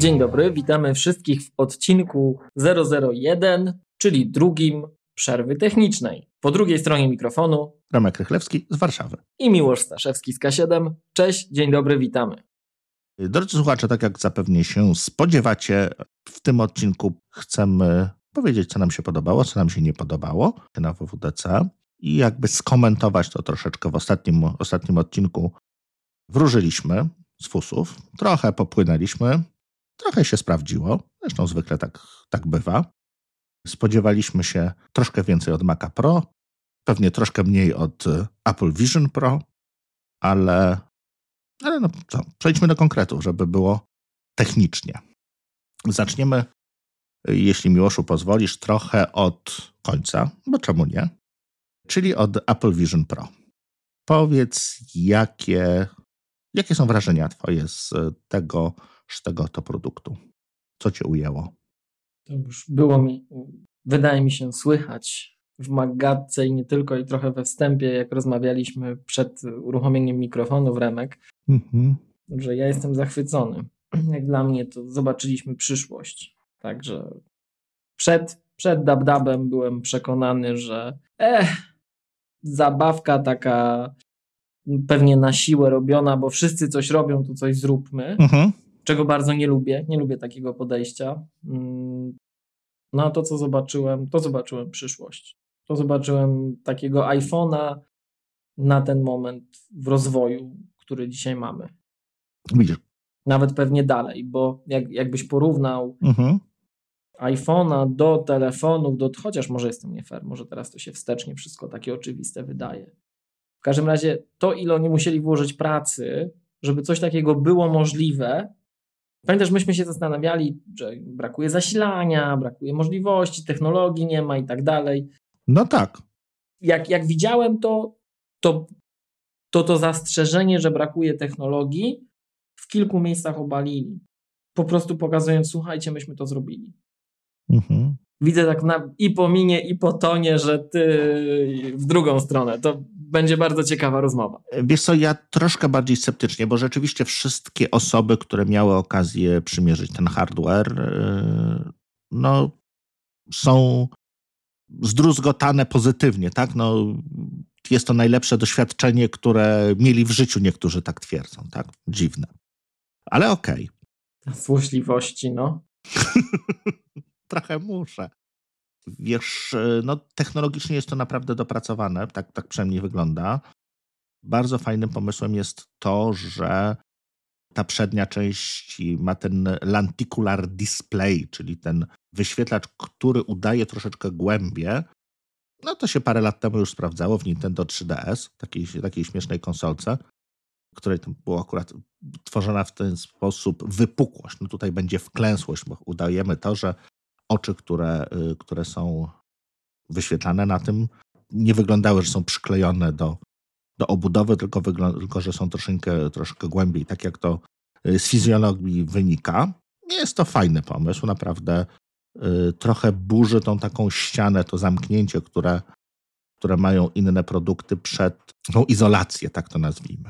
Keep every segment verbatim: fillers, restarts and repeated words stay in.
Dzień dobry, witamy wszystkich w odcinku zero zero jeden, czyli drugim przerwy technicznej. Po drugiej stronie mikrofonu Remek Rychlewski z Warszawy i Miłosz Staszewski z K siedem. Cześć, dzień dobry, witamy. Drodzy słuchacze, tak jak zapewne się spodziewacie, w tym odcinku chcemy powiedzieć, co nam się podobało, co nam się nie podobało na W W D C i jakby skomentować to troszeczkę. W ostatnim, ostatnim odcinku wróżyliśmy z fusów, trochę popłynęliśmy, trochę się sprawdziło, zresztą zwykle tak, tak bywa. Spodziewaliśmy się troszkę więcej od Maca Pro, pewnie troszkę mniej od Apple Vision Pro, ale, ale no co, przejdźmy do konkretów, żeby było technicznie. Zaczniemy, jeśli Miłoszu pozwolisz, trochę od końca, bo czemu nie? Czyli od Apple Vision Pro. Powiedz, jakie, jakie są wrażenia twoje z tego, z tego to produktu? Co cię ujęło? To już było mi, wydaje mi się, słychać w Maggatce i nie tylko, i trochę we wstępie, jak rozmawialiśmy przed uruchomieniem mikrofonu w Remek, mhm. że ja jestem zachwycony. Jak dla mnie to zobaczyliśmy przyszłość. Także przed, przed dab-dabem byłem przekonany, że eh, zabawka taka pewnie na siłę robiona, bo wszyscy coś robią, to coś zróbmy. Mhm. Czego bardzo nie lubię. Nie lubię takiego podejścia. No a to, co zobaczyłem, to zobaczyłem przyszłość. To zobaczyłem takiego iPhone'a na ten moment w rozwoju, który dzisiaj mamy. Widzisz. Nawet pewnie dalej, bo jak, jakbyś porównał mhm. iPhone'a do telefonów, do, chociaż może jestem nie fair, może teraz to się wstecznie wszystko takie oczywiste wydaje. W każdym razie to, ile oni musieli włożyć pracy, żeby coś takiego było możliwe. Pamiętasz, myśmy się zastanawiali, że brakuje zasilania, brakuje możliwości, technologii nie ma i tak dalej. No tak. Jak, jak widziałem to, to, to to zastrzeżenie, że brakuje technologii, w kilku miejscach obalili. Po prostu pokazując, słuchajcie, myśmy to zrobili. Mhm. Widzę tak na, i po minie, i po tonie, że ty w drugą stronę. To będzie bardzo ciekawa rozmowa. Wiesz co, ja troszkę bardziej sceptycznie, bo rzeczywiście wszystkie osoby, które miały okazję przymierzyć ten hardware, no są zdruzgotane pozytywnie, tak? No, jest to najlepsze doświadczenie, które mieli w życiu, niektórzy tak twierdzą, tak? Dziwne. Ale okej. Okay. Złośliwości, no. Trochę muszę. Wiesz, no technologicznie jest to naprawdę dopracowane, tak, tak przynajmniej wygląda. Bardzo fajnym pomysłem jest to, że ta przednia część ma ten lenticular display, czyli ten wyświetlacz, który udaje troszeczkę głębię. No to się parę lat temu już sprawdzało w Nintendo trzy D S, takiej, takiej śmiesznej konsolce, której tam była akurat tworzona w ten sposób wypukłość. No tutaj będzie wklęsłość, bo udajemy to, że oczy, które, które są wyświetlane na tym, nie wyglądały, że są przyklejone do, do obudowy, tylko, wygląda, tylko że są troszeczkę, troszkę głębiej, tak jak to z fizjologii wynika. Jest to fajny pomysł, naprawdę y, trochę burzy tą taką ścianę, to zamknięcie, które, które mają inne produkty przed tą izolację, tak to nazwijmy.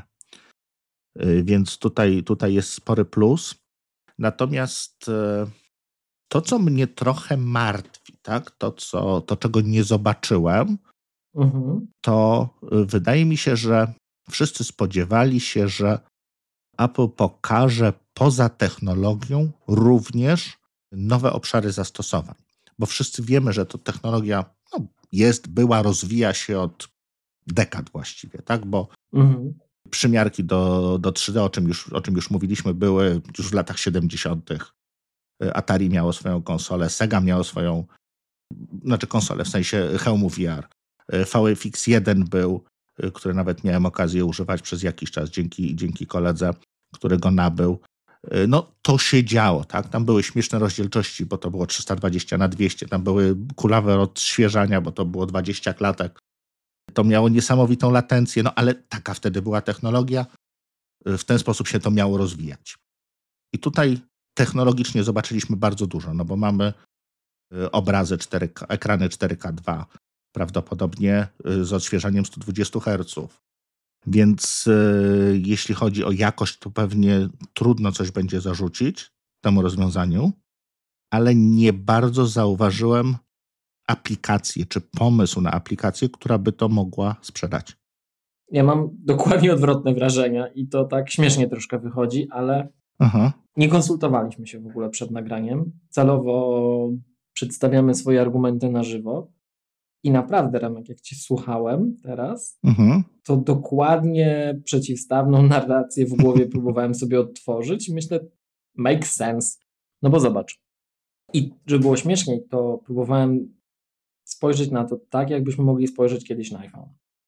Y, więc tutaj, tutaj jest spory plus. Natomiast y, to, co mnie trochę martwi, tak, to, co, to czego nie zobaczyłem, mhm. to wydaje mi się, że wszyscy spodziewali się, że Apple pokaże poza technologią również nowe obszary zastosowań. Bo wszyscy wiemy, że to technologia no, jest, była, rozwija się od dekad właściwie, tak? Bo mhm. przymiarki do, do trzy D, o czym, już, o czym już mówiliśmy, były już w latach siedemdziesiątych. Atari miało swoją konsolę, Sega miało swoją, znaczy konsolę, w sensie hełmu V R. V F X jeden był, który nawet miałem okazję używać przez jakiś czas dzięki, dzięki koledze, który go nabył. No to się działo, tak? Tam były śmieszne rozdzielczości, bo to było trzysta dwadzieścia na dwieście, tam były kulawe odświeżania, bo to było dwadzieścia klatek. To miało niesamowitą latencję, no ale taka wtedy była technologia. W ten sposób się to miało rozwijać. I tutaj technologicznie zobaczyliśmy bardzo dużo, no bo mamy obrazy cztery K, ekrany cztery K dwa, prawdopodobnie z odświeżaniem sto dwadzieścia herców. Więc y, jeśli chodzi o jakość, to pewnie trudno coś będzie zarzucić. temu rozwiązaniu, ale nie bardzo zauważyłem aplikację, czy pomysł na aplikację, która by to mogła sprzedać. Ja mam dokładnie odwrotne wrażenia i to tak śmiesznie troszkę wychodzi, ale Aha. nie konsultowaliśmy się w ogóle przed nagraniem. Celowo przedstawiamy swoje argumenty na żywo i naprawdę, Remek, jak cię słuchałem teraz, mhm. to dokładnie przeciwstawną narrację w głowie próbowałem sobie odtworzyć i myślę, make sense. No bo zobacz. I żeby było śmieszniej, to próbowałem spojrzeć na to tak, jakbyśmy mogli spojrzeć kiedyś na iPhone.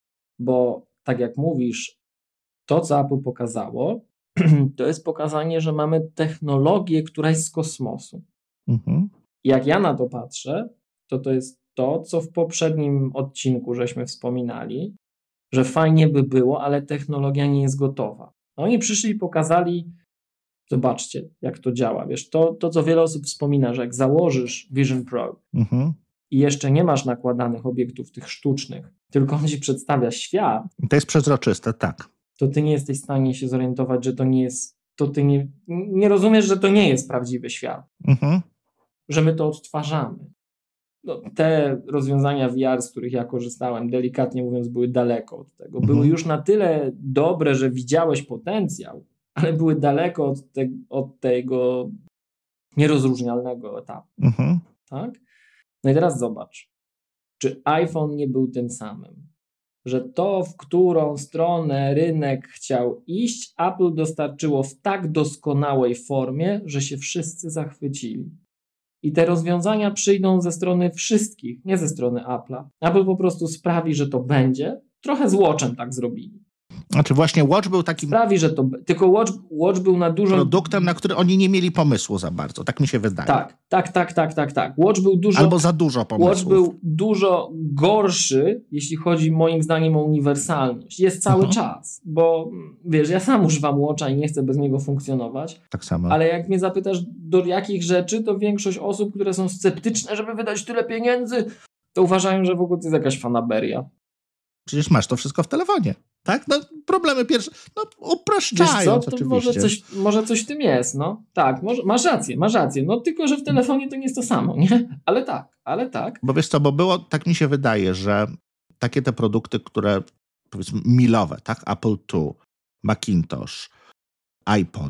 Bo tak jak mówisz, to co Apple pokazało, to jest pokazanie, że mamy technologię, która jest z kosmosu. Mhm. Jak ja na to patrzę, to to jest to, co w poprzednim odcinku żeśmy wspominali, że fajnie by było, ale technologia nie jest gotowa. Oni przyszli i pokazali, zobaczcie, jak to działa. Wiesz, to, to co wiele osób wspomina, że jak założysz Vision Pro mhm. i jeszcze nie masz nakładanych obiektów tych sztucznych, tylko on ci przedstawia świat. To jest przezroczyste, tak. To ty nie jesteś w stanie się zorientować, że to nie jest, to ty nie, nie rozumiesz, że to nie jest prawdziwy świat. Mhm. Że my to odtwarzamy. No, te rozwiązania V R, z których ja korzystałem, delikatnie mówiąc, były daleko od tego. Mhm. Były już na tyle dobre, że widziałeś potencjał, ale były daleko od, te, od tego nierozróżnialnego etapu. Mhm. Tak? No i teraz zobacz, czy iPhone nie był tym samym? Że to, w którą stronę rynek chciał iść, Apple dostarczyło w tak doskonałej formie, że się wszyscy zachwycili. I te rozwiązania przyjdą ze strony wszystkich, nie ze strony Apple'a. Apple po prostu sprawi, że to będzie. Trochę z Watchem tak zrobili. Znaczy właśnie Watch był takim... Sprawi, że to... Tylko Watch, Watch był na dużo... Produktem, na który oni nie mieli pomysłu za bardzo. Tak mi się wydaje. Tak, tak, tak, tak, tak, tak. Watch był dużo... Albo za dużo pomysłów. Watch był dużo gorszy, jeśli chodzi moim zdaniem o uniwersalność. Jest cały uh-huh. czas, bo wiesz, ja sam używam Watcha i nie chcę bez niego funkcjonować. Tak samo. Ale jak mnie zapytasz do jakich rzeczy, to większość osób, które są sceptyczne, żeby wydać tyle pieniędzy, to uważają, że w ogóle to jest jakaś fanaberia. Przecież masz to wszystko w telefonie. Tak? No problemy pierwsze, no upraszczając oczywiście. Może coś, może coś w tym jest, no. Tak, może, masz rację, masz rację. No tylko, że w telefonie to nie jest to samo, nie? Ale tak, ale tak. Bo wiesz co, bo było, tak mi się wydaje, że takie te produkty, które powiedzmy milowe, tak? Apple two, Macintosh, iPod,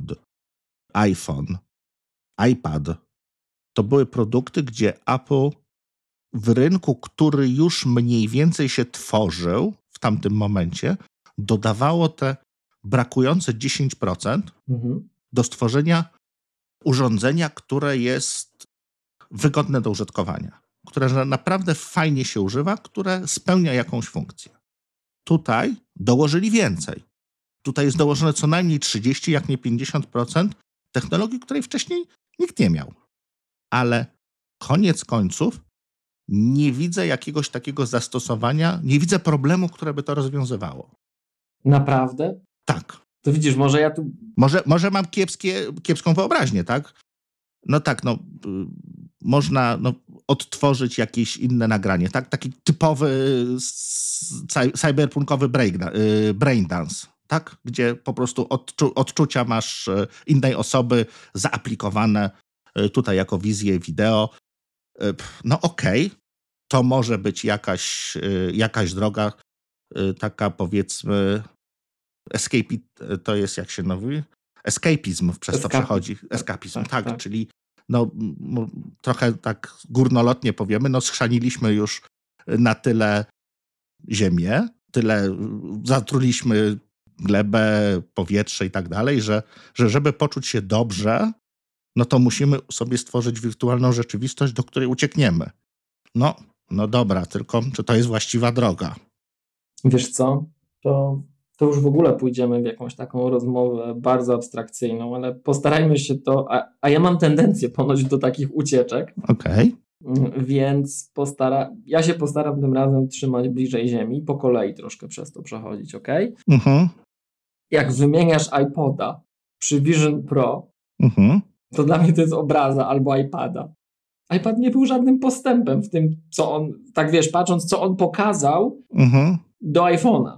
iPhone, iPad, to były produkty, gdzie Apple w rynku, który już mniej więcej się tworzył w tamtym momencie, dodawało te brakujące dziesięć procent mhm. do stworzenia urządzenia, które jest wygodne do użytkowania, które naprawdę fajnie się używa, które spełnia jakąś funkcję. Tutaj dołożyli więcej. Tutaj jest dołożone co najmniej trzydzieści, jak nie pięćdziesiąt procent technologii, której wcześniej nikt nie miał. Ale koniec końców nie widzę jakiegoś takiego zastosowania, nie widzę problemu, które by to rozwiązywało. Naprawdę? Tak. To widzisz, może ja tu... Może, może mam kiepskie, kiepską wyobraźnię, tak? No tak, no y, można no, odtworzyć jakieś inne nagranie, tak? Taki typowy cy, cyberpunkowy break, y, braindance, tak? Gdzie po prostu odczu, odczucia masz innej osoby zaaplikowane y, tutaj jako wizję wideo. Y, no okej, okay. To może być jakaś, y, jakaś droga, y, taka powiedzmy escape, to jest jak się mówi? Escapizm przez to przechodzi. Escapizm, tak, tak, tak. Czyli no, trochę tak górnolotnie powiemy, no schrzaniliśmy już na tyle ziemię, tyle zatruliśmy glebę, powietrze i tak dalej, że, że żeby poczuć się dobrze, no to musimy sobie stworzyć wirtualną rzeczywistość, do której uciekniemy. No, no dobra, tylko czy to jest właściwa droga? Wiesz co, to... to już w ogóle pójdziemy w jakąś taką rozmowę bardzo abstrakcyjną, ale postarajmy się to, a, a ja mam tendencję ponoć do takich ucieczek. Okej. Okay. Więc postara, ja się postaram tym razem trzymać bliżej ziemi, po kolei troszkę przez to przechodzić, okej? Okay? Mhm. Jak wymieniasz iPoda przy Vision Pro, mhm. to dla mnie to jest obraza albo iPada. iPad nie był żadnym postępem w tym, co on, tak wiesz, patrząc, co on pokazał mhm. do iPhone'a.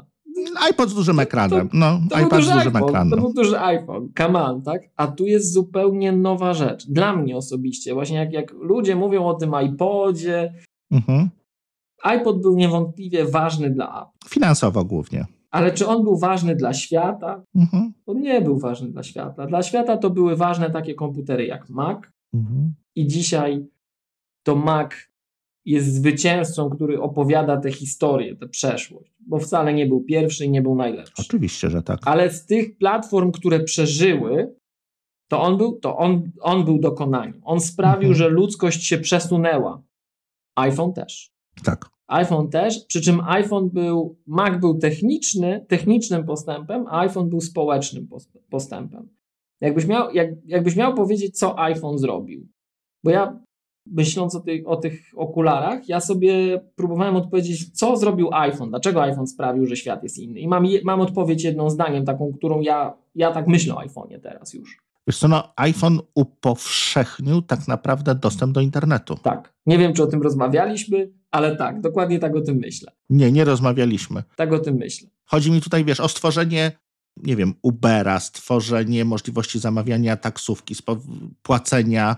iPod z dużym ekranem. No, to iPad z dużym iPhone, ekranem. To był duży iPhone, come on, tak? A tu jest zupełnie nowa rzecz. Dla mnie osobiście, właśnie jak, jak ludzie mówią o tym iPodzie, mhm. iPod był niewątpliwie ważny dla Apple. Finansowo głównie. Ale czy on był ważny dla świata? Mhm. On nie był ważny dla świata. Dla świata to były ważne takie komputery jak Mac mhm. i dzisiaj to Mac jest zwycięzcą, który opowiada tę historię, tę przeszłość, bo wcale nie był pierwszy i nie był najlepszy. Oczywiście, że tak. Ale z tych platform, które przeżyły, to on był, to on, on był dokonaniem. On sprawił, mhm. że ludzkość się przesunęła. iPhone też. Tak. iPhone też, przy czym iPhone był, Mac był techniczny, technicznym postępem, a iPhone był społecznym postępem. Jakbyś miał, jak, jakbyś miał powiedzieć, co iPhone zrobił, bo ja myśląc o tych, o tych okularach, ja sobie próbowałem odpowiedzieć, co zrobił iPhone, dlaczego iPhone sprawił, że świat jest inny. I mam, mam odpowiedź jedną zdaniem, taką, którą ja, ja tak myślę o iPhone'ie teraz już. Wiesz co, no iPhone upowszechnił tak naprawdę dostęp do internetu. Tak. Nie wiem, czy o tym rozmawialiśmy, ale tak, dokładnie tak o tym myślę. Nie, nie rozmawialiśmy. Tak o tym myślę. Chodzi mi tutaj, wiesz, o stworzenie, nie wiem, Ubera, stworzenie możliwości zamawiania taksówki, spo- płacenia,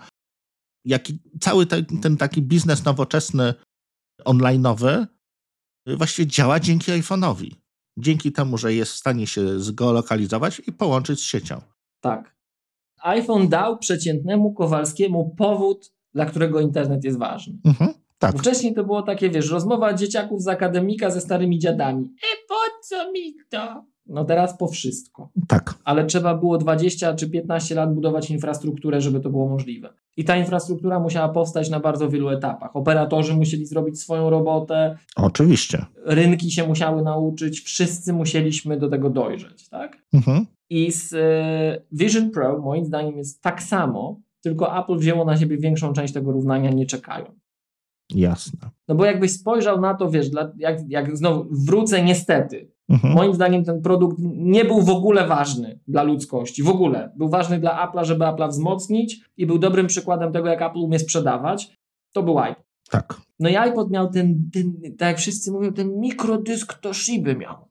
jaki cały ten, ten taki biznes nowoczesny, online'owy właściwie działa dzięki iPhone'owi. Dzięki temu, że jest w stanie się zgeolokalizować i połączyć z siecią. Tak. iPhone dał przeciętnemu Kowalskiemu powód, dla którego internet jest ważny. Mhm, tak. Wcześniej to było takie, wiesz, rozmowa dzieciaków z akademika ze starymi dziadami. E po co mi to? No teraz po wszystko. Tak. Ale trzeba było dwadzieścia czy piętnaście lat budować infrastrukturę, żeby to było możliwe. I ta infrastruktura musiała powstać na bardzo wielu etapach. Operatorzy musieli zrobić swoją robotę. Oczywiście. Rynki się musiały nauczyć. Wszyscy musieliśmy do tego dojrzeć, tak? Mhm. I z y, Vision Pro moim zdaniem jest tak samo, tylko Apple wzięło na siebie większą część tego równania, nie czekając. Jasne. No bo jakbyś spojrzał na to, wiesz, dla, jak, jak znowu wrócę niestety, mhm. moim zdaniem ten produkt nie był w ogóle ważny dla ludzkości, w ogóle. Był ważny dla Apple'a, żeby Apple'a wzmocnić i był dobrym przykładem tego, jak Apple umie sprzedawać. To był iPod. Tak. No i iPod miał ten, ten tak jak wszyscy mówią, ten mikrodysk Toshiby miał.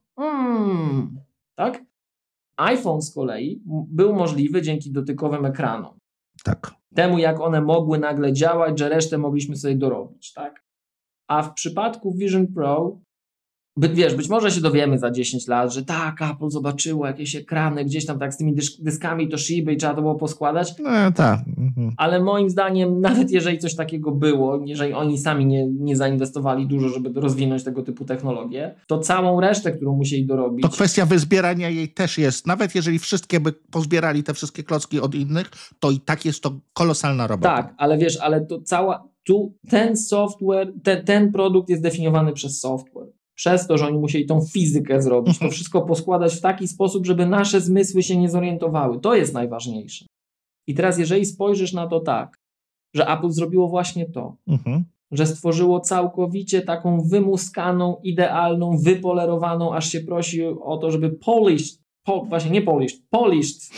Mm, tak? iPhone z kolei był możliwy dzięki dotykowym ekranom. Tak. Temu, jak one mogły nagle działać, że resztę mogliśmy sobie dorobić, tak? A w przypadku Vision Pro, by, wiesz, być może się dowiemy za dziesięć lat, że tak, Apple zobaczyło jakieś ekrany gdzieś tam tak z tymi dysk- dyskami Toshiby i trzeba to było poskładać. No tak. Mhm. Ale moim zdaniem, nawet jeżeli coś takiego było, jeżeli oni sami nie, nie zainwestowali dużo, żeby rozwinąć tego typu technologię, to całą resztę, którą musieli dorobić... To kwestia wyzbierania jej też jest. Nawet jeżeli wszystkie by pozbierali te wszystkie klocki od innych, to i tak jest to kolosalna robota. Tak, ale wiesz, ale to cała... Tu ten software, te, ten produkt jest definiowany przez software. Przez to, że oni musieli tą fizykę zrobić, to wszystko poskładać w taki sposób, żeby nasze zmysły się nie zorientowały. To jest najważniejsze. I teraz jeżeli spojrzysz na to tak, że Apple zrobiło właśnie to, mhm. że stworzyło całkowicie taką wymuskaną, idealną, wypolerowaną, aż się prosi o to, żeby polished, po, właśnie nie polished, polished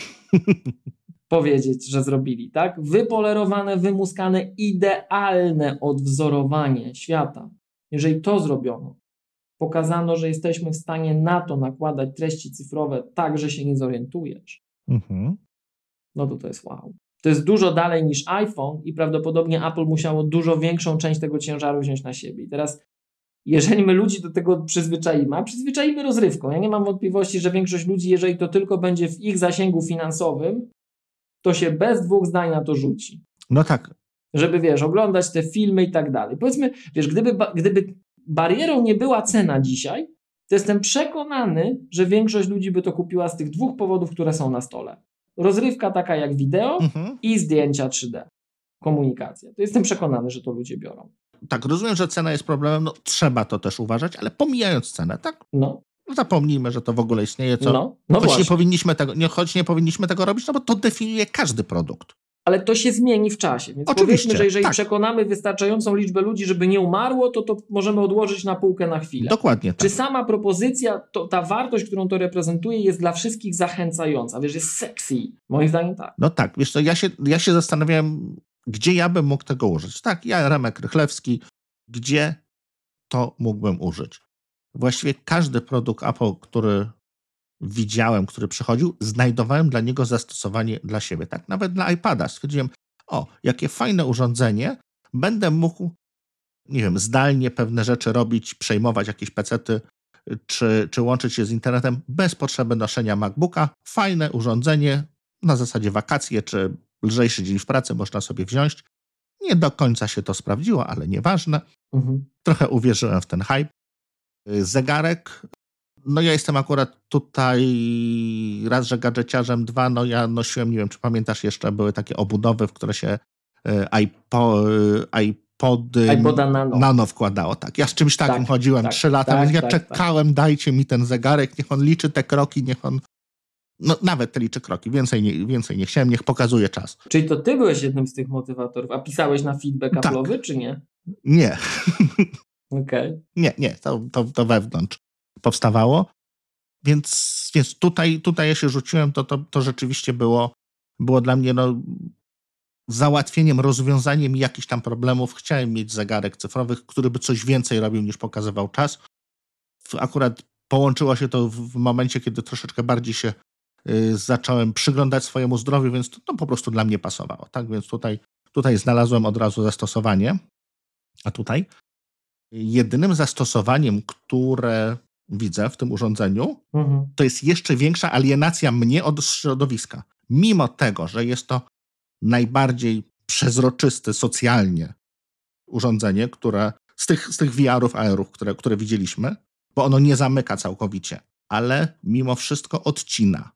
powiedzieć, że zrobili, tak? Wypolerowane, wymuskane, idealne odwzorowanie świata. Jeżeli to zrobiono, pokazano, że jesteśmy w stanie na to nakładać treści cyfrowe tak, że się nie zorientujesz, mhm. no to to jest wow. To jest dużo dalej niż iPhone i prawdopodobnie Apple musiało dużo większą część tego ciężaru wziąć na siebie. I teraz, jeżeli my ludzi do tego przyzwyczaimy, a przyzwyczaimy rozrywką, ja nie mam wątpliwości, że większość ludzi, jeżeli to tylko będzie w ich zasięgu finansowym, to się bez dwóch zdań na to rzuci. No tak. Żeby, wiesz, oglądać te filmy i tak dalej. Powiedzmy, wiesz, gdyby, gdyby barierą nie była cena dzisiaj, to jestem przekonany, że większość ludzi by to kupiła z tych dwóch powodów, które są na stole. Rozrywka taka jak wideo mhm. i zdjęcia trzy D. Komunikacja. To jestem przekonany, że to ludzie biorą. Tak, rozumiem, że cena jest problemem, no trzeba to też uważać, ale pomijając cenę, tak? No. Zapomnijmy, że to w ogóle istnieje, co? No, no choć, nie powinniśmy tego, nie, choć nie powinniśmy tego robić, no bo to definiuje każdy produkt. Ale to się zmieni w czasie. Więc oczywiście, powiedzmy, że jeżeli tak. przekonamy wystarczającą liczbę ludzi, żeby nie umarło, to to możemy odłożyć na półkę na chwilę. Dokładnie tak. Czy sama propozycja, to, ta wartość, którą to reprezentuje, jest dla wszystkich zachęcająca? Wiesz, jest sexy. Moim zdaniem tak. No tak, wiesz co, ja się, ja się zastanawiałem, gdzie ja bym mógł tego użyć. Tak, ja, Remek Rychlewski, gdzie to mógłbym użyć? właściwie każdy produkt Apple, który widziałem, który przychodził, znajdowałem dla niego zastosowanie dla siebie. Tak, nawet dla iPada. Stwierdziłem, o, jakie fajne urządzenie, będę mógł, nie wiem, zdalnie pewne rzeczy robić, przejmować jakieś pecety, czy, czy łączyć się z internetem bez potrzeby noszenia MacBooka. Fajne urządzenie, na zasadzie wakacje, czy lżejszy dzień w pracy można sobie wziąć. Nie do końca się to sprawdziło, ale nieważne. Mhm. Trochę uwierzyłem w ten hype. Zegarek, no ja jestem akurat tutaj raz, że gadżeciarzem, dwa, no ja nosiłem, nie wiem, czy pamiętasz jeszcze, były takie obudowy, w które się iPod, iPody iPoda nano. nano wkładało. Tak, ja z czymś takim tak, chodziłem trzy tak, lata, tak, więc ja tak, czekałem, tak. Dajcie mi ten zegarek, niech on liczy te kroki, niech on, no nawet te liczy kroki, więcej nie, więcej nie chciałem, niech pokazuje czas. Czyli to ty byłeś jednym z tych motywatorów, a pisałeś na feedback tak. Apple'owy, czy nie? Nie. Okej. Okay. Nie, nie, to, to, to wewnątrz powstawało, więc, więc tutaj, tutaj ja się rzuciłem, to, to, to rzeczywiście było, było dla mnie no, załatwieniem, rozwiązaniem jakichś tam problemów. Chciałem mieć zegarek cyfrowy, który by coś więcej robił niż pokazywał czas. Akurat połączyło się to w momencie, kiedy troszeczkę bardziej się y, zacząłem przyglądać swojemu zdrowiu, więc to, to po prostu dla mnie pasowało. Tak, więc tutaj, tutaj znalazłem od razu zastosowanie. A tutaj jedynym zastosowaniem, które widzę w tym urządzeniu, mhm. to jest jeszcze większa alienacja mnie od środowiska. Mimo tego, że jest to najbardziej przezroczyste socjalnie urządzenie, które z tych, z tych V R-ów, A R-ów, które, które widzieliśmy, bo ono nie zamyka całkowicie, ale mimo wszystko odcina.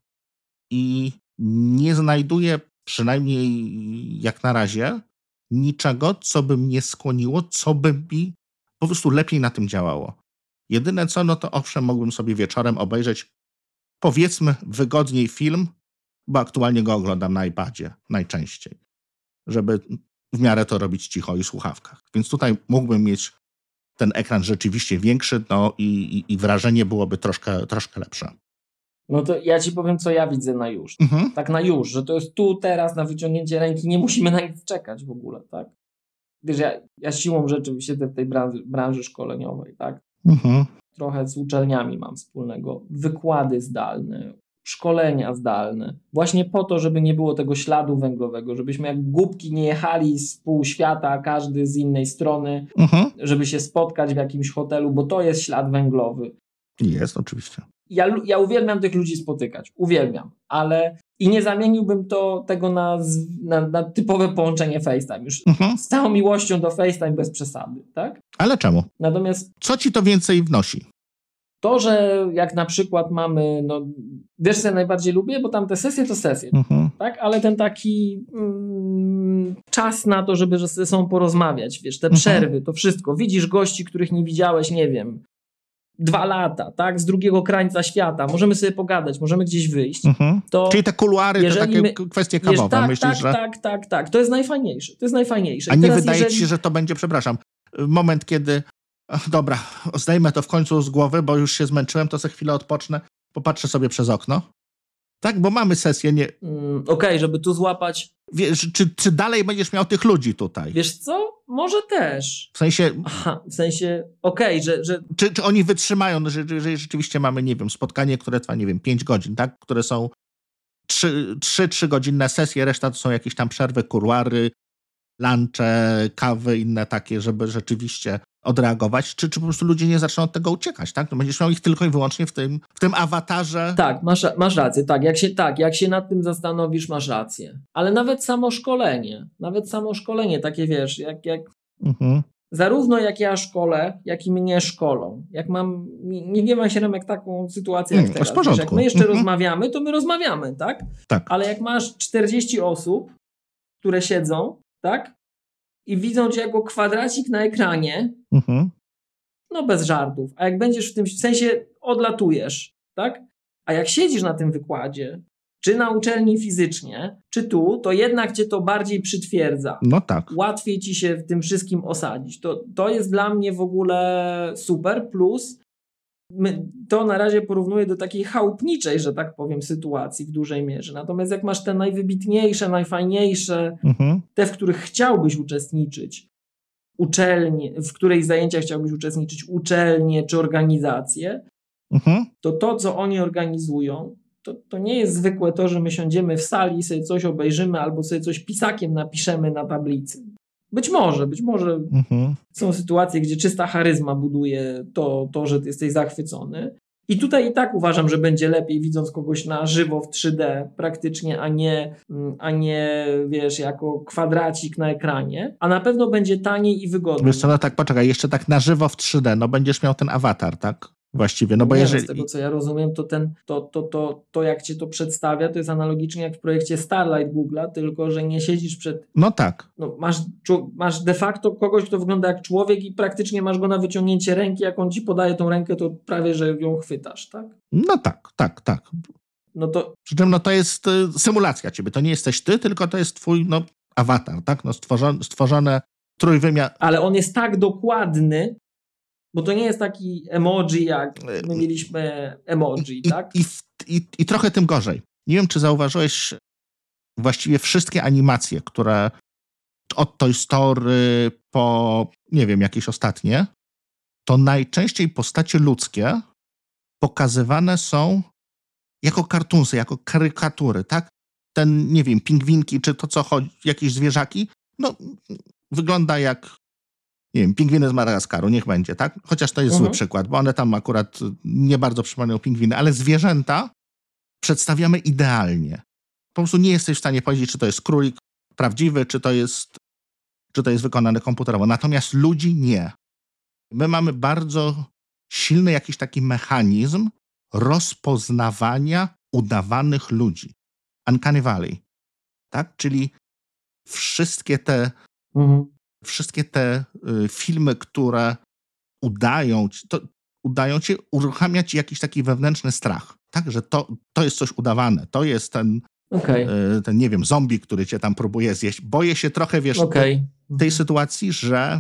I nie znajduję, przynajmniej jak na razie, niczego, co by mnie skłoniło, co by mi po prostu lepiej na tym działało. Jedyne co, no to owszem, mógłbym sobie wieczorem obejrzeć, powiedzmy, wygodniej film, bo aktualnie go oglądam na iPadzie najczęściej, żeby w miarę to robić cicho i w słuchawkach. Więc tutaj mógłbym mieć ten ekran rzeczywiście większy, no i, i, i wrażenie byłoby troszkę, troszkę lepsze. No to ja ci powiem, co ja widzę na już. Mhm. Tak na już, że to jest tu, teraz, na wyciągnięcie ręki, nie musimy na nic czekać w ogóle, tak? Wiesz, ja, ja siłą rzeczy siedzę w tej branży, branży szkoleniowej, tak? Mhm. Trochę z uczelniami mam wspólnego. Wykłady zdalne, szkolenia zdalne. Właśnie po to, żeby nie było tego śladu węglowego, żebyśmy jak głupki nie jechali z pół świata, każdy z innej strony, mhm. żeby się spotkać w jakimś hotelu, bo to jest ślad węglowy. Jest, oczywiście. Ja, ja uwielbiam tych ludzi spotykać, uwielbiam, ale i nie zamieniłbym to tego na, na, na typowe połączenie FaceTime. Już mhm. z całą miłością do FaceTime bez przesady, tak? Ale czemu? Natomiast co ci to więcej wnosi? To, że jak na przykład mamy, no wiesz co ja najbardziej lubię, bo tam te sesje to sesje, mhm. tak? Ale ten taki mm, czas na to, żeby ze sobą porozmawiać, wiesz, te mhm. przerwy, to wszystko. Widzisz gości, których nie widziałeś, nie wiem, dwa lata, tak? Z drugiego krańca świata. Możemy sobie pogadać, możemy gdzieś wyjść. Mhm. To czyli te kuluary, to takie my, kwestie kawowe. Wiesz, tak, myślisz, tak, że... tak, tak, tak. To jest najfajniejsze. To jest najfajniejsze. A nie teraz, wydaje jeżeli... ci się, że to będzie, przepraszam, moment, kiedy ach, dobra, zdejmę to w końcu z głowy, bo już się zmęczyłem, to za chwilę odpocznę, popatrzę sobie przez okno. Tak, bo mamy sesję, nie... Mm, Okej, okay, żeby tu złapać... Wiesz, czy, czy dalej będziesz miał tych ludzi tutaj? Wiesz co? Może też. W sensie... Aha, w sensie, okej, okay, że... że... Czy, czy oni wytrzymają, no, że, że rzeczywiście mamy, nie wiem, spotkanie, które trwa, nie wiem, pięć godzin, tak? Które są trzy, trzy godzinne sesje, reszta to są jakieś tam przerwy, kuluary, lunche, kawy, inne takie, żeby rzeczywiście odreagować, czy, czy po prostu ludzie nie zaczną od tego uciekać, tak? No będziesz miał ich tylko i wyłącznie w tym, w tym awatarze. Tak, masz, masz rację, tak jak, się, tak, jak się nad tym zastanowisz, masz rację. Ale nawet samo szkolenie, nawet samo szkolenie, takie wiesz, jak, jak mhm. zarówno jak ja szkolę, jak i mnie szkolą. Jak mam, nie wiem się jak taką sytuację jak teraz. Wiesz, jak my jeszcze mhm. rozmawiamy, to my rozmawiamy, tak? Tak. Ale jak masz czterdzieści osób, które siedzą, tak? I widzą cię jako kwadracik na ekranie, mhm. no bez żartów. A jak będziesz w tym w sensie odlatujesz, tak? A jak siedzisz na tym wykładzie, czy na uczelni fizycznie, czy tu, to jednak cię to bardziej przytwierdza. No tak. Łatwiej ci się w tym wszystkim osadzić. To, to jest dla mnie w ogóle super, plus my, to na razie porównuję do takiej chałupniczej, że tak powiem, sytuacji w dużej mierze. Natomiast jak masz te najwybitniejsze, najfajniejsze, mhm. te, w których chciałbyś uczestniczyć, uczelnie, w której zajęciach chciałbyś uczestniczyć, uczelnie czy organizacje, mhm. to to, co oni organizują, to, to nie jest zwykłe to, że my siądziemy w sali, sobie coś obejrzymy albo sobie coś pisakiem napiszemy na tablicy. Być może, być może mhm. są sytuacje, gdzie czysta charyzma buduje to, to, że ty jesteś zachwycony. I tutaj i tak uważam, że będzie lepiej widząc kogoś na żywo w trzy D praktycznie, a nie, a nie wiesz, jako kwadracik na ekranie. A na pewno będzie taniej i wygodniej. Wiesz co, no tak, poczekaj, jeszcze tak na żywo w trzy D, no będziesz miał ten awatar, tak? Właściwie, no bo nie, jeżeli... Z tego, co ja rozumiem, to, ten, to, to, to, to jak cię to przedstawia, to jest analogicznie jak w projekcie Starlight Google'a, tylko że nie siedzisz przed... No tak. No, masz, masz de facto kogoś, kto wygląda jak człowiek i praktycznie masz go na wyciągnięcie ręki, jak on ci podaje tą rękę, to prawie, że ją chwytasz, tak? No tak, tak, tak. No to... Przy czym no to jest y, symulacja ciebie, to nie jesteś ty, tylko to jest twój no, awatar, tak? No stworzone, stworzone trójwymiar... Ale on jest tak dokładny, bo to nie jest taki emoji, jak my mieliśmy emoji, I, tak? I, i, i, I trochę tym gorzej. Nie wiem, czy zauważyłeś właściwie wszystkie animacje, które od Toy Story po, nie wiem, jakieś ostatnie, to najczęściej postacie ludzkie pokazywane są jako kartunsy, jako karykatury, tak? Ten, nie wiem, pingwinki, czy to co chodzi, jakieś zwierzaki, no wygląda jak nie wiem, pingwiny z Madagaskaru, niech będzie, tak? Chociaż to jest mhm. zły przykład, bo one tam akurat nie bardzo przypominają pingwiny, ale zwierzęta przedstawiamy idealnie. Po prostu nie jesteś w stanie powiedzieć, czy to jest królik prawdziwy, czy to jest, czy to jest wykonane komputerowo. Natomiast ludzi nie. My mamy bardzo silny jakiś taki mechanizm rozpoznawania udawanych ludzi. Uncanny Valley, tak? Czyli wszystkie te mhm. wszystkie te y, filmy, które udają ci, to, udają ci, uruchamia ci jakiś taki wewnętrzny strach, tak? Że to, to jest coś udawane, to jest ten, okay. y, ten, nie wiem, zombie, który cię tam próbuje zjeść. Boję się trochę, wiesz, okay. te, tej sytuacji, że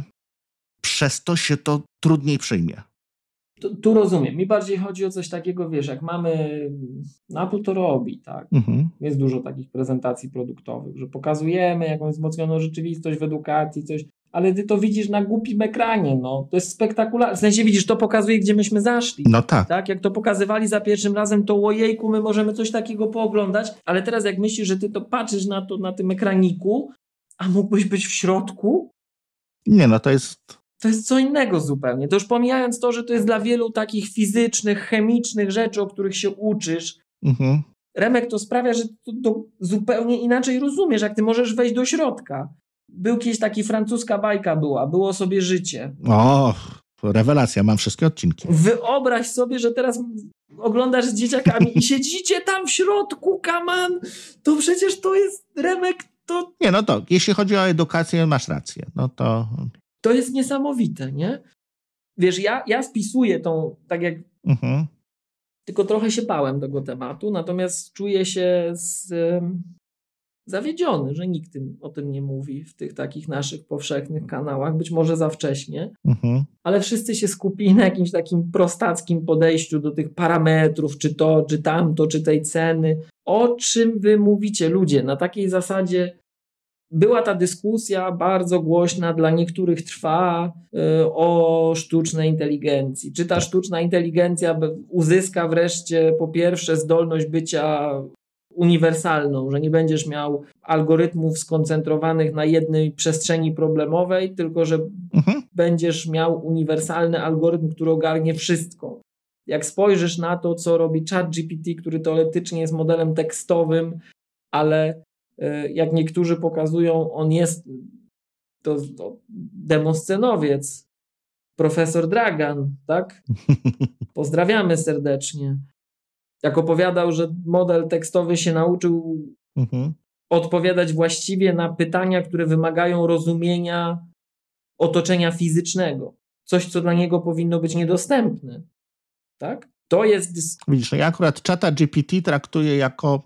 przez to się to trudniej przyjmie. Tu, tu rozumiem. Mi bardziej chodzi o coś takiego, wiesz, jak mamy, no Apple to robi, tak? Mhm. Jest dużo takich prezentacji produktowych, że pokazujemy jakąś wzmocnioną rzeczywistość w edukacji, coś, ale ty to widzisz na głupim ekranie, no. To jest spektakularne. W sensie widzisz, to pokazuje, gdzie myśmy zaszli. No tak. tak. Jak to pokazywali za pierwszym razem, to ojejku, my możemy coś takiego pooglądać, ale teraz jak myślisz, że ty to patrzysz na to na tym ekraniku, a mógłbyś być w środku? Nie, no to jest... To jest co innego zupełnie. To już pomijając to, że to jest dla wielu takich fizycznych, chemicznych rzeczy, o których się uczysz. Mhm. Remek, to sprawia, że to, to zupełnie inaczej rozumiesz, jak ty możesz wejść do środka. Był kiedyś taki, francuska bajka była, Było sobie życie. O, rewelacja, mam wszystkie odcinki. Wyobraź sobie, że teraz oglądasz z dzieciakami i siedzicie tam w środku, kaman. To przecież to jest, Remek, to... Nie, no to, jeśli chodzi o edukację, masz rację. No to... To jest niesamowite, nie? Wiesz, ja, ja spisuję tą, tak jak... Mhm. Tylko trochę się bałem tego tematu, natomiast czuję się z, um, zawiedziony, że nikt tym, o tym nie mówi w tych takich naszych powszechnych kanałach, być może za wcześnie, mhm. ale wszyscy się skupili na jakimś takim prostackim podejściu do tych parametrów, czy to, czy tamto, czy tej ceny. O czym wy mówicie, ludzie? Na takiej zasadzie była ta dyskusja bardzo głośna, dla niektórych trwa, y, o sztucznej inteligencji. Czy ta sztuczna inteligencja uzyska wreszcie po pierwsze zdolność bycia uniwersalną, że nie będziesz miał algorytmów skoncentrowanych na jednej przestrzeni problemowej, tylko że mhm. będziesz miał uniwersalny algorytm, który ogarnie wszystko. Jak spojrzysz na to, co robi ChatGPT, który teoretycznie jest modelem tekstowym, ale jak niektórzy pokazują, on jest to, to demoscenowiec, profesor Dragan, tak? Pozdrawiamy serdecznie. Jak opowiadał, że model tekstowy się nauczył mhm. odpowiadać właściwie na pytania, które wymagają rozumienia otoczenia fizycznego. Coś, co dla niego powinno być niedostępne. Tak? To jest... Dys- Widzisz, ja akurat czata G P T traktuję jako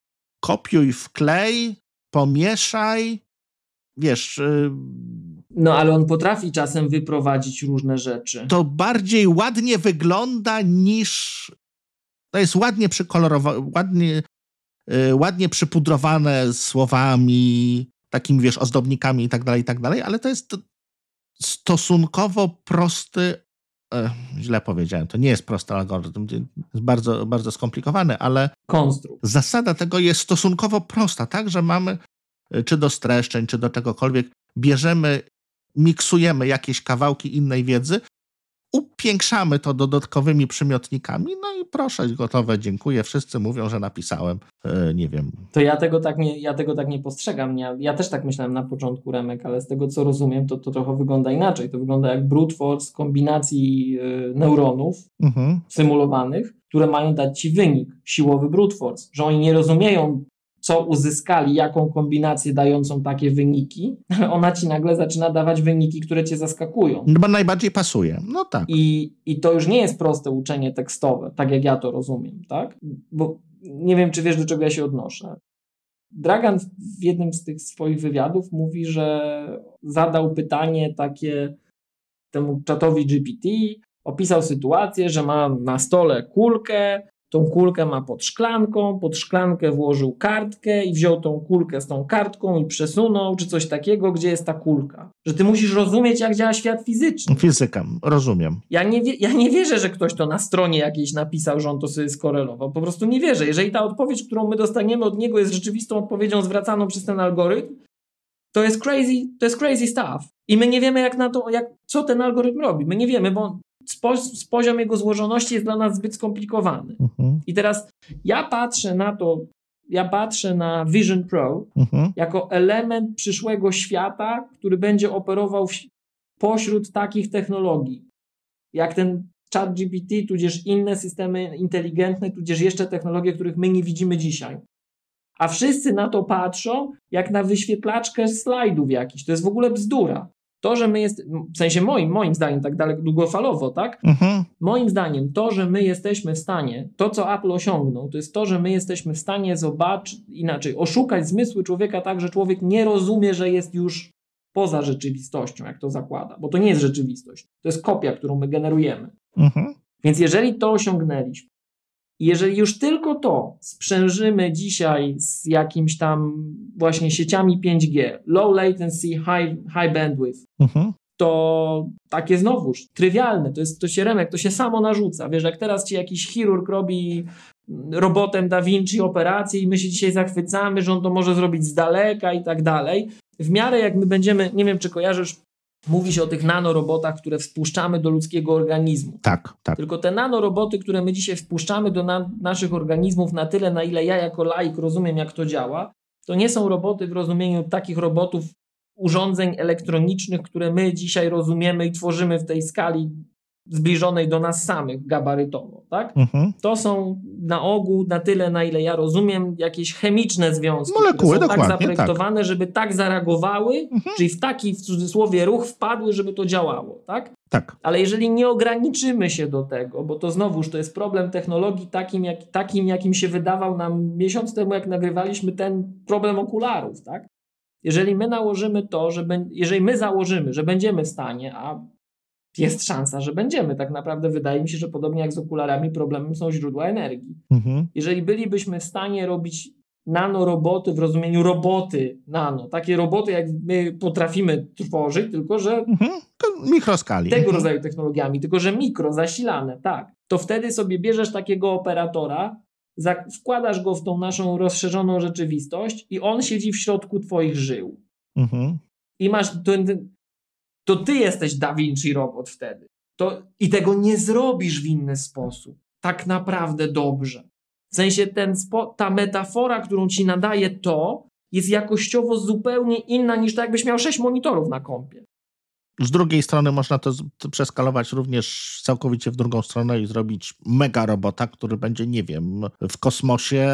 kopiuj, wklej, pomieszaj, wiesz... Yy... No, ale on potrafi czasem wyprowadzić różne rzeczy. To bardziej ładnie wygląda niż... To jest ładnie przykolorowane, ładnie, yy, ładnie przypudrowane słowami, takimi, wiesz, ozdobnikami i tak dalej, i tak dalej, ale to jest... To, stosunkowo prosty, e, źle powiedziałem, to nie jest prosty algorytm, jest bardzo, bardzo skomplikowany, ale konstrukt. Zasada tego jest stosunkowo prosta, tak, że mamy czy do streszczeń, czy do czegokolwiek, bierzemy, miksujemy jakieś kawałki innej wiedzy, upiększamy to dodatkowymi przymiotnikami, no i proszę, gotowe, dziękuję. Wszyscy mówią, że napisałem, yy, nie wiem. To ja tego tak nie, ja tego tak nie postrzegam. Ja, ja też tak myślałem na początku, Remek, ale z tego, co rozumiem, to, to trochę wygląda inaczej. To wygląda jak brute force kombinacji yy, neuronów mhm. symulowanych, które mają dać ci wynik, siłowy brute force. Że oni nie rozumieją, co uzyskali, jaką kombinację dającą takie wyniki, ale ona ci nagle zaczyna dawać wyniki, które cię zaskakują. No bo najbardziej pasuje, no tak. I, I to już nie jest proste uczenie tekstowe, tak jak ja to rozumiem, tak? Bo nie wiem, czy wiesz, do czego ja się odnoszę. Dragan w jednym z tych swoich wywiadów mówi, że zadał pytanie takie temu czatowi G P T, opisał sytuację, że ma na stole kulkę, tą kulkę ma pod szklanką, pod szklankę włożył kartkę i wziął tą kulkę z tą kartką i przesunął, czy coś takiego, gdzie jest ta kulka. Że ty musisz rozumieć, jak działa świat fizyczny. Fizyka, rozumiem. Ja nie, wie, ja nie wierzę, że ktoś to na stronie jakiejś napisał, że on to sobie skorelował. Po prostu nie wierzę. Jeżeli ta odpowiedź, którą my dostaniemy od niego, jest rzeczywistą odpowiedzią zwracaną przez ten algorytm, to jest crazy, to jest crazy stuff. I my nie wiemy, jak na to, jak, co ten algorytm robi. My nie wiemy, bo Spo, poziom jego złożoności jest dla nas zbyt skomplikowany. Uh-huh. I teraz ja patrzę na to, ja patrzę na Vision Pro uh-huh. jako element przyszłego świata, który będzie operował w, pośród takich technologii, jak ten ChatGPT, tudzież inne systemy inteligentne, tudzież jeszcze technologie, których my nie widzimy dzisiaj. A wszyscy na to patrzą jak na wyświetlaczkę slajdów jakichś. To jest w ogóle bzdura. To, że my jest, w sensie moim, moim zdaniem, tak daleko, długofalowo, tak? Mhm. Moim zdaniem to, że my jesteśmy w stanie, to co Apple osiągnął, to jest to, że my jesteśmy w stanie zobaczyć, inaczej, oszukać zmysły człowieka tak, że człowiek nie rozumie, że jest już poza rzeczywistością, jak to zakłada, bo to nie jest rzeczywistość, to jest kopia, którą my generujemy. Mhm. Więc jeżeli to osiągnęliśmy, i jeżeli już tylko to sprzężymy dzisiaj z jakimś tam właśnie sieciami pięć G, low latency, high, high bandwidth, uh-huh. to takie znowuż trywialne, to jest to się Remek, to się samo narzuca. Wiesz, jak teraz ci jakiś chirurg robi robotem Da Vinci operację i my się dzisiaj zachwycamy, że on to może zrobić z daleka i tak dalej. W miarę jak my będziemy, nie wiem czy kojarzysz, mówi się o tych nanorobotach, które wpuszczamy do ludzkiego organizmu. Tak, tak. Tylko te nanoroboty, które my dzisiaj wpuszczamy do na- naszych organizmów na tyle, na ile ja jako laik rozumiem, jak to działa, to nie są roboty w rozumieniu takich robotów, urządzeń elektronicznych, które my dzisiaj rozumiemy i tworzymy w tej skali zbliżonej do nas samych gabarytowo, tak? Mhm. To są na ogół, na tyle, na ile ja rozumiem, jakieś chemiczne związki, molekuły, które są tak dokładnie, zaprojektowane, tak. żeby tak zareagowały, mhm. czyli w taki, w cudzysłowie, ruch wpadły, żeby to działało, tak? Tak. Ale jeżeli nie ograniczymy się do tego, bo to znowuż to jest problem technologii takim, jak, takim jakim się wydawał nam miesiąc temu, jak nagrywaliśmy ten problem okularów, tak? Jeżeli my nałożymy to, że be, jeżeli my założymy, że będziemy w stanie, a jest szansa, że będziemy. Tak naprawdę wydaje mi się, że podobnie jak z okularami problemem są źródła energii. Mhm. Jeżeli bylibyśmy w stanie robić nanoroboty w rozumieniu roboty nano, takie roboty jak my potrafimy tworzyć, tylko że mhm. mikroskali. Tego mhm. rodzaju technologiami, tylko że mikro, zasilane, tak. To wtedy sobie bierzesz takiego operatora, wkładasz go w tą naszą rozszerzoną rzeczywistość i on siedzi w środku twoich żył. Mhm. I masz... To, to ty jesteś Da Vinci robot wtedy. To, I tego nie zrobisz w inny sposób. Tak naprawdę dobrze. W sensie ten spo, ta metafora, którą ci nadaje to, jest jakościowo zupełnie inna niż to, jakbyś miał sześć monitorów na kompie. Z drugiej strony można to przeskalować również całkowicie w drugą stronę i zrobić mega robota, który będzie, nie wiem, w kosmosie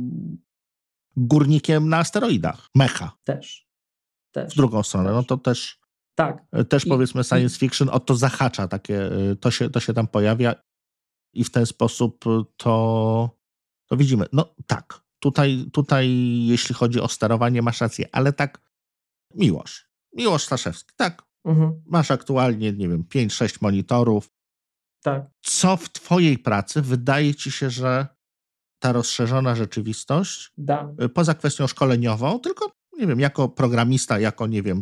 górnikiem na asteroidach. Mecha. Też. też. W drugą stronę. Też. No to też Tak. Też I, powiedzmy science i, fiction o to zahacza, takie, to się, to się tam pojawia i w ten sposób to, to widzimy. No tak, tutaj, tutaj jeśli chodzi o sterowanie masz rację, ale tak Miłosz, Miłosz Staszewski, tak, mhm. masz aktualnie, nie wiem, pięć sześć monitorów. Tak. Co w twojej pracy wydaje ci się, że ta rozszerzona rzeczywistość, Dam. poza kwestią szkoleniową, tylko, nie wiem, jako programista, jako, nie wiem,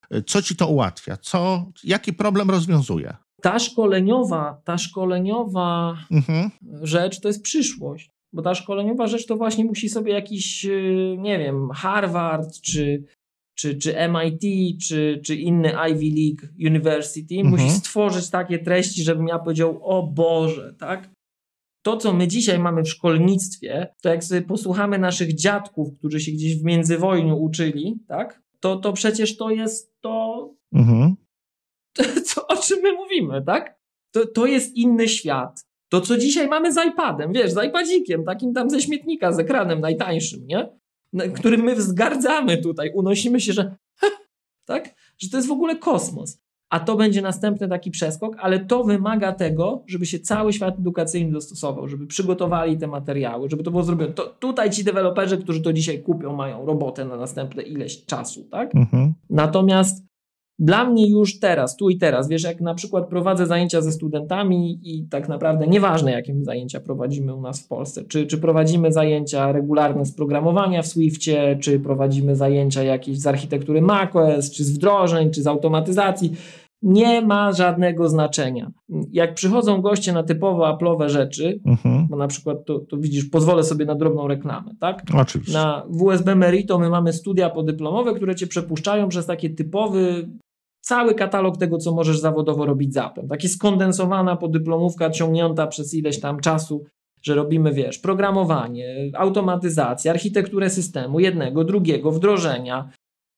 Co ci to ułatwia? Co, jaki problem rozwiązuje? Ta szkoleniowa, ta szkoleniowa mhm. rzecz to jest przyszłość. Bo ta szkoleniowa rzecz to właśnie musi sobie jakiś, nie wiem, Harvard, czy, czy, czy M I T, czy, czy inny Ivy League University mhm. musi stworzyć takie treści, żebym ja powiedział, o Boże, tak? To, co my dzisiaj mamy w szkolnictwie, to jak sobie posłuchamy naszych dziadków, którzy się gdzieś w międzywojniu uczyli, tak? To, to przecież to jest to, mhm. to, to, o czym my mówimy, tak? To, to jest inny świat. To, co dzisiaj mamy z iPadem, wiesz, z iPadzikiem, takim tam ze śmietnika, z ekranem najtańszym, nie? Którym my wzgardzamy tutaj, unosimy się, że tak? Że to jest w ogóle kosmos. A to będzie następny taki przeskok, ale to wymaga tego, żeby się cały świat edukacyjny dostosował, żeby przygotowali te materiały, żeby to było zrobione. To tutaj ci deweloperzy, którzy to dzisiaj kupią, mają robotę na następne ileś czasu, tak? Mhm. Natomiast dla mnie już teraz, tu i teraz, wiesz, jak na przykład prowadzę zajęcia ze studentami i tak naprawdę nieważne, jakie my zajęcia prowadzimy u nas w Polsce, czy, czy prowadzimy zajęcia regularne z programowania w Swiftie, czy prowadzimy zajęcia jakieś z architektury macOS, czy z wdrożeń, czy z automatyzacji, nie ma żadnego znaczenia. Jak przychodzą goście na typowo Apple'owe rzeczy, mhm. bo na przykład to, to widzisz, pozwolę sobie na drobną reklamę, tak? Oczywiście. Na W U S B Merito my mamy studia podyplomowe, które cię przepuszczają przez taki typowy cały katalog tego, co możesz zawodowo robić z Applem. Taki skondensowana podyplomówka ciągnięta przez ileś tam czasu, że robimy, wiesz, programowanie, automatyzację, architekturę systemu, jednego, drugiego, wdrożenia,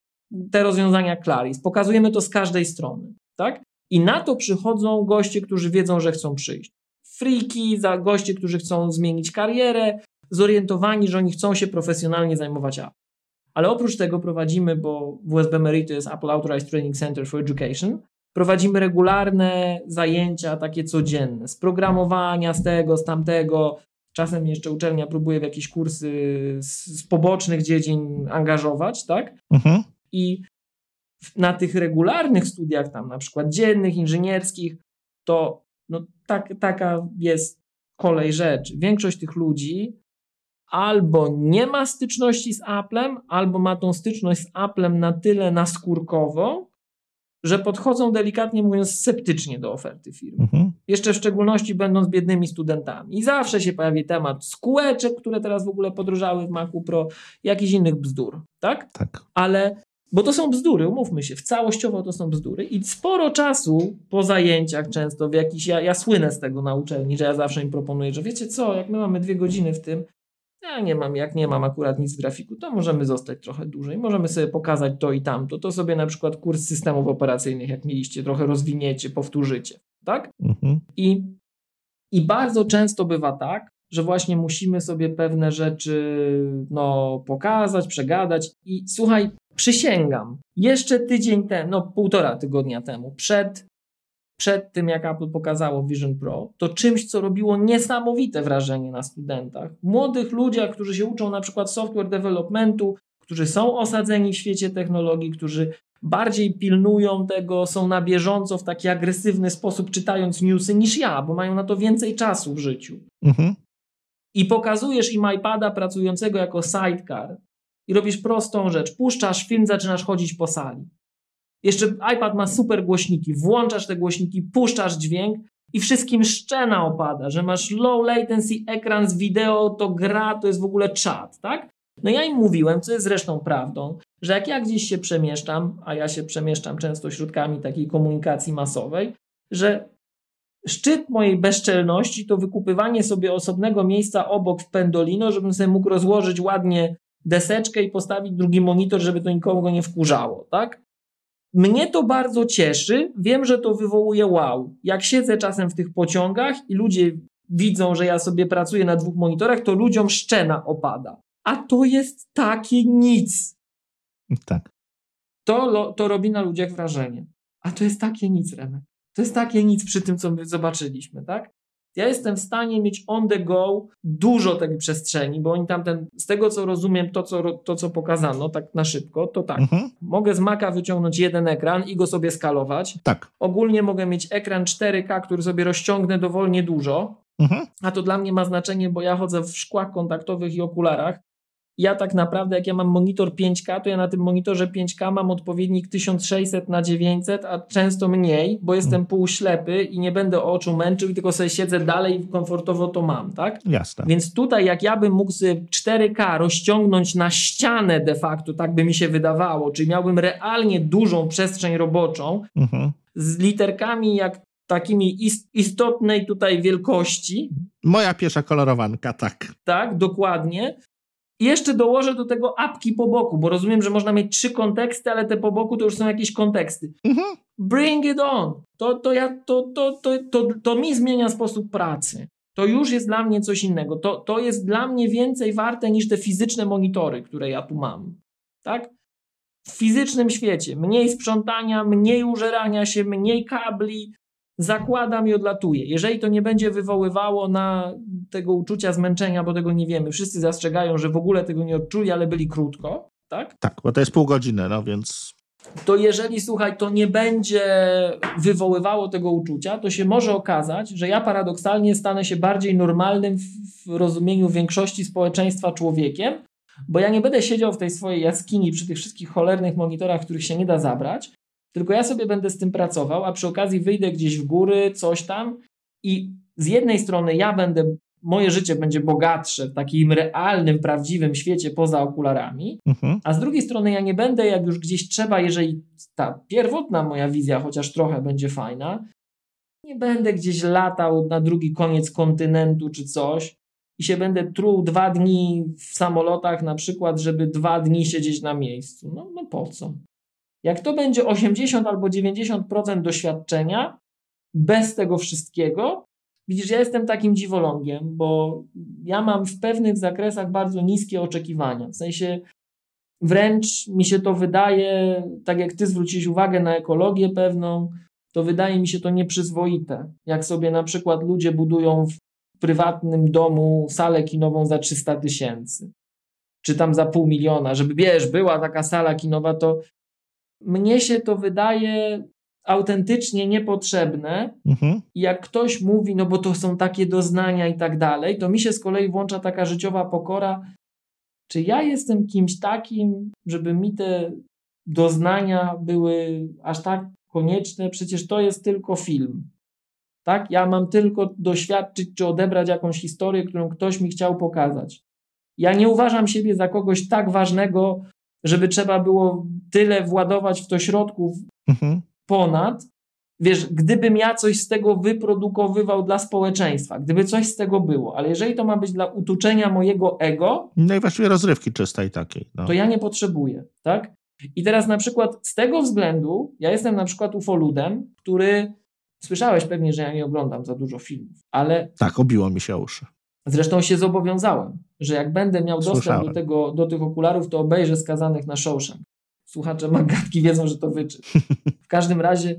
te rozwiązania Claris. Pokazujemy to z każdej strony, tak? I na to przychodzą goście, którzy wiedzą, że chcą przyjść. Freaki, za goście, którzy chcą zmienić karierę, zorientowani, że oni chcą się profesjonalnie zajmować Apple. Ale oprócz tego prowadzimy, bo W U S B Merito jest Apple Authorized Training Center for Education, prowadzimy regularne zajęcia takie codzienne, z programowania, z tego, z tamtego. Czasem jeszcze uczelnia próbuje w jakieś kursy z, z pobocznych dziedzin angażować, tak? Mhm. I na tych regularnych studiach, tam na przykład dziennych, inżynierskich, to no, tak, taka jest kolej rzeczy. Większość tych ludzi albo nie ma styczności z Applem, albo ma tą styczność z Applem na tyle naskórkowo, że podchodzą delikatnie mówiąc sceptycznie do oferty firmy. Mhm. Jeszcze w szczególności będąc biednymi studentami. I zawsze się pojawi temat skółeczek, które teraz w ogóle podrożały w Macu Pro, jakichś innych bzdur, tak? Tak. Ale, bo to są bzdury, umówmy się, w całościowo to są bzdury i sporo czasu po zajęciach często w jakiś, ja, ja słynę z tego na uczelni, że ja zawsze im proponuję, że wiecie co, jak my mamy dwie godziny w tym, ja nie mam, jak nie mam akurat nic w grafiku, to możemy zostać trochę dłużej, możemy sobie pokazać to i tamto, to sobie na przykład kurs systemów operacyjnych, jak mieliście, trochę rozwiniecie, powtórzycie, tak? Mhm. I, I bardzo często bywa tak, że właśnie musimy sobie pewne rzeczy no, pokazać, przegadać i słuchaj, przysięgam, jeszcze tydzień temu, no półtora tygodnia temu, przed przed tym, jak Apple pokazało Vision Pro, to czymś, co robiło niesamowite wrażenie na studentach. Młodych ludziach, którzy się uczą na przykład software developmentu, którzy są osadzeni w świecie technologii, którzy bardziej pilnują tego, są na bieżąco w taki agresywny sposób czytając newsy niż ja, bo mają na to więcej czasu w życiu. Mhm. I pokazujesz im iPada pracującego jako sidecar i robisz prostą rzecz. Puszczasz film, zaczynasz chodzić po sali. Jeszcze iPad ma super głośniki, włączasz te głośniki, puszczasz dźwięk i wszystkim szczena opada, że masz low latency ekran z wideo, to gra, to jest w ogóle czat, tak? No ja im mówiłem, co jest zresztą prawdą, że jak ja gdzieś się przemieszczam, a ja się przemieszczam często środkami takiej komunikacji masowej, że szczyt mojej bezczelności to wykupywanie sobie osobnego miejsca obok w Pendolino, żebym sobie mógł rozłożyć ładnie deseczkę i postawić drugi monitor, żeby to nikogo nie wkurzało, tak? Mnie to bardzo cieszy, wiem, że to wywołuje wow. Jak siedzę czasem w tych pociągach i ludzie widzą, że ja sobie pracuję na dwóch monitorach, to ludziom szczena opada. A to jest takie nic. Tak. To, to robi na ludziach wrażenie. A to jest takie nic, Remek. To jest takie nic przy tym, co my zobaczyliśmy, tak? Ja jestem w stanie mieć on the go dużo tej przestrzeni, bo oni tam ten, z tego co rozumiem, to co, to co pokazano tak na szybko, to tak. Mhm. Mogę z Maca wyciągnąć jeden ekran i go sobie skalować. Tak. Ogólnie mogę mieć ekran cztery K, który sobie rozciągnę dowolnie dużo, mhm. a to dla mnie ma znaczenie, bo ja chodzę w szkłach kontaktowych i okularach ja tak naprawdę, jak ja mam monitor pięć K, to ja na tym monitorze pięć K mam odpowiednik tysiąc sześćset na dziewięćset, a często mniej, bo jestem półślepy i nie będę oczu męczył, tylko sobie siedzę dalej i komfortowo to mam, tak? Jasne. Więc tutaj jak ja bym mógł sobie cztery K rozciągnąć na ścianę de facto, tak by mi się wydawało, czyli miałbym realnie dużą przestrzeń roboczą mhm. z literkami jak takimi istotnej tutaj wielkości. Moja pierwsza kolorowanka, tak. Tak, dokładnie. I jeszcze dołożę do tego apki po boku, bo rozumiem, że można mieć trzy konteksty, ale te po boku to już są jakieś konteksty. Mhm. Bring it on! To, to, ja, to, to, to, to, to mi zmienia sposób pracy. To już jest dla mnie coś innego. To, to jest dla mnie więcej warte niż te fizyczne monitory, które ja tu mam. Tak? W fizycznym świecie mniej sprzątania, mniej użerania się, mniej kabli, zakładam i odlatuję. Jeżeli to nie będzie wywoływało na tego uczucia zmęczenia, bo tego nie wiemy. Wszyscy zastrzegają, że w ogóle tego nie odczuli, ale byli krótko, tak? Tak, bo to jest pół godziny, no więc... To jeżeli, słuchaj, to nie będzie wywoływało tego uczucia, to się może okazać, że ja paradoksalnie stanę się bardziej normalnym w rozumieniu większości społeczeństwa człowiekiem, bo ja nie będę siedział w tej swojej jaskini przy tych wszystkich cholernych monitorach, których się nie da zabrać, tylko ja sobie będę z tym pracował, a przy okazji wyjdę gdzieś w góry, coś tam i z jednej strony ja będę, moje życie będzie bogatsze w takim realnym, prawdziwym świecie poza okularami, mhm. a z drugiej strony ja nie będę, jak już gdzieś trzeba, jeżeli ta pierwotna moja wizja chociaż trochę będzie fajna, nie będę gdzieś latał na drugi koniec kontynentu czy coś i się będę truł dwa dni w samolotach na przykład, żeby dwa dni siedzieć na miejscu. No, no po co? Jak to będzie osiemdziesiąt albo dziewięćdziesiąt procent doświadczenia bez tego wszystkiego, widzisz, ja jestem takim dziwolągiem, bo ja mam w pewnych zakresach bardzo niskie oczekiwania. W sensie wręcz mi się to wydaje, tak jak ty zwróciłeś uwagę na ekologię pewną, to wydaje mi się to nieprzyzwoite. Jak sobie na przykład ludzie budują w prywatnym domu salę kinową za trzysta tysięcy, czy tam za pół miliona, żeby wiesz, była taka sala kinowa, to mnie się to wydaje autentycznie niepotrzebne mhm. i jak ktoś mówi, no bo to są takie doznania i tak dalej, to mi się z kolei włącza taka życiowa pokora, czy ja jestem kimś takim, żeby mi te doznania były aż tak konieczne, przecież to jest tylko film. Tak? Ja mam tylko doświadczyć czy odebrać jakąś historię, którą ktoś mi chciał pokazać. Ja nie uważam siebie za kogoś tak ważnego, żeby trzeba było tyle władować w to środków mhm. ponad. Wiesz, gdybym ja coś z tego wyprodukowywał dla społeczeństwa, gdyby coś z tego było, ale jeżeli to ma być dla utuczenia mojego ego, no i właściwie rozrywki czystej takiej, no. To ja nie potrzebuję, tak? I teraz na przykład z tego względu ja jestem na przykład ufoludem, który, słyszałeś pewnie, że ja nie oglądam za dużo filmów, ale... Tak, obiło mi się uszy. Zresztą się zobowiązałem, że jak będę miał dostęp Słyszałem. do, tego, do tych okularów, to obejrzę Skazanych na Shawshank. Słuchacze Magatki wiedzą, że to wyczy. W każdym razie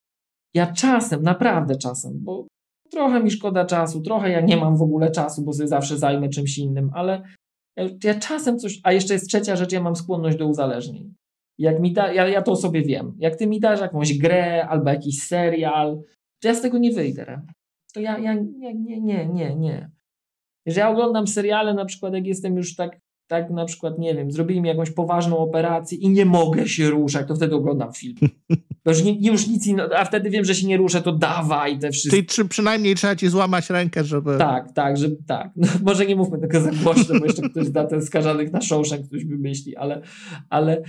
ja czasem, naprawdę czasem, bo trochę mi szkoda czasu, trochę ja nie mam w ogóle czasu, bo sobie zawsze zajmę czymś innym, ale ja, ja czasem coś, a jeszcze jest trzecia rzecz, ja mam skłonność do uzależnień. Jak mi da, ja, ja to sobie wiem. Jak ty mi dasz jakąś grę albo jakiś serial, to ja z tego nie wyjdę. To ja, ja nie, nie, nie, nie, nie. Jeżeli ja oglądam seriale, na przykład jak jestem już tak, tak na przykład, nie wiem, zrobili mi jakąś poważną operację i nie mogę się ruszać, to wtedy oglądam film. To już, nie, już nic innego, a wtedy wiem, że się nie ruszę, to dawaj te wszystkie. Czyli czy przynajmniej trzeba ci złamać rękę, żeby... Tak, tak, żeby, tak. No, może nie mówmy tego za głośno, bo jeszcze ktoś da ten Skazanych na Shawshank, ktoś wymyśli, ale, ale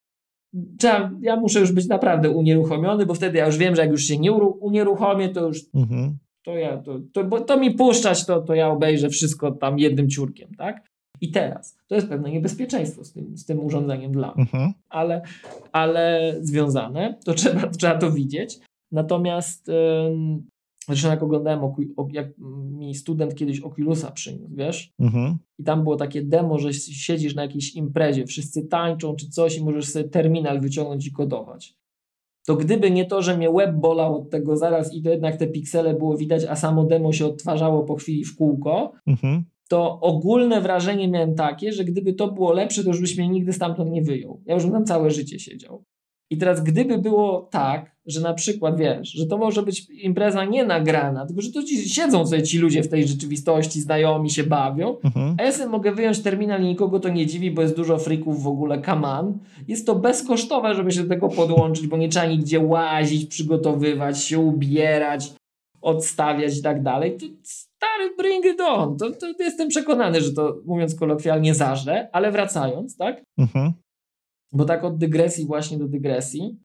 trzeba, ja muszę już być naprawdę unieruchomiony, bo wtedy ja już wiem, że jak już się nie unieruchomię, to już... Mhm. To ja, to, to, bo to mi puszczać, to, to ja obejrzę wszystko tam jednym ciurkiem, tak? I teraz, to jest pewne niebezpieczeństwo z tym, z tym urządzeniem dla mnie, uh-huh. ale, ale związane, to trzeba, to trzeba to widzieć. Natomiast ym, zresztą jak oglądałem, oku- jak mi student kiedyś Oculusa przyniósł, wiesz? Uh-huh. I tam było takie demo, że siedzisz na jakiejś imprezie, wszyscy tańczą czy coś i możesz sobie terminal wyciągnąć i kodować. To gdyby nie to, że mnie łeb bolał od tego zaraz i to jednak te piksele było widać, a samo demo się odtwarzało po chwili w kółko, mhm. to ogólne wrażenie miałem takie, że gdyby to było lepsze, to już byś mnie nigdy stamtąd nie wyjął. Ja już bym tam całe życie siedział. I teraz gdyby było tak, że na przykład, wiesz, że to może być impreza nie nagrana, tylko że to ci, siedzą sobie ci ludzie w tej rzeczywistości, znajomi się bawią, mhm. a ja sobie mogę wyjąć terminal i nikogo to nie dziwi, bo jest dużo frików w ogóle, come on. Jest to bezkosztowe, żeby się do tego podłączyć, bo nie trzeba nigdzie łazić, przygotowywać się, ubierać, odstawiać i tak dalej. To stary, bring it on. To, to, to jestem przekonany, że to, mówiąc kolokwialnie, zażre, ale wracając, tak? Mhm. Bo tak od dygresji właśnie do dygresji,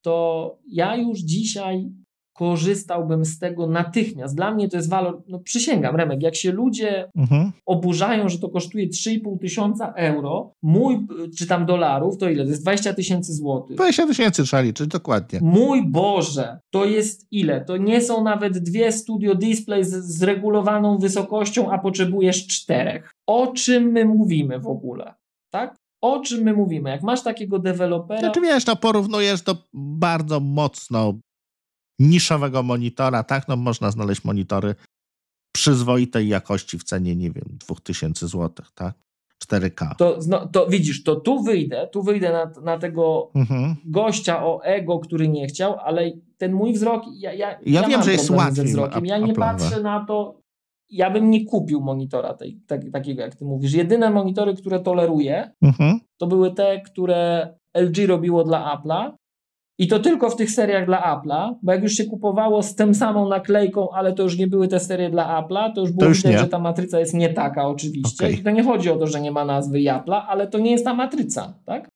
to ja już dzisiaj korzystałbym z tego natychmiast. Dla mnie to jest walor, no przysięgam, Remek, jak się ludzie mhm. oburzają, że to kosztuje trzy i pół tysiąca euro, mój, czy tam dolarów, to ile? To jest dwadzieścia tysięcy złotych. dwadzieścia tysięcy trzeba liczyć, dokładnie. Mój Boże, to jest ile? To nie są nawet dwie studio display z zregulowaną wysokością, a potrzebujesz czterech. O czym my mówimy w ogóle? Tak? O czym my mówimy? Jak masz takiego dewelopera... Znaczy wiesz, no porównujesz do bardzo mocno niszowego monitora, tak? No można znaleźć monitory przyzwoitej jakości w cenie, nie wiem, dwa tysiące złotych, tak? cztery K. To, no, to widzisz, to tu wyjdę, tu wyjdę na, na tego mhm. gościa o ego, który nie chciał, ale ten mój wzrok, ja, ja, ja, ja wiem, mam że jest łatwiej ze wzrokiem. Ja nie patrzę na to, ja bym nie kupił monitora tej, tak, takiego, jak ty mówisz. Jedyne monitory, które toleruję, mhm. to były te, które L G robiło dla Apple'a i to tylko w tych seriach dla Apple'a, bo jak już się kupowało z tą samą naklejką, ale to już nie były te serie dla Apple'a, to już było to już widać, nie. że ta matryca jest nie taka oczywiście. Okay. I to nie chodzi o to, że nie ma nazwy Apple'a, ale to nie jest ta matryca, tak?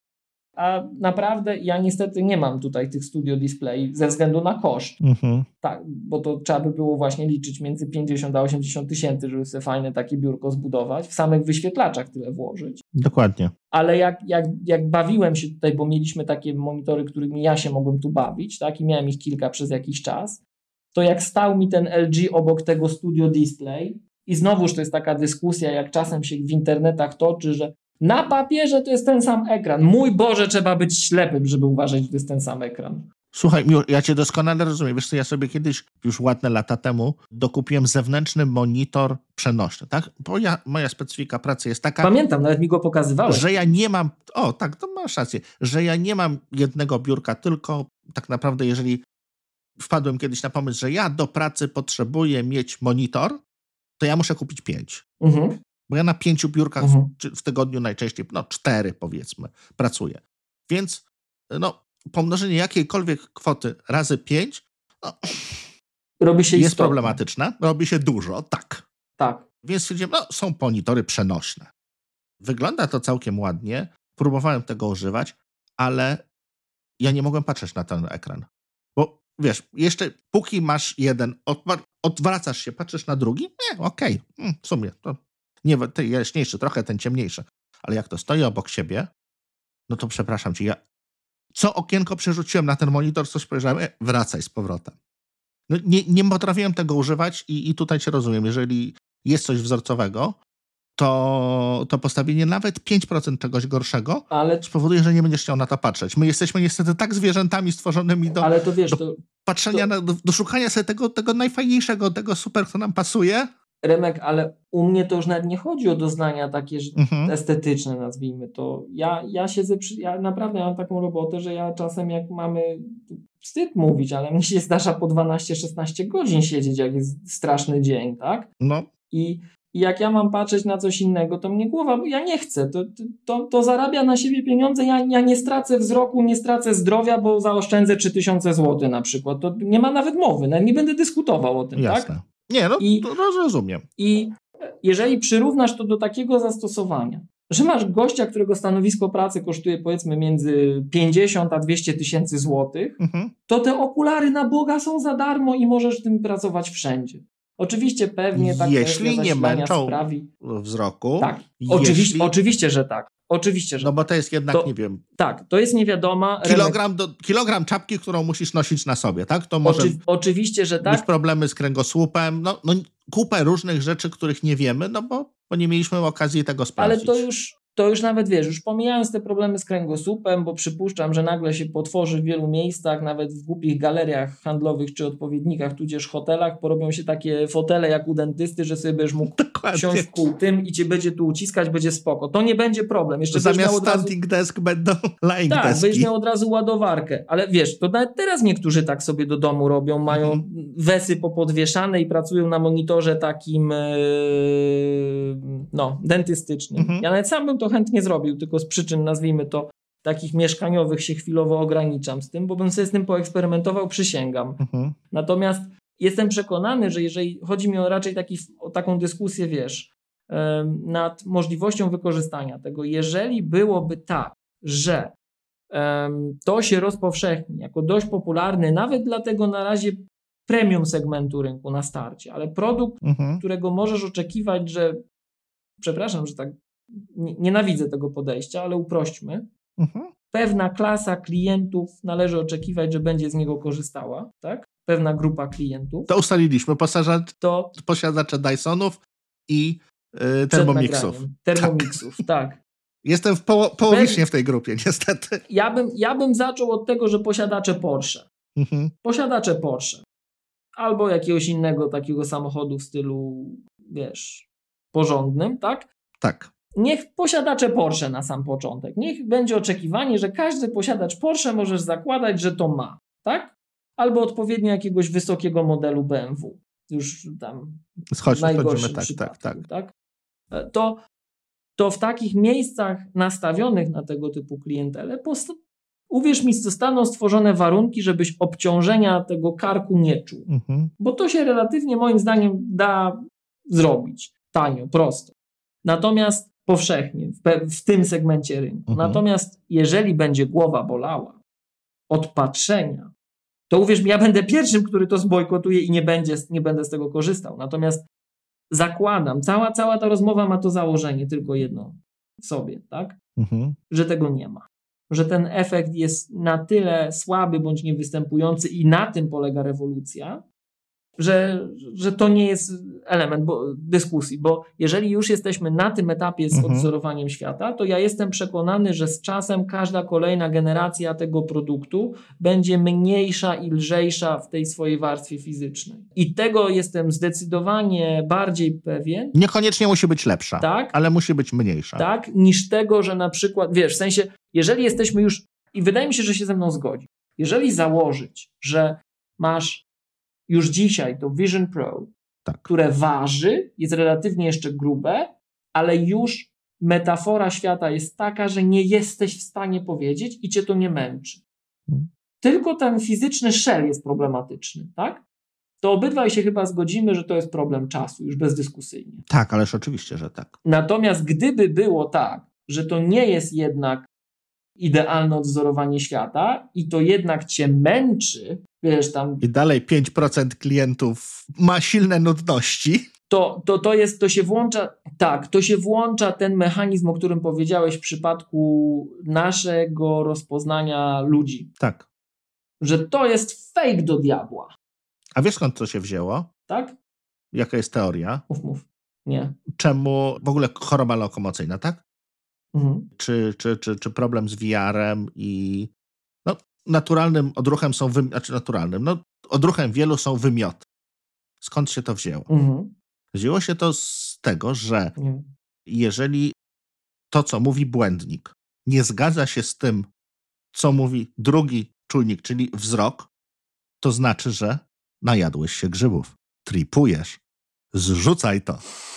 A naprawdę ja niestety nie mam tutaj tych studio display ze względu na koszt. Mhm. Tak, bo to trzeba by było właśnie liczyć między pięćdziesiąt a osiemdziesiąt tysięcy, żeby sobie fajne takie biurko zbudować, w samych wyświetlaczach tyle włożyć. Dokładnie. Ale jak, jak, jak bawiłem się tutaj, bo mieliśmy takie monitory, którymi ja się mogłem tu bawić, tak, i miałem ich kilka przez jakiś czas, to jak stał mi ten L G obok tego studio display i znowuż to jest taka dyskusja, jak czasem się w internetach toczy, że na papierze to jest ten sam ekran. Mój Boże, trzeba być ślepym, żeby uważać, że to jest ten sam ekran. Słuchaj, ja cię doskonale rozumiem. Wiesz co, ja sobie kiedyś, już ładne lata temu, dokupiłem zewnętrzny monitor przenośny, tak? Bo ja, moja specyfika pracy jest taka... Pamiętam, nawet mi go pokazywałeś. Że ja nie mam... O, tak, to masz rację. Że ja nie mam jednego biurka, tylko tak naprawdę, jeżeli wpadłem kiedyś na pomysł, że ja do pracy potrzebuję mieć monitor, to ja muszę kupić pięć. Mhm. Bo ja na pięciu biurkach mhm. w, w tygodniu najczęściej, no cztery powiedzmy, pracuję. Więc no, pomnożenie jakiejkolwiek kwoty razy pięć no, robi się jest istotne. problematyczne. Robi się dużo, tak. Tak. Więc stwierdziłem, no są monitory przenośne. Wygląda to całkiem ładnie. Próbowałem tego używać, ale ja nie mogłem patrzeć na ten ekran. Bo wiesz, jeszcze póki masz jeden, odwracasz się, patrzysz na drugi, nie, okej, okay. w sumie to nie, ten jaśniejszy, trochę ten ciemniejszy. Ale jak to stoi obok siebie, no to przepraszam cię, ja co okienko przerzuciłem na ten monitor, coś spojrzałem, e, wracaj z powrotem. No nie, nie potrafiłem tego używać i, i tutaj cię rozumiem. Jeżeli jest coś wzorcowego, to, to postawienie nawet pięć procent czegoś gorszego ale... spowoduje, że nie będziesz chciał na to patrzeć. My jesteśmy niestety tak zwierzętami stworzonymi do, ale to wiesz, do to, patrzenia, to... Na, do, do szukania sobie tego, tego najfajniejszego, tego super, co nam pasuje. Remek, ale u mnie to już nawet nie chodzi o doznania takie mhm. estetyczne, nazwijmy to. Ja, ja siedzę, przy, ja naprawdę mam taką robotę, że ja czasem jak mamy, wstyd mówić, ale mi się zdarza po dwanaście szesnaście godzin siedzieć, jak jest straszny dzień, tak? No. I, i jak ja mam patrzeć na coś innego, to mnie głowa, bo ja nie chcę, to, to, to zarabia na siebie pieniądze, ja, ja nie stracę wzroku, nie stracę zdrowia, bo zaoszczędzę trzy tysiące złotych na przykład. To nie ma nawet mowy, nawet nie będę dyskutował o tym, Jasne. tak? Nie, no I, to rozumiem. I jeżeli przyrównasz to do takiego zastosowania, że masz gościa, którego stanowisko pracy kosztuje powiedzmy między pięćdziesiąt a dwieście tysięcy złotych, mhm. to te okulary na Boga są za darmo i możesz tym pracować wszędzie. Oczywiście pewnie tak jeśli nie męczą sprawi... wzroku. Tak, jeśli... oczywiście, oczywiście, że tak. Oczywiście, że no bo to jest jednak, to, nie wiem... Tak, to jest niewiadoma... Kilogram, do, kilogram czapki, którą musisz nosić na sobie, tak? To może Oczy, oczywiście, że tak. Mieć problemy z kręgosłupem, no, no kupę różnych rzeczy, których nie wiemy, no bo, bo nie mieliśmy okazji tego sprawdzić. Ale to już, to już nawet wiesz, już pomijając te problemy z kręgosłupem, bo przypuszczam, że nagle się potworzy w wielu miejscach, nawet w głupich galeriach handlowych czy odpowiednikach, tudzież hotelach, porobią się takie fotele jak u dentysty, że sobie będziesz mógł Dokładnie. siąść w kół tym i cię będzie tu uciskać, będzie spoko. To nie będzie problem. Jeszcze zamiast standing razu... desk będą lying tak, deski. będziesz miał od razu ładowarkę. Ale wiesz, to nawet teraz niektórzy tak sobie do domu robią, mają mhm. wesy popodwieszane i pracują na monitorze takim yy, no, dentystycznym. Mhm. Ja nawet sam bym to chętnie zrobił, tylko z przyczyn, nazwijmy to, takich mieszkaniowych się chwilowo ograniczam z tym, bo bym sobie z tym poeksperymentował, przysięgam. Mhm. Natomiast jestem przekonany, że jeżeli chodzi mi o raczej taki, o taką dyskusję, wiesz, yy, nad możliwością wykorzystania tego, jeżeli byłoby tak, że yy, to się rozpowszechni jako dość popularny, nawet dla tego na razie premium segmentu rynku na starcie, ale produkt, mhm. którego możesz oczekiwać, że przepraszam, że tak nienawidzę tego podejścia, ale uprośćmy. Mhm. Pewna klasa klientów należy oczekiwać, że będzie z niego korzystała, tak? Pewna grupa klientów. To ustaliliśmy, posiadacze, to, posiadacze Dysonów i yy, Thermomixów. Thermomixów, tak. tak. Jestem w poło- połowicznie w tej grupie, niestety. Ja bym, ja bym zaczął od tego, że posiadacze Porsche. Mhm. Posiadacze Porsche. Albo jakiegoś innego takiego samochodu w stylu, wiesz, porządnym, tak? Tak. Niech posiadacze Porsche na sam początek. Niech będzie oczekiwanie, że każdy posiadacz Porsche możesz zakładać, że to ma, tak? Albo odpowiednio jakiegoś wysokiego modelu B M W. Już tam Schodź, w najgorszym tak, przypadku, tak, tak. tak? To, to w takich miejscach nastawionych na tego typu klientelę post- uwierz mi, zostaną stworzone warunki, żebyś obciążenia tego karku nie czuł. Mhm. Bo to się relatywnie moim zdaniem da zrobić. Tanio, prosto. Natomiast powszechnie, w, pe- w tym segmencie rynku. Mhm. Natomiast jeżeli będzie głowa bolała od patrzenia, to uwierz mi, ja będę pierwszym, który to zbojkotuje i nie, będzie, nie będę z tego korzystał. Natomiast zakładam, cała, cała ta rozmowa ma to założenie tylko jedno w sobie, tak? Mhm. Że tego nie ma. Że ten efekt jest na tyle słaby bądź niewystępujący i na tym polega rewolucja, że, że to nie jest element bo, dyskusji, bo jeżeli już jesteśmy na tym etapie z mhm. odzorowaniem świata, to ja jestem przekonany, że z czasem każda kolejna generacja tego produktu będzie mniejsza i lżejsza w tej swojej warstwie fizycznej. I tego jestem zdecydowanie bardziej pewien. Niekoniecznie musi być lepsza, tak, ale musi być mniejsza. Tak, niż tego, że na przykład, wiesz, w sensie, jeżeli jesteśmy już, i wydaje mi się, że się ze mną zgodzi, jeżeli założyć, że masz już dzisiaj to Vision Pro, tak. które waży, jest relatywnie jeszcze grube, ale już metafora świata jest taka, że nie jesteś w stanie powiedzieć i cię to nie męczy. Hmm. Tylko ten fizyczny shell jest problematyczny, tak? To obydwaj się chyba zgodzimy, że to jest problem czasu, już bezdyskusyjnie. Tak, ależ oczywiście, że tak. Natomiast gdyby było tak, że to nie jest jednak idealne odzorowanie świata i to jednak cię męczy, wiesz tam... I dalej pięć procent klientów ma silne nudności. To, to, to jest, to się włącza, tak, to się włącza ten mechanizm, o którym powiedziałeś w przypadku naszego rozpoznania ludzi. Tak. Że to jest fake do diabła. A wiesz, skąd to się wzięło? Tak? Jaka jest teoria? Mów, mów. Nie. Czemu w ogóle choroba lokomocyjna, tak? Mhm. Czy, czy, czy, czy problem z V R-em i no, naturalnym odruchem są, wy... znaczy naturalnym, no odruchem wielu są wymioty. Skąd się to wzięło? Mhm. Wzięło się to z tego, że mhm. jeżeli to, co mówi błędnik, nie zgadza się z tym, co mówi drugi czujnik, czyli wzrok, to znaczy, że najadłeś się grzybów. Tripujesz. Zrzucaj to.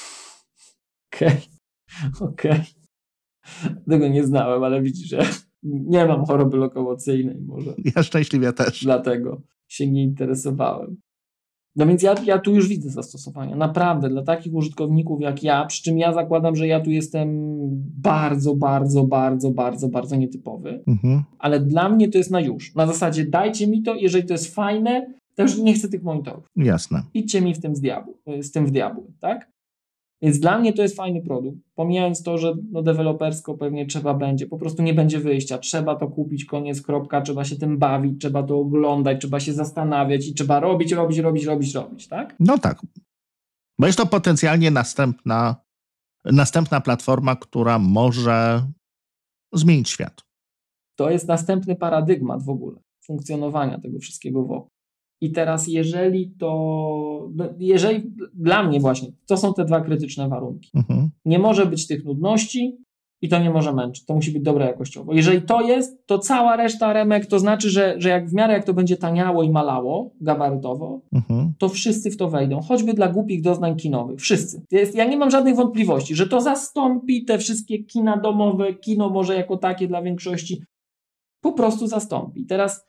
Okej. Okay. Okej. Okay. Tego nie znałem, ale widzisz, że nie mam choroby lokomocyjnej może. Ja szczęśliwie też. Dlatego się nie interesowałem. No więc ja, ja tu już widzę zastosowania. Naprawdę, dla takich użytkowników jak ja, przy czym ja zakładam, że ja tu jestem bardzo, bardzo, bardzo, bardzo, bardzo nietypowy. Mhm. Ale dla mnie to jest na już. Na zasadzie dajcie mi to, jeżeli to jest fajne, to już nie chcę tych monitorów. Jasne. Idźcie mi w tym z diabłu, z tym w diabły, tak? Więc dla mnie to jest fajny produkt. Pomijając to, że no dewelopersko pewnie trzeba będzie, po prostu nie będzie wyjścia. Trzeba to kupić, koniec, kropka, trzeba się tym bawić, trzeba to oglądać, trzeba się zastanawiać i trzeba robić, robić, robić, robić, robić, tak? No tak. Bo jest to potencjalnie następna następna platforma, która może zmienić świat. To jest następny paradygmat w ogóle funkcjonowania tego wszystkiego wokół. I teraz jeżeli to, jeżeli dla mnie właśnie, to są te dwa krytyczne warunki. Mhm. Nie może być tych nudności i to nie może męczyć. To musi być dobre jakościowo. Jeżeli to jest, to cała reszta remek, to znaczy, że, że jak w miarę jak to będzie taniało i malało gabarytowo, mhm. to wszyscy w to wejdą. Choćby dla głupich doznań kinowych. Wszyscy. Jest, ja nie mam żadnych wątpliwości, że to zastąpi te wszystkie kina domowe, kino może jako takie dla większości, po prostu zastąpi. Teraz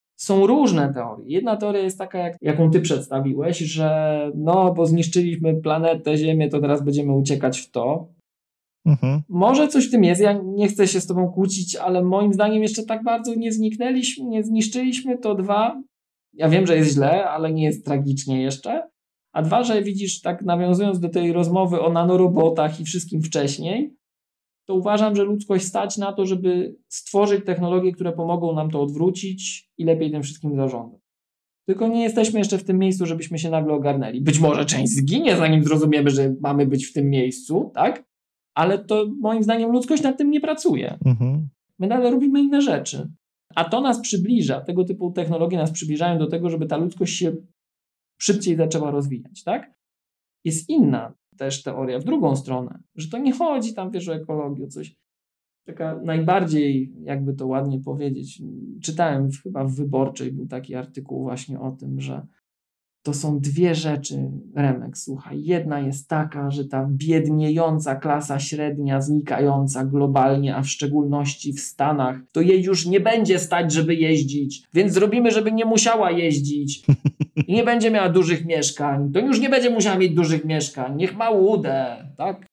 są różne teorie. Jedna teoria jest taka, jak, jaką ty przedstawiłeś, że no, bo zniszczyliśmy planetę, Ziemię, to teraz będziemy uciekać w to. Mhm. Może coś w tym jest, ja nie chcę się z tobą kłócić, ale moim zdaniem jeszcze tak bardzo nie zniknęliśmy, nie zniszczyliśmy, to dwa. Ja wiem, że jest źle, ale nie jest tragicznie jeszcze. A dwa, że widzisz, tak nawiązując do tej rozmowy o nanorobotach i wszystkim wcześniej, to uważam, że ludzkość stać na to, żeby stworzyć technologie, które pomogą nam to odwrócić i lepiej tym wszystkim zarządzać. Tylko nie jesteśmy jeszcze w tym miejscu, żebyśmy się nagle ogarnęli. Być może część zginie, zanim zrozumiemy, że mamy być w tym miejscu, tak? Ale to moim zdaniem ludzkość nad tym nie pracuje. Mhm. My nadal robimy inne rzeczy. A to nas przybliża, tego typu technologie nas przybliżają do tego, żeby ta ludzkość się szybciej zaczęła rozwijać, tak? Jest inna też teoria w drugą stronę, że to nie chodzi tam, wiesz, o ekologię, o coś. Taka najbardziej, jakby to ładnie powiedzieć, czytałem w, chyba w Wyborczej był taki artykuł właśnie o tym, że to są dwie rzeczy, Remek, słuchaj. Jedna jest taka, że ta biedniejąca klasa średnia, znikająca globalnie, a w szczególności w Stanach, to jej już nie będzie stać, żeby jeździć, więc zrobimy, żeby nie musiała jeździć i nie będzie miała dużych mieszkań. To już nie będzie musiała mieć dużych mieszkań. Niech ma łudę, tak?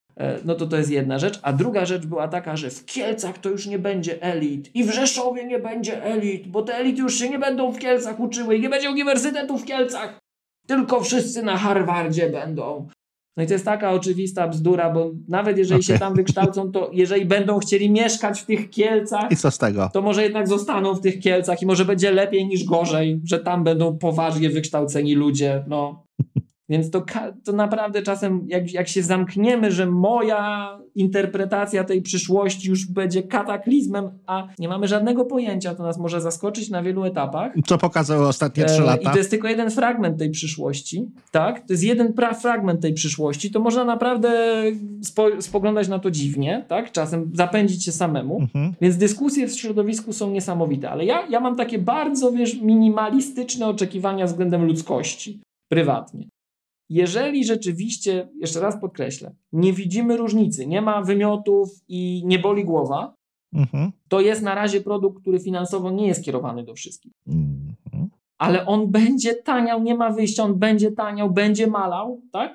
No to to jest jedna rzecz. A druga rzecz była taka, że w Kielcach to już nie będzie elit i w Rzeszowie nie będzie elit, bo te elity już się nie będą w Kielcach uczyły i nie będzie uniwersytetu w Kielcach, tylko wszyscy na Harvardzie będą. No i to jest taka oczywista bzdura, bo nawet jeżeli okay. się tam wykształcą, to jeżeli będą chcieli mieszkać w tych Kielcach, i co z tego? To może jednak zostaną w tych Kielcach i może będzie lepiej niż gorzej, że tam będą poważnie wykształceni ludzie, no. Więc to, to naprawdę czasem, jak, jak się zamkniemy, że moja interpretacja tej przyszłości już będzie kataklizmem, a nie mamy żadnego pojęcia, to nas może zaskoczyć na wielu etapach. Co pokazały ostatnie trzy lata. I to jest tylko jeden fragment tej przyszłości, tak? To jest jeden pra- fragment tej przyszłości, to można naprawdę spo- spoglądać na to dziwnie, tak? Czasem zapędzić się samemu. Mhm. Więc dyskusje w środowisku są niesamowite, ale ja, ja mam takie bardzo, wiesz, minimalistyczne oczekiwania względem ludzkości, prywatnie. Jeżeli rzeczywiście, jeszcze raz podkreślę, nie widzimy różnicy, nie ma wymiotów i nie boli głowa, mhm. to jest na razie produkt, który finansowo nie jest kierowany do wszystkich. Mhm. Ale on będzie taniał, nie ma wyjścia, on będzie taniał, będzie malał, tak?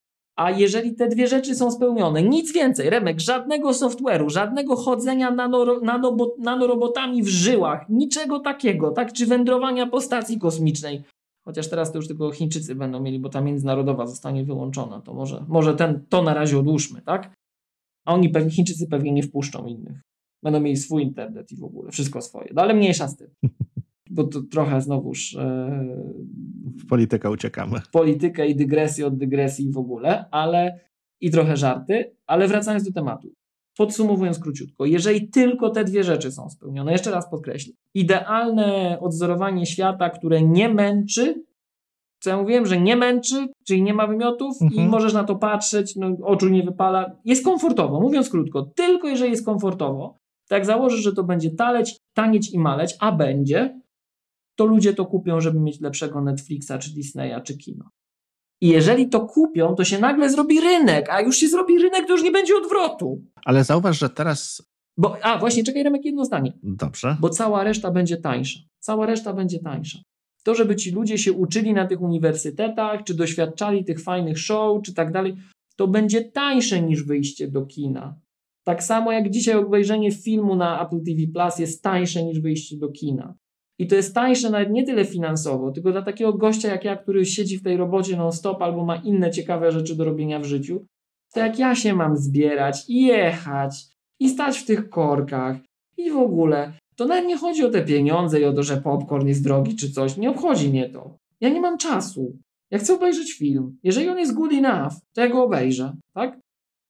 A jeżeli te dwie rzeczy są spełnione, nic więcej, Remek, żadnego software'u, żadnego chodzenia nanoro, nanobo, nanorobotami w żyłach, niczego takiego, tak? Czy wędrowania po stacji kosmicznej. Chociaż teraz to już tylko Chińczycy będą mieli, bo ta międzynarodowa zostanie wyłączona. To może, może ten, to na razie odłóżmy, tak? A oni pewnie, Chińczycy pewnie nie wpuszczą innych. Będą mieli swój internet i w ogóle wszystko swoje. No ale mniejsza z tym. Bo to trochę znowuż... E, w politykę uciekamy. W politykę i dygresję od dygresji w ogóle, ale i trochę żarty. Ale wracając do tematu. Podsumowując króciutko, jeżeli tylko te dwie rzeczy są spełnione, jeszcze raz podkreślę, idealne odzorowanie świata, które nie męczy, co ja mówiłem, że nie męczy, czyli nie ma wymiotów mhm. i możesz na to patrzeć, no, oczu nie wypala, jest komfortowo, mówiąc krótko, tylko jeżeli jest komfortowo, to jak założysz, że to będzie taleć, tanieć i maleć, a będzie, to ludzie to kupią, żeby mieć lepszego Netflixa, czy Disneya, czy kino. I jeżeli to kupią, to się nagle zrobi rynek, a już się zrobi rynek, to już nie będzie odwrotu. Ale zauważ, że teraz... Bo, a właśnie, czekaj, Remek, jedno zdanie. Dobrze. Bo cała reszta będzie tańsza. Cała reszta będzie tańsza. To, żeby ci ludzie się uczyli na tych uniwersytetach, czy doświadczali tych fajnych show, czy tak dalej, to będzie tańsze niż wyjście do kina. Tak samo jak dzisiaj obejrzenie filmu na Apple T V Plus jest tańsze niż wyjście do kina. I to jest tańsze nawet nie tyle finansowo, tylko dla takiego gościa jak ja, który siedzi w tej robocie non-stop albo ma inne ciekawe rzeczy do robienia w życiu, to jak ja się mam zbierać i jechać i stać w tych korkach i w ogóle, to nawet nie chodzi o te pieniądze i o to, że popcorn jest drogi czy coś. Nie obchodzi mnie to. Ja nie mam czasu. Ja chcę obejrzeć film. Jeżeli on jest good enough, to ja go obejrzę, tak?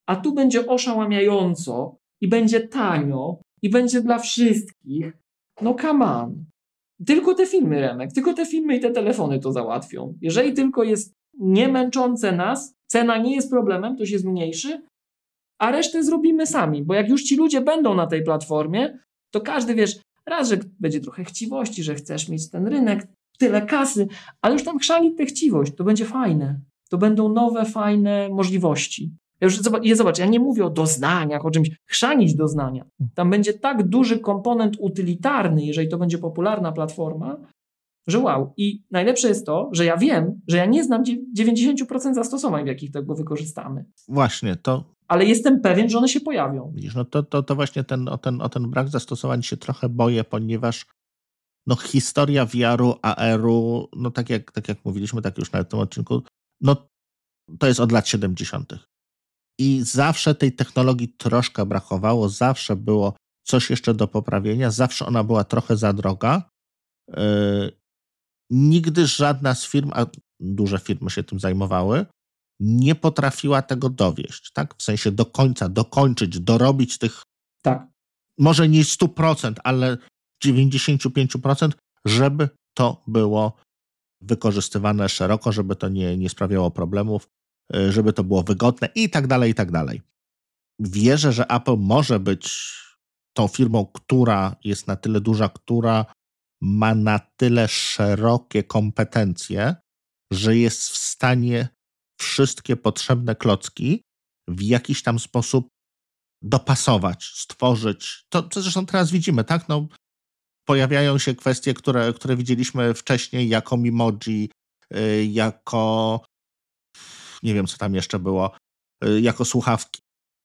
a tu będzie oszałamiająco i będzie tanio i będzie dla wszystkich. No come on. Tylko te filmy, Remek, tylko te filmy i te telefony to załatwią. Jeżeli tylko jest nie męczące nas, cena nie jest problemem, to się zmniejszy, a resztę zrobimy sami, bo jak już ci ludzie będą na tej platformie, to każdy, wiesz, raz, że będzie trochę chciwości, że chcesz mieć ten rynek, tyle kasy, ale już tam chrzani tę chciwość, to będzie fajne. To będą nowe, fajne możliwości. Ja już zobacz, zobacz, ja nie mówię o doznaniach, o czymś, chrzanić doznania. Tam będzie tak duży komponent utylitarny, jeżeli to będzie popularna platforma, że wow. I najlepsze jest to, że ja wiem, że ja nie znam dziewięćdziesiąt procent zastosowań, w jakich tego wykorzystamy. Właśnie, to... Ale jestem pewien, że one się pojawią. Widzisz, no to, to, to właśnie ten, o, ten, o ten brak zastosowań się trochę boję, ponieważ no historia V R-u, A R-u, no tak jak, tak jak mówiliśmy, tak już na tym odcinku, no to jest od lat siedemdziesiątych. I zawsze tej technologii troszkę brakowało, zawsze było coś jeszcze do poprawienia, zawsze ona była trochę za droga. Yy, nigdy żadna z firm, a duże firmy się tym zajmowały, nie potrafiła tego dowieść, tak? W sensie do końca, dokończyć, dorobić tych, tak. może nie sto procent, ale dziewięćdziesiąt pięć procent, żeby to było wykorzystywane szeroko, żeby to nie, nie sprawiało problemów, żeby to było wygodne i tak dalej, i tak dalej. Wierzę, że Apple może być tą firmą, która jest na tyle duża, która ma na tyle szerokie kompetencje, że jest w stanie wszystkie potrzebne klocki w jakiś tam sposób dopasować, stworzyć. To, co zresztą teraz widzimy, tak? No, pojawiają się kwestie, które, które widzieliśmy wcześniej jako Memoji, yy, jako nie wiem, co tam jeszcze było, yy, jako słuchawki,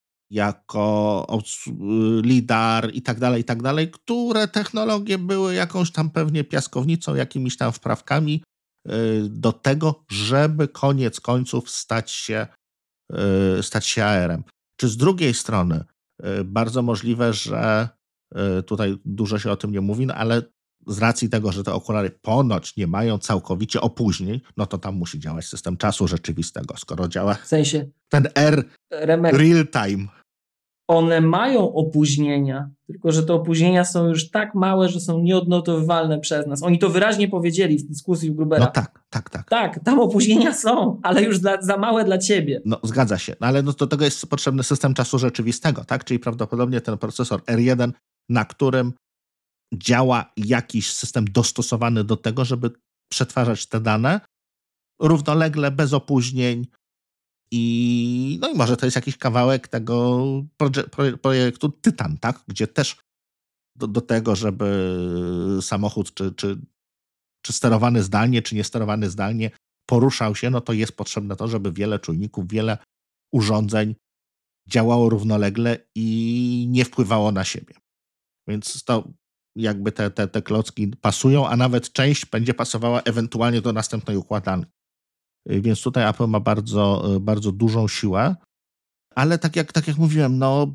jako yy, lidar i tak dalej, i tak dalej, które technologie były jakąś tam pewnie piaskownicą, jakimiś tam wprawkami yy, do tego, żeby koniec końców stać się, yy, stać się A R-em. Czy z drugiej strony yy, bardzo możliwe, że yy, tutaj dużo się o tym nie mówi, no ale z racji tego, że te okulary ponoć nie mają całkowicie opóźnień, no to tam musi działać system czasu rzeczywistego, skoro działa w sensie ten R Remek, real time. One mają opóźnienia, tylko że te opóźnienia są już tak małe, że są nieodnotowywalne przez nas. Oni to wyraźnie powiedzieli w dyskusji u Grubera. No tak, tak, tak. Tak, tam opóźnienia są, ale już dla, za małe dla ciebie. No zgadza się, no, ale no, do tego jest potrzebny system czasu rzeczywistego, tak? Czyli prawdopodobnie ten procesor R jeden, na którym działa jakiś system dostosowany do tego, żeby przetwarzać te dane równolegle, bez opóźnień i no i może to jest jakiś kawałek tego proje- projektu Tytan, tak? Gdzie też do, do tego, żeby samochód czy, czy, czy sterowany zdalnie, czy niesterowany zdalnie poruszał się, no to jest potrzebne to, żeby wiele czujników, wiele urządzeń działało równolegle i nie wpływało na siebie. Więc to jakby te, te, te klocki pasują, a nawet część będzie pasowała ewentualnie do następnej układanki. Więc tutaj Apple ma bardzo, bardzo dużą siłę, ale tak jak, tak jak mówiłem, no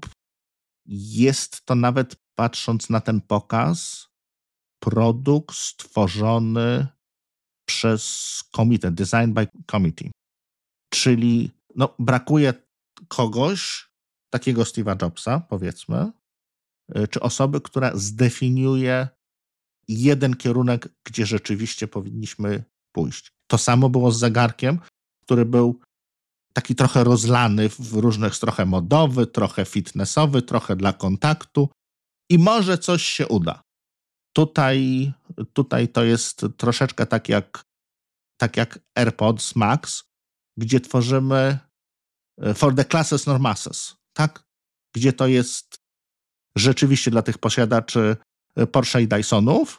jest to nawet patrząc na ten pokaz produkt stworzony przez komitet, design by committee. Czyli no, brakuje kogoś, takiego Steve'a Jobsa, powiedzmy, czy osoby, która zdefiniuje jeden kierunek, gdzie rzeczywiście powinniśmy pójść. To samo było z zegarkiem, który był taki trochę rozlany w różnych, trochę modowy, trochę fitnessowy, trochę dla kontaktu i może coś się uda. Tutaj, tutaj to jest troszeczkę tak jak, tak jak AirPods Max, gdzie tworzymy for the classes nor masses, tak? Gdzie to jest rzeczywiście dla tych posiadaczy Porsche i Dysonów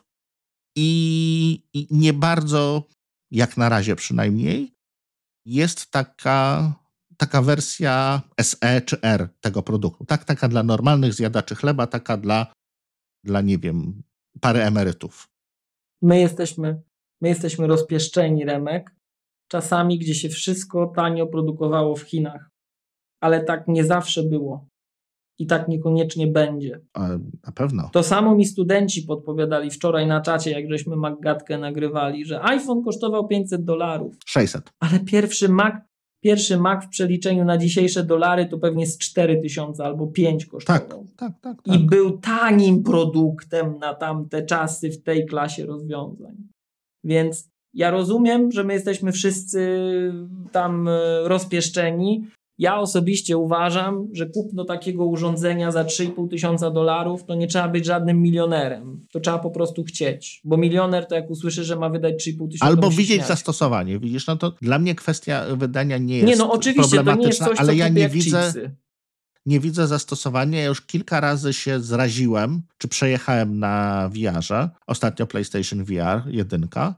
i, i nie bardzo, jak na razie przynajmniej, jest taka, taka wersja S E czy R tego produktu. Tak, taka dla normalnych zjadaczy chleba, taka dla, dla nie wiem, pary emerytów. My jesteśmy, my jesteśmy rozpieszczeni, Remek, czasami, gdzie się wszystko tanio produkowało w Chinach. Ale tak nie zawsze było. I tak niekoniecznie będzie. A, na pewno. To samo mi studenci podpowiadali wczoraj na czacie, jak żeśmy Maggatkę nagrywali, że iPhone kosztował pięćset dolarów. sześćset. Ale pierwszy Mac, pierwszy Mac w przeliczeniu na dzisiejsze dolary to pewnie z cztery tysiące albo pięć kosztował. Tak, tak, tak, tak. I był tanim produktem na tamte czasy w tej klasie rozwiązań. Więc ja rozumiem, że my jesteśmy wszyscy tam rozpieszczeni. Ja osobiście uważam, że kupno takiego urządzenia za trzy i pół tysiąca dolarów to nie trzeba być żadnym milionerem. To trzeba po prostu chcieć. Bo milioner to jak usłyszy, że ma wydać trzy i pół tysiąca, albo to widzieć śmiać. Zastosowanie. Widzisz, no to dla mnie kwestia wydania nie jest Nie, no oczywiście, problematyczna, to nie jest coś, ale co ja kupię nie jak widzę, chipsy. nie widzę zastosowania. Ja już kilka razy się zraziłem, czy przejechałem na V R-ze. Ostatnio PlayStation V R jedynka.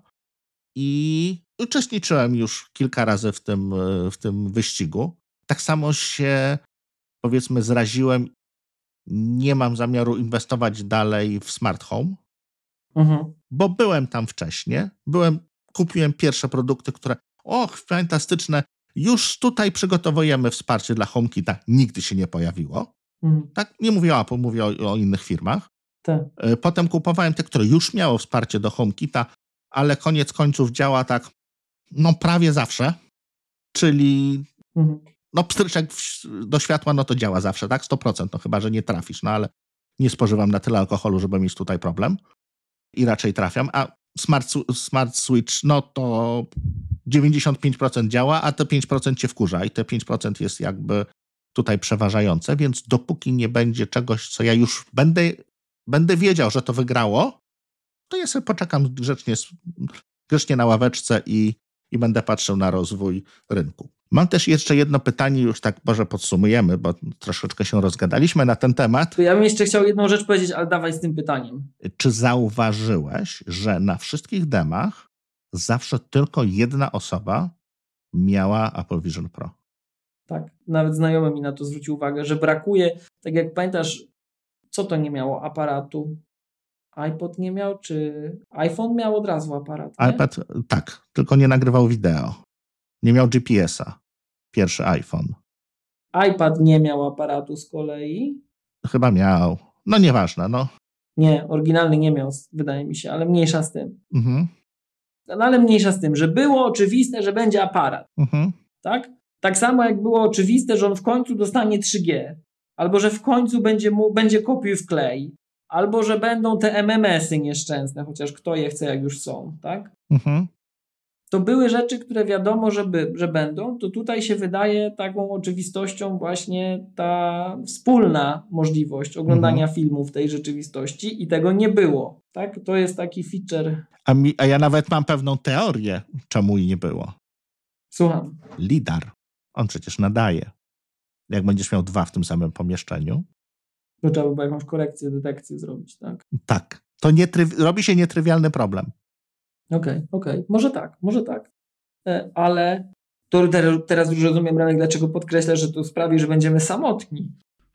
I uczestniczyłem już kilka razy w tym, w tym wyścigu. Tak samo się, powiedzmy, zraziłem. Nie mam zamiaru inwestować dalej w smart home, Mhm. bo byłem tam wcześniej. Byłem, kupiłem pierwsze produkty, które, och, fantastyczne, już tutaj przygotowujemy wsparcie dla HomeKita. Nigdy się nie pojawiło. Mhm. Tak, nie mówię o Apple, mówię o, o innych firmach. Tak. Potem kupowałem te, które już miało wsparcie do HomeKita, ale koniec końców działa tak, no prawie zawsze, czyli Mhm. no pstryczek do światła, no to działa zawsze, tak? sto procent, no chyba, że nie trafisz, no ale nie spożywam na tyle alkoholu, żeby mieć tutaj problem i raczej trafiam, a Smart, smart Switch, no to dziewięćdziesiąt pięć procent działa, a te pięć procent cię wkurza i te pięć procent jest jakby tutaj przeważające, więc dopóki nie będzie czegoś, co ja już będę, będę wiedział, że to wygrało, to ja sobie poczekam grzecznie, grzecznie na ławeczce i, i będę patrzył na rozwój rynku. Mam też jeszcze jedno pytanie, już tak może podsumujemy, bo troszeczkę się rozgadaliśmy na ten temat. To ja bym jeszcze chciał jedną rzecz powiedzieć, ale dawaj z tym pytaniem. Czy zauważyłeś, że na wszystkich demach zawsze tylko jedna osoba miała Apple Vision Pro? Tak, nawet znajomy mi na to zwrócił uwagę, że brakuje, tak jak pamiętasz, co to nie miało aparatu? iPod nie miał, czy iPhone miał od razu aparat, nie? iPad, tak, tylko nie nagrywał wideo. Nie miał G P S-a. Pierwszy iPhone. iPad nie miał aparatu z kolei. Chyba miał. No nieważne, no. Nie, oryginalny nie miał, wydaje mi się, ale mniejsza z tym. Mhm. No ale mniejsza z tym, że było oczywiste, że będzie aparat. Mhm. Tak? Tak samo jak było oczywiste, że on w końcu dostanie trzy G. Albo że w końcu będzie, mu, będzie kopiuj wklej. Albo że będą te M M S-y nieszczęsne, chociaż kto je chce, jak już są, tak? Mhm. To były rzeczy, które wiadomo, że, by, że będą, to tutaj się wydaje taką oczywistością właśnie ta wspólna możliwość oglądania mhm. filmu w tej rzeczywistości i tego nie było, tak? To jest taki feature. A, mi, a ja nawet mam pewną teorię, czemu jej nie było. Słucham. LiDAR. On przecież nadaje. Jak będziesz miał dwa w tym samym pomieszczeniu. To trzeba by było jakąś korekcję, detekcję zrobić, tak? Tak. To nietrywi- robi się nietrywialny problem. Okej, okay, okej. Okay. Może tak, może tak. E, ale to teraz już rozumiem, Remek, dlaczego podkreślasz, że to sprawi, że będziemy samotni.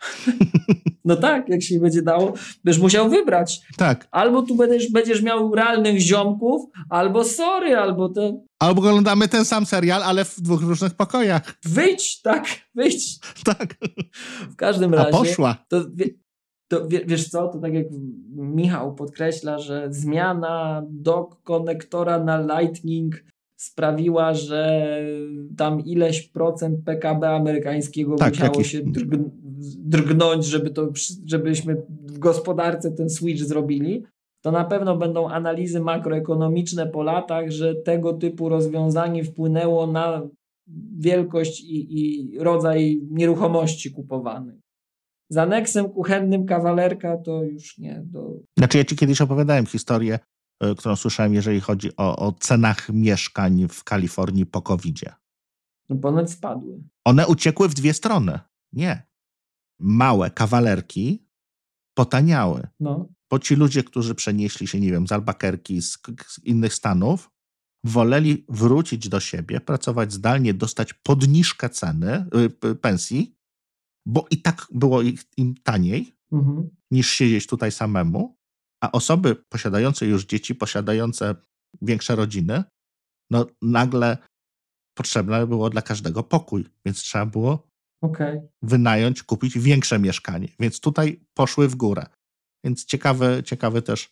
No tak, jak się będzie dało, będziesz musiał wybrać. Tak. Albo tu będziesz, będziesz miał realnych ziomków, albo sorry, albo te... Albo oglądamy ten sam serial, ale w dwóch różnych pokojach. Wyjdź, tak, wyjdź. Tak. W każdym razie... A poszła. To, to wiesz co, to tak jak Michał podkreśla, że zmiana dock konektora na Lightning sprawiła, że tam ileś procent P K B amerykańskiego tak, musiało jakiś... się drg- drgnąć, żeby to, żebyśmy w gospodarce ten switch zrobili, to na pewno będą analizy makroekonomiczne po latach, że tego typu rozwiązanie wpłynęło na wielkość i, i rodzaj nieruchomości kupowanych. Z aneksem kuchennym kawalerka to już nie. Do... Znaczy ja ci kiedyś opowiadałem historię, którą słyszałem, jeżeli chodzi o, o cenach mieszkań w Kalifornii po kowidzie. No ponoć spadły. One uciekły w dwie strony. Nie. Małe kawalerki potaniały. No. Bo ci ludzie, którzy przenieśli się, nie wiem, z Albuquerque, z, z innych stanów, woleli wrócić do siebie, pracować zdalnie, dostać podniżkę ceny, y, pensji, bo i tak było im taniej, mhm. niż siedzieć tutaj samemu, a osoby posiadające już dzieci, posiadające większe rodziny, no nagle potrzebne było dla każdego pokój, więc trzeba było okay. wynająć, kupić większe mieszkanie, więc tutaj poszły w górę. Więc ciekawe, ciekawe też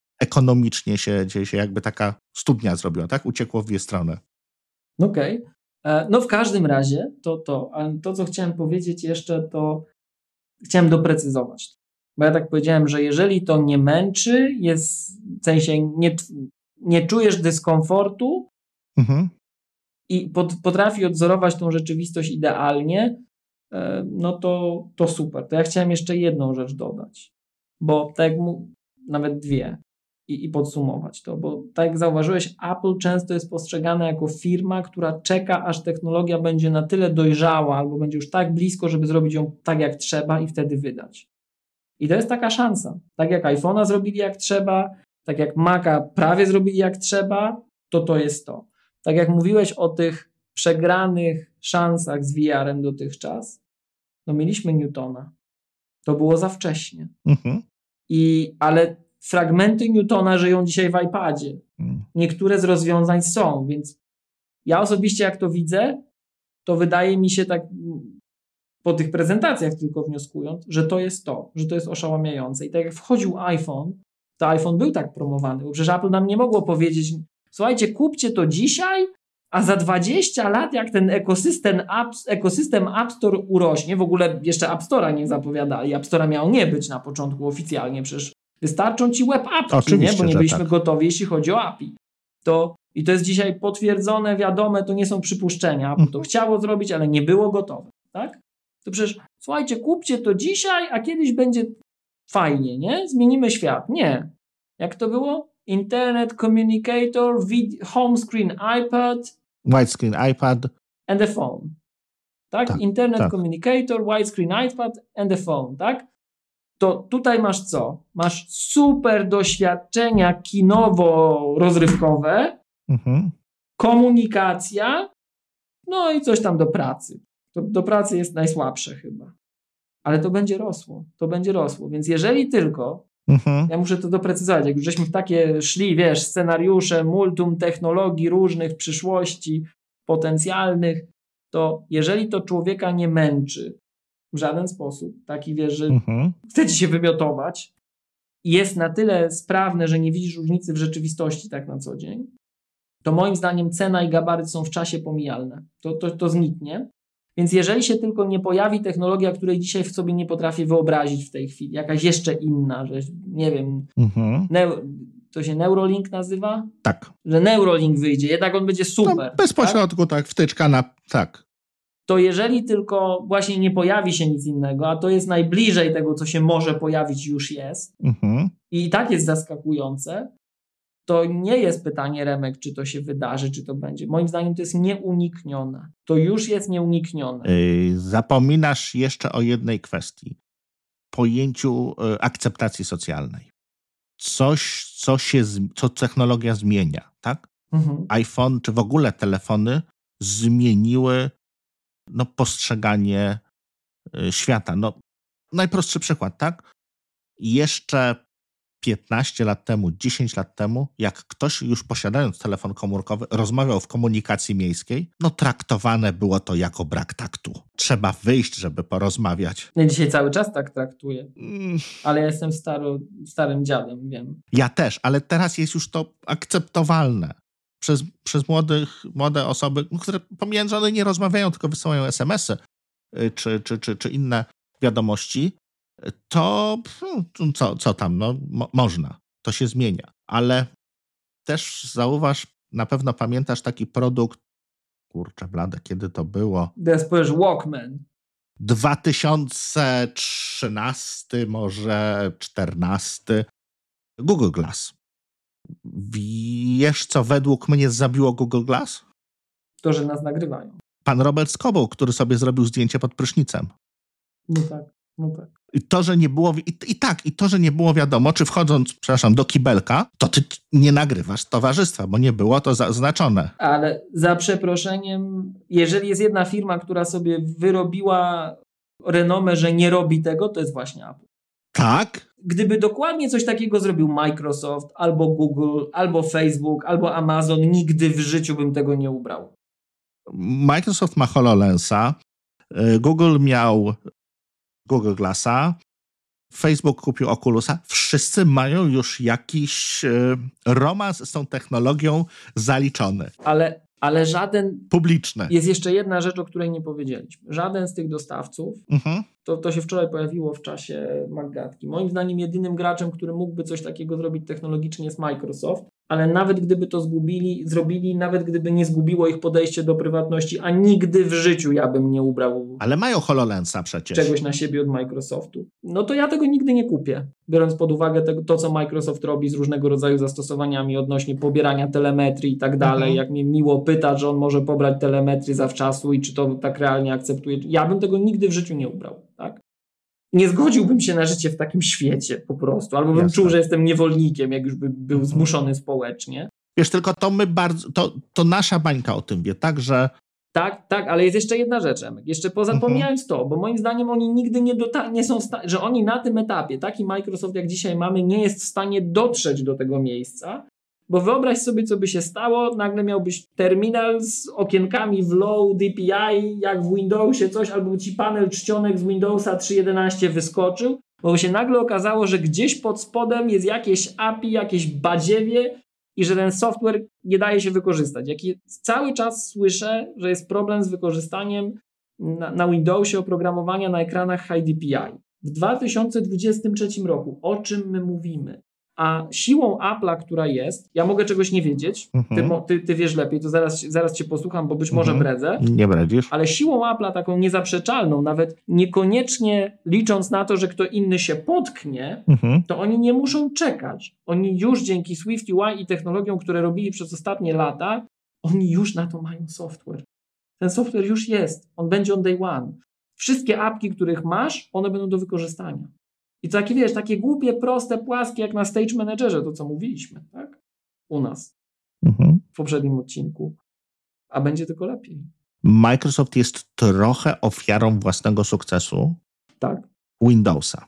ekonomicznie się, się jakby taka studnia zrobiła, tak? Uciekło w dwie strony. Okej. Okay. No w każdym razie to to, ale to co chciałem powiedzieć jeszcze, to chciałem doprecyzować. Bo ja tak powiedziałem, że jeżeli to nie męczy, jest w sensie nie, nie czujesz dyskomfortu mhm. i pod, potrafi odzorować tą rzeczywistość idealnie, no to, to super. To ja chciałem jeszcze jedną rzecz dodać, bo tak jak mu, nawet dwie i, i podsumować to, bo tak jak zauważyłeś, Apple często jest postrzegane jako firma, która czeka, aż technologia będzie na tyle dojrzała albo będzie już tak blisko, żeby zrobić ją tak jak trzeba i wtedy wydać. I to jest taka szansa. Tak jak iPhone'a zrobili jak trzeba, tak jak Maca prawie zrobili jak trzeba, to to jest to. Tak jak mówiłeś o tych przegranych szansach z V R-em dotychczas, no mieliśmy Newtona. To było za wcześnie. Mhm. I, ale fragmenty Newtona żyją dzisiaj w iPadzie. Mhm. Niektóre z rozwiązań są, więc ja osobiście jak to widzę, to wydaje mi się tak po tych prezentacjach tylko wnioskując, że to jest to, że to jest oszałamiające. I tak jak wchodził iPhone, to iPhone był tak promowany, bo przecież Apple nam nie mogło powiedzieć, słuchajcie, kupcie to dzisiaj, a za dwadzieścia lat, jak ten ekosystem App, ekosystem App Store urośnie, w ogóle jeszcze App Store'a nie zapowiadali, App Store'a miał nie być na początku oficjalnie, przecież wystarczą ci web appki, nie? Bo nie byliśmy tak. gotowi, jeśli chodzi o A P I. To, I to jest dzisiaj potwierdzone, wiadome, to nie są przypuszczenia. Apple to chciało zrobić, ale nie było gotowe, tak? To przecież, słuchajcie, kupcie to dzisiaj, a kiedyś będzie fajnie, nie? Zmienimy świat. Nie. Jak to było? Internet Communicator, vid- Home Screen iPad. Widescreen iPad. And the phone. Tak? tak Internet tak. Communicator, Widescreen iPad and the phone, tak? To tutaj masz co? Masz super doświadczenia kinowo-rozrywkowe, mhm. komunikacja, no i coś tam do pracy. To do pracy jest najsłabsze chyba. Ale to będzie rosło. To będzie rosło. Więc jeżeli tylko, mhm. ja muszę to doprecyzować, jak już żeśmy w takie szli, wiesz, scenariusze, multum technologii różnych, przyszłości, potencjalnych, to jeżeli to człowieka nie męczy w żaden sposób, taki wiesz, że mhm. chce ci się wymiotować i jest na tyle sprawne, że nie widzisz różnicy w rzeczywistości tak na co dzień, to moim zdaniem cena i gabaryt są w czasie pomijalne. To, to, to zniknie. Więc jeżeli się tylko nie pojawi technologia, której dzisiaj w sobie nie potrafię wyobrazić w tej chwili, jakaś jeszcze inna, że nie wiem, mhm. neu- to się Neuralink nazywa? Tak. Że Neuralink wyjdzie, jednak on będzie super. No, bez pośrodku, tak? tak, wtyczka na, tak. To jeżeli tylko właśnie nie pojawi się nic innego, a to jest najbliżej tego, co się może pojawić, już jest, mhm. i tak jest zaskakujące, to nie jest pytanie, Remek, czy to się wydarzy, czy to będzie. Moim zdaniem to jest nieuniknione. To już jest nieuniknione. Yy, zapominasz jeszcze o jednej kwestii. Pojęciu yy, akceptacji socjalnej. Coś, co, się, co technologia zmienia, tak? Mhm. iPhone, czy w ogóle telefony zmieniły no, postrzeganie yy, świata. No, najprostszy przykład, tak? Jeszcze piętnaście lat temu, dziesięć lat temu, jak ktoś już posiadając telefon komórkowy rozmawiał w komunikacji miejskiej, no traktowane było to jako brak taktu. Trzeba wyjść, żeby porozmawiać. Ja dzisiaj cały czas tak traktuję, mm. ale ja jestem staro, starym dziadem, wiem. Ja też, ale teraz jest już to akceptowalne przez, przez młodych, młode osoby, które pomijając, że one nie rozmawiają, tylko wysyłają es em esy czy, czy, czy, czy inne wiadomości, to co, co tam, no mo- można, to się zmienia. Ale też zauważ, na pewno pamiętasz taki produkt, kurczę blade, kiedy to było? Teraz powiesz Walkman. dwa tysiące trzynasty, może czternasty. Google Glass. Wiesz, co według mnie zabiło Google Glass? To, że nas nagrywają. Pan Robert Scoble, który sobie zrobił zdjęcie pod prysznicem. No tak, no tak. I to, że nie było, i, i tak, i to, że nie było wiadomo, czy wchodząc, przepraszam, do kibelka, to ty nie nagrywasz towarzystwa, bo nie było to zaznaczone. Ale za przeproszeniem, jeżeli jest jedna firma, która sobie wyrobiła renomę, że nie robi tego, to jest właśnie Apple. Tak? Gdyby dokładnie coś takiego zrobił Microsoft, albo Google, albo Facebook, albo Amazon, nigdy w życiu bym tego nie ubrał. Microsoft ma HoloLensa, Google miał Google Glassa, Facebook kupił Oculusa. Wszyscy mają już jakiś romans z tą technologią zaliczony. Ale Ale żaden... Publiczny. Jest jeszcze jedna rzecz, o której nie powiedzieliśmy. Żaden z tych dostawców, mhm. to, to się wczoraj pojawiło w czasie Maggatki. Moim zdaniem jedynym graczem, który mógłby coś takiego zrobić technologicznie, jest Microsoft, ale nawet gdyby to zgubili, zrobili, nawet gdyby nie zgubiło ich podejście do prywatności, a nigdy w życiu ja bym nie ubrał... Ale mają HoloLensa przecież. ...czegoś na siebie od Microsoftu. No to ja tego nigdy nie kupię. Biorąc pod uwagę tego, to, co Microsoft robi z różnego rodzaju zastosowaniami odnośnie pobierania telemetrii i tak dalej. Mhm. Jak mnie miło pyta, że on może pobrać telemetrię zawczasu i czy to tak realnie akceptuje. Ja bym tego nigdy w życiu nie ubrał, tak? Nie zgodziłbym się na życie w takim świecie po prostu. Albo bym Jasne. czuł, że jestem niewolnikiem, jak już by był mhm. zmuszony społecznie. Wiesz, tylko to my bardzo, to, to nasza bańka o tym wie, tak, że... Tak, tak, ale jest jeszcze jedna rzecz, Emek. Jeszcze pozapomijając mhm. to, bo moim zdaniem oni nigdy nie, dota- nie są w stanie, że oni na tym etapie, taki Microsoft jak dzisiaj mamy, nie jest w stanie dotrzeć do tego miejsca, bo wyobraź sobie, co by się stało, nagle miałbyś terminal z okienkami w low D P I, jak w Windowsie coś, albo ci panel czcionek z Windowsa trzy jedenaście wyskoczył, bo się nagle okazało, że gdzieś pod spodem jest jakieś A P I, jakieś badziewie, i że ten software nie daje się wykorzystać. Jak cały czas słyszę, że jest problem z wykorzystaniem na, na Windowsie oprogramowania na ekranach High D P I. W dwa tysiące dwudziestym trzecim roku o czym my mówimy? A siłą Apple'a, która jest, ja mogę czegoś nie wiedzieć, mhm. ty, ty, ty wiesz lepiej, to zaraz, zaraz cię posłucham, bo być może mhm. bredzę. Nie bredzisz. Ale siłą Apple'a taką niezaprzeczalną, nawet niekoniecznie licząc na to, że kto inny się potknie, mhm. to oni nie muszą czekać. Oni już dzięki SwiftUI i technologiom, które robili przez ostatnie lata, oni już na to mają software. Ten software już jest. On będzie on day one. Wszystkie apki, których masz, one będą do wykorzystania. I to takie, wiesz, takie głupie, proste, płaskie, jak na Stage Managerze, to co mówiliśmy, tak? U nas. Mhm. W poprzednim odcinku. A będzie tylko lepiej. Microsoft jest trochę ofiarą własnego sukcesu. Tak. Windowsa.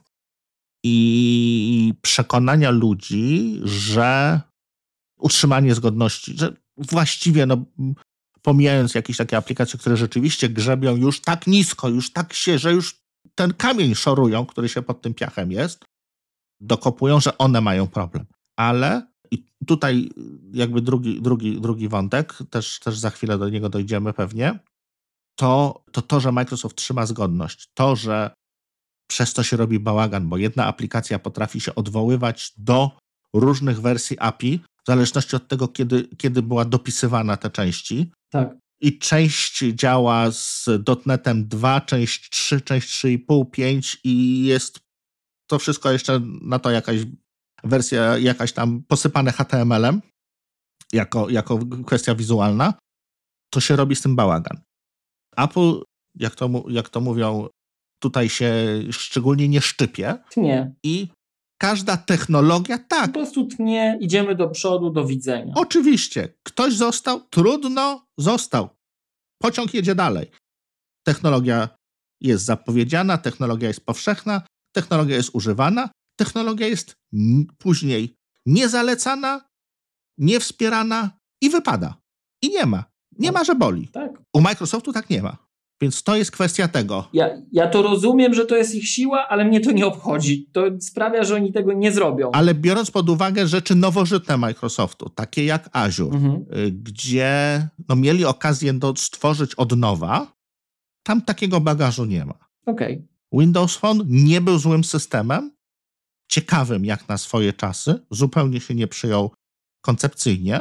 I przekonania ludzi, że utrzymanie zgodności, że właściwie, no, pomijając jakieś takie aplikacje, które rzeczywiście grzebią już tak nisko, już tak się, że już ten kamień szorują, który się pod tym piachem jest, dokopują, że one mają problem. Ale i tutaj jakby drugi, drugi, drugi wątek, też, też za chwilę do niego dojdziemy pewnie, to, to to, że Microsoft trzyma zgodność, to, że przez to się robi bałagan, bo jedna aplikacja potrafi się odwoływać do różnych wersji A P I, w zależności od tego, kiedy, kiedy była dopisywana te części. Tak. I część działa z dotnetem dwa, część trzy, część trzy i pół, pięć i jest to wszystko jeszcze na to jakaś wersja, jakaś tam posypane H T M L-em jako, jako kwestia wizualna, to się robi z tym bałagan. Apple, jak to, jak to mówią, tutaj się szczególnie nie szczypie. Tnie. I każda technologia, tak. Po prostu tnie, idziemy do przodu, do widzenia. Oczywiście. Ktoś został, trudno, został. Pociąg jedzie dalej. Technologia jest zapowiedziana, technologia jest powszechna, technologia jest używana, technologia jest później niezalecana, niewspierana i wypada. I nie ma. Nie ma, że boli. Tak. U Microsoftu tak nie ma. Więc to jest kwestia tego. Ja, ja to rozumiem, że to jest ich siła, ale mnie to nie obchodzi. To sprawia, że oni tego nie zrobią. Ale biorąc pod uwagę rzeczy nowożytne Microsoftu, takie jak Azure, mhm. gdzie no, mieli okazję do stworzyć od nowa, tam takiego bagażu nie ma. Okay. Windows Phone nie był złym systemem, ciekawym jak na swoje czasy, zupełnie się nie przyjął koncepcyjnie,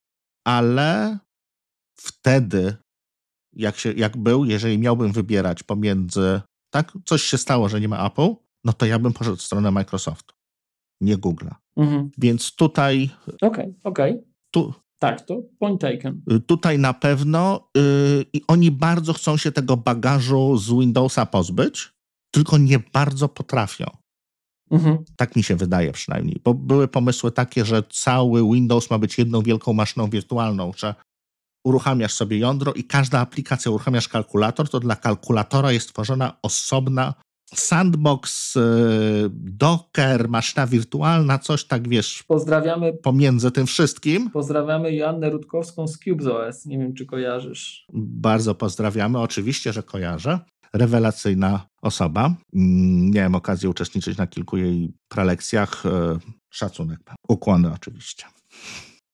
ale wtedy Jak, się, jak był, jeżeli miałbym wybierać pomiędzy, tak, coś się stało, że nie ma Apple, no to ja bym poszedł w stronę Microsoftu, nie Google'a. Mhm. Więc tutaj... Okej, okay, okej. Okay. Tu, tak, to point taken. Tutaj na pewno yy, i oni bardzo chcą się tego bagażu z Windowsa pozbyć, tylko nie bardzo potrafią. Mhm. Tak mi się wydaje przynajmniej, bo były pomysły takie, że cały Windows ma być jedną wielką maszyną wirtualną, że uruchamiasz sobie jądro i każda aplikacja, uruchamiasz kalkulator, to dla kalkulatora jest tworzona osobna sandbox, Docker, maszyna wirtualna, coś tak, wiesz, pozdrawiamy pomiędzy tym wszystkim. Pozdrawiamy Joannę Rutkowską z CubesOS. Nie wiem, czy kojarzysz. Bardzo pozdrawiamy, oczywiście, że kojarzę. Rewelacyjna osoba. Miałem okazję uczestniczyć na kilku jej prelekcjach. Szacunek. Ukłony oczywiście.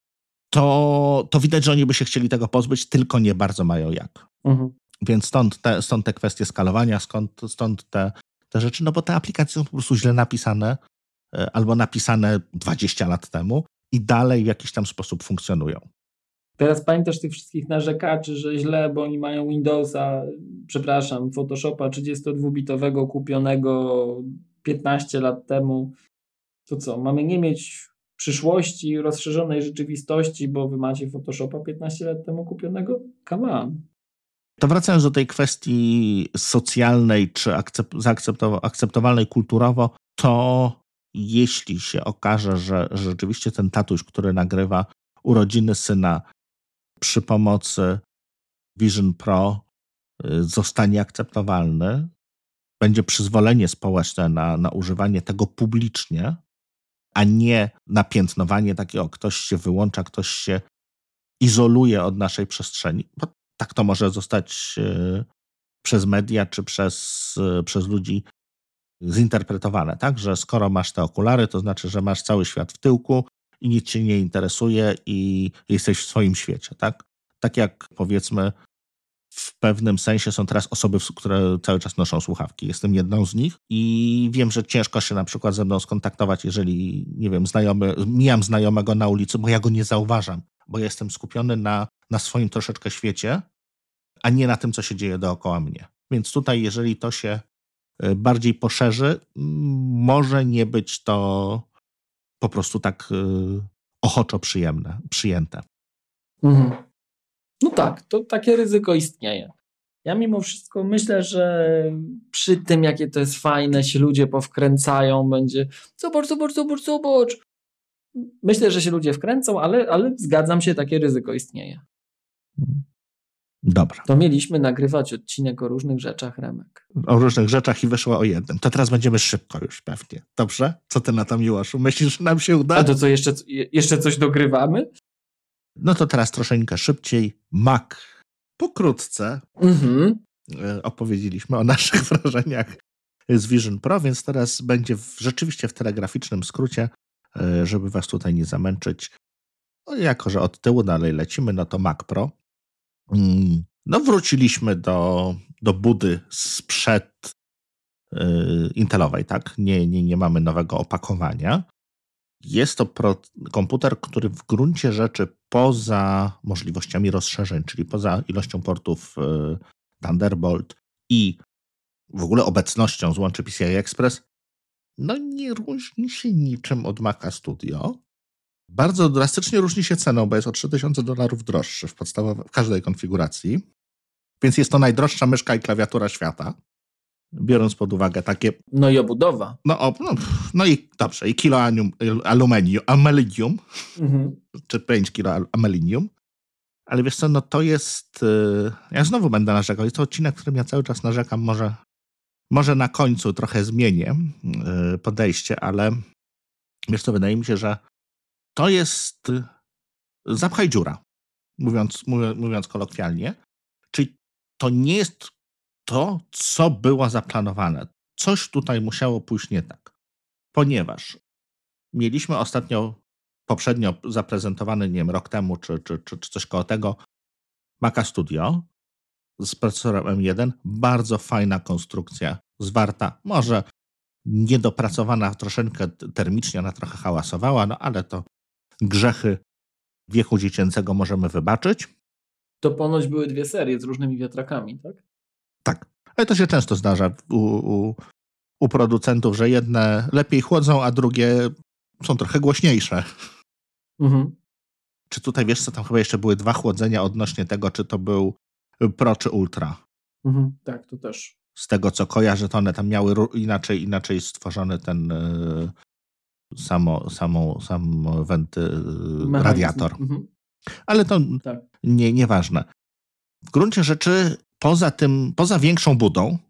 to, to widać, że oni by się chcieli tego pozbyć, tylko nie bardzo mają jak. Mhm. Więc stąd te, stąd te kwestie skalowania, skąd, stąd te, te rzeczy, no bo te aplikacje są po prostu źle napisane albo napisane dwadzieścia lat temu i dalej w jakiś tam sposób funkcjonują. Teraz pamiętasz tych wszystkich narzekaczy, że źle, bo oni mają Windowsa, przepraszam, Photoshopa trzydziestodwubitowego kupionego piętnaście lat temu. To co, mamy nie mieć przyszłości, rozszerzonej rzeczywistości, bo wy macie Photoshopa piętnaście lat temu kupionego? Come on. To wracając do tej kwestii socjalnej czy akceptow- akceptowalnej kulturowo, to jeśli się okaże, że, że rzeczywiście ten tatuś, który nagrywa urodziny syna przy pomocy Vision Pro zostanie akceptowalny, będzie przyzwolenie społeczne na, na używanie tego publicznie, a nie napiętnowanie takiego, ktoś się wyłącza, ktoś się izoluje od naszej przestrzeni. Bo tak to może zostać y, przez media czy przez, y, przez ludzi zinterpretowane, tak? Że skoro masz te okulary, to znaczy, że masz cały świat w tyłku i nic cię nie interesuje i jesteś w swoim świecie, tak? Tak jak powiedzmy w pewnym sensie są teraz osoby, które cały czas noszą słuchawki. Jestem jedną z nich i wiem, że ciężko się na przykład ze mną skontaktować, jeżeli, nie wiem, znajomy, mijam znajomego na ulicy, bo ja go nie zauważam, bo jestem skupiony na, na swoim troszeczkę świecie, a nie na tym, co się dzieje dookoła mnie. Więc tutaj, jeżeli to się bardziej poszerzy, może nie być to po prostu tak ochoczo przyjemne, przyjęte. Mhm. No tak, to takie ryzyko istnieje. Ja mimo wszystko myślę, że przy tym, jakie to jest fajne, się ludzie powkręcają, będzie zobacz, zobacz, zobacz, zobacz. Myślę, że się ludzie wkręcą, ale, ale zgadzam się, takie ryzyko istnieje. Dobra. To mieliśmy nagrywać odcinek o różnych rzeczach, Remek. O różnych rzeczach i wyszło o jednym. To teraz będziemy szybko już pewnie. Dobrze? Co ty na to, Miłoszu? Myślisz, że nam się uda? A to co, jeszcze, jeszcze coś dogrywamy? No to teraz troszeczkę szybciej. Mac. Pokrótce mhm. opowiedzieliśmy o naszych wrażeniach z Vision Pro, więc teraz będzie w, rzeczywiście w telegraficznym skrócie, żeby was tutaj nie zamęczyć. No, jako że od tyłu dalej lecimy, no to Mac Pro. No wróciliśmy do, do budy sprzed yy, Intelowej, tak? Nie, nie, nie mamy nowego opakowania. Jest to pro, komputer, który w gruncie rzeczy poza możliwościami rozszerzeń, czyli poza ilością portów yy, Thunderbolt i w ogóle obecnością złączy P C I Express, no nie różni się niczym od Maca Studio. Bardzo drastycznie różni się ceną, bo jest o trzy tysiące dolarów droższy w, podstawowej, w każdej konfiguracji. Więc jest to najdroższa myszka i klawiatura świata, biorąc pod uwagę takie... No i obudowa. No, o, no, no i dobrze, i kilo aluminium, amelinium, mhm. czy pięć kilo amelinium. Ale wiesz co, no to jest... Yy, ja znowu będę narzekał. Jest to odcinek, w którym ja cały czas narzekam. Może, może na końcu trochę zmienię yy, podejście, ale wiesz co, wydaje mi się, że to jest zapchaj dziura, mówiąc, mówiąc kolokwialnie. Czyli to nie jest to, co było zaplanowane. Coś tutaj musiało pójść nie tak. Ponieważ mieliśmy ostatnio, poprzednio zaprezentowany, nie wiem, rok temu, czy, czy, czy, czy coś koło tego, Maca Studio z procesorem M jeden. Bardzo fajna konstrukcja, zwarta, może niedopracowana troszeczkę termicznie, ona trochę hałasowała, no ale to grzechy wieku dziecięcego możemy wybaczyć. To ponoć były dwie serie z różnymi wiatrakami, tak? Tak, ale to się często zdarza u, u, u producentów, że jedne lepiej chłodzą, a drugie są trochę głośniejsze. Mhm. Czy tutaj, wiesz co, tam chyba jeszcze były dwa chłodzenia odnośnie tego, czy to był Pro czy Ultra. Mhm. Tak, to też. Z tego, co kojarzę, to one tam miały inaczej, inaczej stworzony ten yy, samo, samo, sam wenty, yy, radiator. Mhm. Ale to tak. nie, nieważne. W gruncie rzeczy, poza tym, poza większą budą,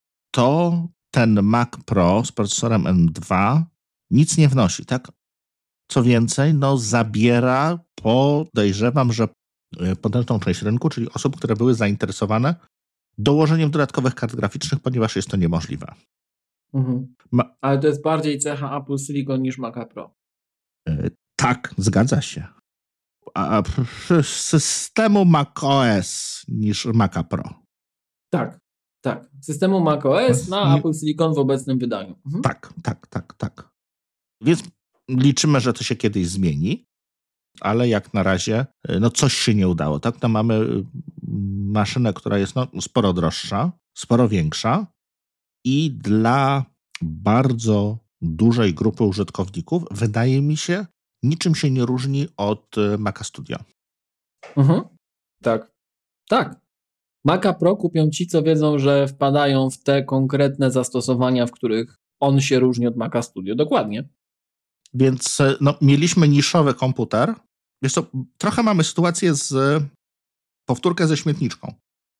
to ten Mac Pro z procesorem M dwa nic nie wnosi, tak? Co więcej, no zabiera, podejrzewam, że potężną część rynku, czyli osób, które były zainteresowane dołożeniem dodatkowych kart graficznych, ponieważ jest to niemożliwe. Mhm. Ma- Ale to jest bardziej cecha Apple Silicon niż Maca Pro. Yy, tak, zgadza się. a, systemu macOS niż Maca Pro. Tak, tak. Systemu macOS na Nie... Apple Silicon w obecnym wydaniu. Mhm. Tak, tak, tak, tak. Więc liczymy, że to się kiedyś zmieni, ale jak na razie no coś się nie udało. Tak? No mamy maszynę, która jest no, sporo droższa, sporo większa i dla bardzo dużej grupy użytkowników wydaje mi się, niczym się nie różni od Maca Studio. Mhm. Tak, tak. Maca Pro kupią ci, co wiedzą, że wpadają w te konkretne zastosowania, w których on się różni od Maca Studio. Dokładnie. Więc no, mieliśmy niszowy komputer. Wiesz co, trochę mamy sytuację z powtórkę ze śmietniczką,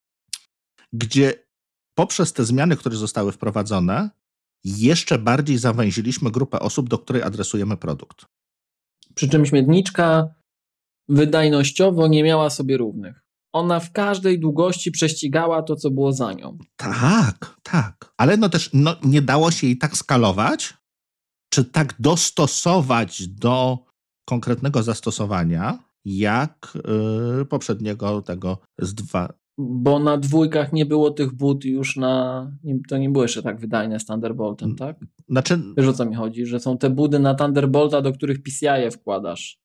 gdzie poprzez te zmiany, które zostały wprowadzone, jeszcze bardziej zawęziliśmy grupę osób, do której adresujemy produkt. Przy czym śmietniczka wydajnościowo nie miała sobie równych. Ona w każdej długości prześcigała to, co było za nią. Tak, tak. Ale no też no, nie dało się jej tak skalować, czy tak dostosować do konkretnego zastosowania, jak yy, poprzedniego tego z dwa. Bo na dwójkach nie było tych bud już na... Nie, to nie było jeszcze tak wydajne z Thunderboltem, tak? Znaczy... Wiesz, o co mi chodzi? Że są te budy na Thunderbolta, do których P C I je wkładasz.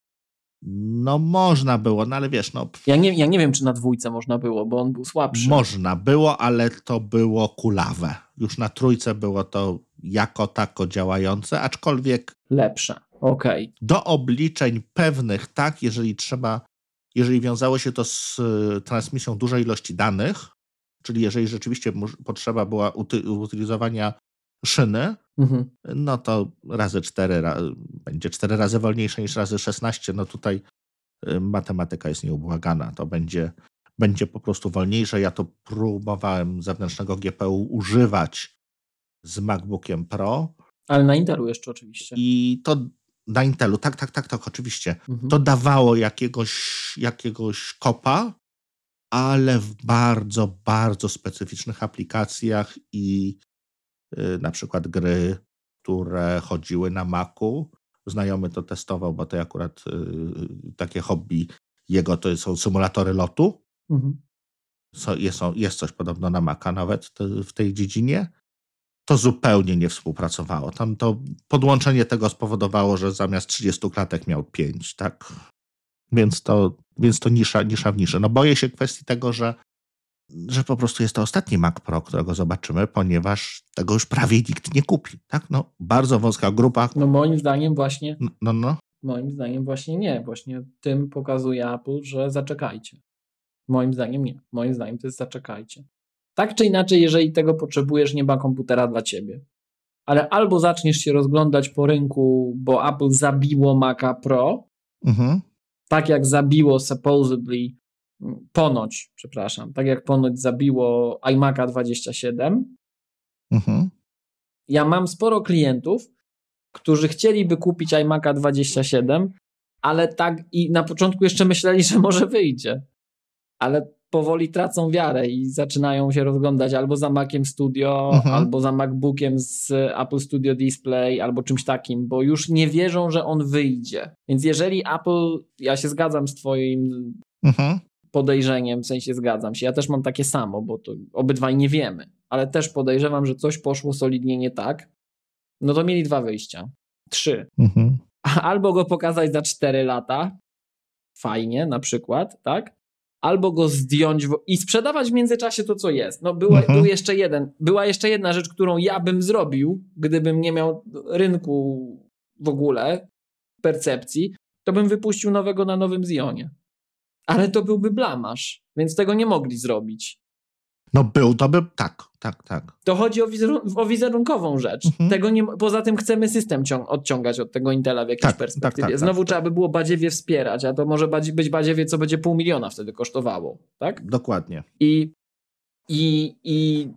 No można było, no ale wiesz, no... Ja nie, ja nie wiem, czy na dwójce można było, bo on był słabszy. Można było, ale to było kulawe. Już na trójce było to jako tako działające, aczkolwiek... Lepsze, okej. Okay. Do obliczeń pewnych, tak, jeżeli trzeba, jeżeli wiązało się to z transmisją dużej ilości danych, czyli jeżeli rzeczywiście potrzeba była uty- utylizowania szyny, mhm. no to razy cztery ra- będzie cztery razy wolniejsze niż razy szesnaście. No tutaj matematyka jest nieubłagana. To będzie, będzie po prostu wolniejsze. Ja to próbowałem zewnętrznego G P U używać z MacBookiem Pro. Ale na Intelu jeszcze oczywiście. I to na Intelu, tak, tak, tak, tak, oczywiście. Mhm. To dawało jakiegoś, jakiegoś kopa, ale w bardzo, bardzo specyficznych aplikacjach i y, na przykład gry, które chodziły na Macu. Znajomy to testował, bo to akurat y, takie hobby jego to są symulatory lotu. Mhm. So, jest, jest coś podobno na Maca nawet to, w tej dziedzinie. To zupełnie nie współpracowało. Tam to podłączenie tego spowodowało, że zamiast trzydziestu klatek miał pięć, tak? Więc to, więc to nisza, nisza w niszy. No boję się kwestii tego, że, że po prostu jest to ostatni Mac Pro, którego zobaczymy, ponieważ tego już prawie nikt nie kupi, tak? No bardzo wąska grupa. No moim zdaniem właśnie, no, no, no. moim zdaniem właśnie nie. Właśnie tym pokazuje Apple, że zaczekajcie. Moim zdaniem nie. Moim zdaniem to jest zaczekajcie. Tak czy inaczej, jeżeli tego potrzebujesz, nie ma komputera dla ciebie. Ale albo zaczniesz się rozglądać po rynku, bo Apple zabiło Maca Pro, mhm. tak jak zabiło supposedly, ponoć, przepraszam, tak jak ponoć zabiło iMac'a dwadzieścia siedem. Mhm. Ja mam sporo klientów, którzy chcieliby kupić iMac'a dwadzieścia siedem, ale tak i na początku jeszcze myśleli, że może wyjdzie. Ale powoli tracą wiarę i zaczynają się rozglądać albo za Maciem Studio, mhm. albo za MacBookiem z Apple Studio Display, albo czymś takim, bo już nie wierzą, że on wyjdzie. Więc jeżeli Apple, ja się zgadzam z twoim mhm. podejrzeniem, w sensie zgadzam się, ja też mam takie samo, bo to obydwaj nie wiemy, ale też podejrzewam, że coś poszło solidnie nie tak, no to mieli dwa wyjścia. Trzy. Mhm. Albo go pokazać za cztery lata, fajnie na przykład, tak? Albo go zdjąć w... i sprzedawać w międzyczasie to, co jest. No była, mhm. był jeszcze jeden, była jeszcze jedna rzecz, którą ja bym zrobił, gdybym nie miał rynku w ogóle, percepcji, to bym wypuścił nowego na nowym Xionie. Ale to byłby blamaż, więc tego nie mogli zrobić. No był, to by... Tak, tak, tak. To chodzi o, wizerun- o wizerunkową rzecz. Mhm. Tego nie... Poza tym chcemy system ciąg- odciągać od tego Intela w jakiejś tak, perspektywie. Tak, tak, Znowu tak, trzeba by było badziewie wspierać, a to może być badziewie, co będzie pół miliona wtedy kosztowało. Tak? Dokładnie. I, i, i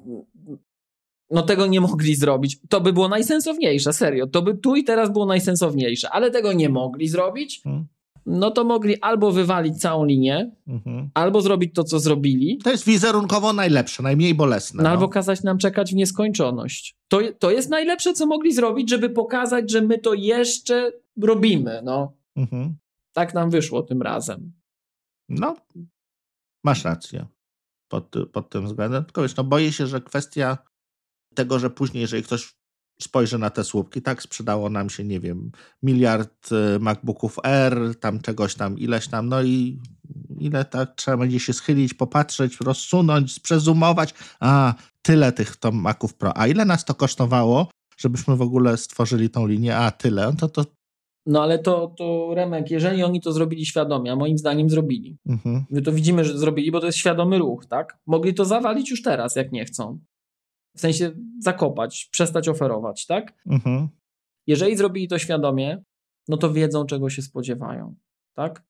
no tego nie mogli zrobić. To by było najsensowniejsze, serio. To by tu i teraz było najsensowniejsze, ale tego nie mogli zrobić. Hmm. No to mogli albo wywalić całą linię, mhm. albo zrobić to, co zrobili. To jest wizerunkowo najlepsze, najmniej bolesne. No, no. Albo kazać nam czekać w nieskończoność. To, to jest najlepsze, co mogli zrobić, żeby pokazać, że my to jeszcze robimy. No. Mhm. Tak nam wyszło tym razem. No, masz rację pod, pod tym względem. Tylko wiesz, no boję się, że kwestia tego, że później, jeżeli ktoś spojrzy na te słupki, tak, sprzedało nam się, nie wiem, miliard MacBooków Air, tam czegoś tam, ileś tam, no i ile tak trzeba będzie się schylić, popatrzeć, rozsunąć, sprzezumować, a tyle tych to Maców Pro, a ile nas to kosztowało, żebyśmy w ogóle stworzyli tą linię, a tyle, no to to No ale to, to Remek, jeżeli oni to zrobili świadomie, a moim zdaniem zrobili. Mhm. My to widzimy, że zrobili, bo to jest świadomy ruch, tak? Mogli to zawalić już teraz, jak nie chcą. W sensie zakopać, przestać oferować, tak? Mhm. Jeżeli zrobili to świadomie, no to wiedzą, czego się spodziewają, tak?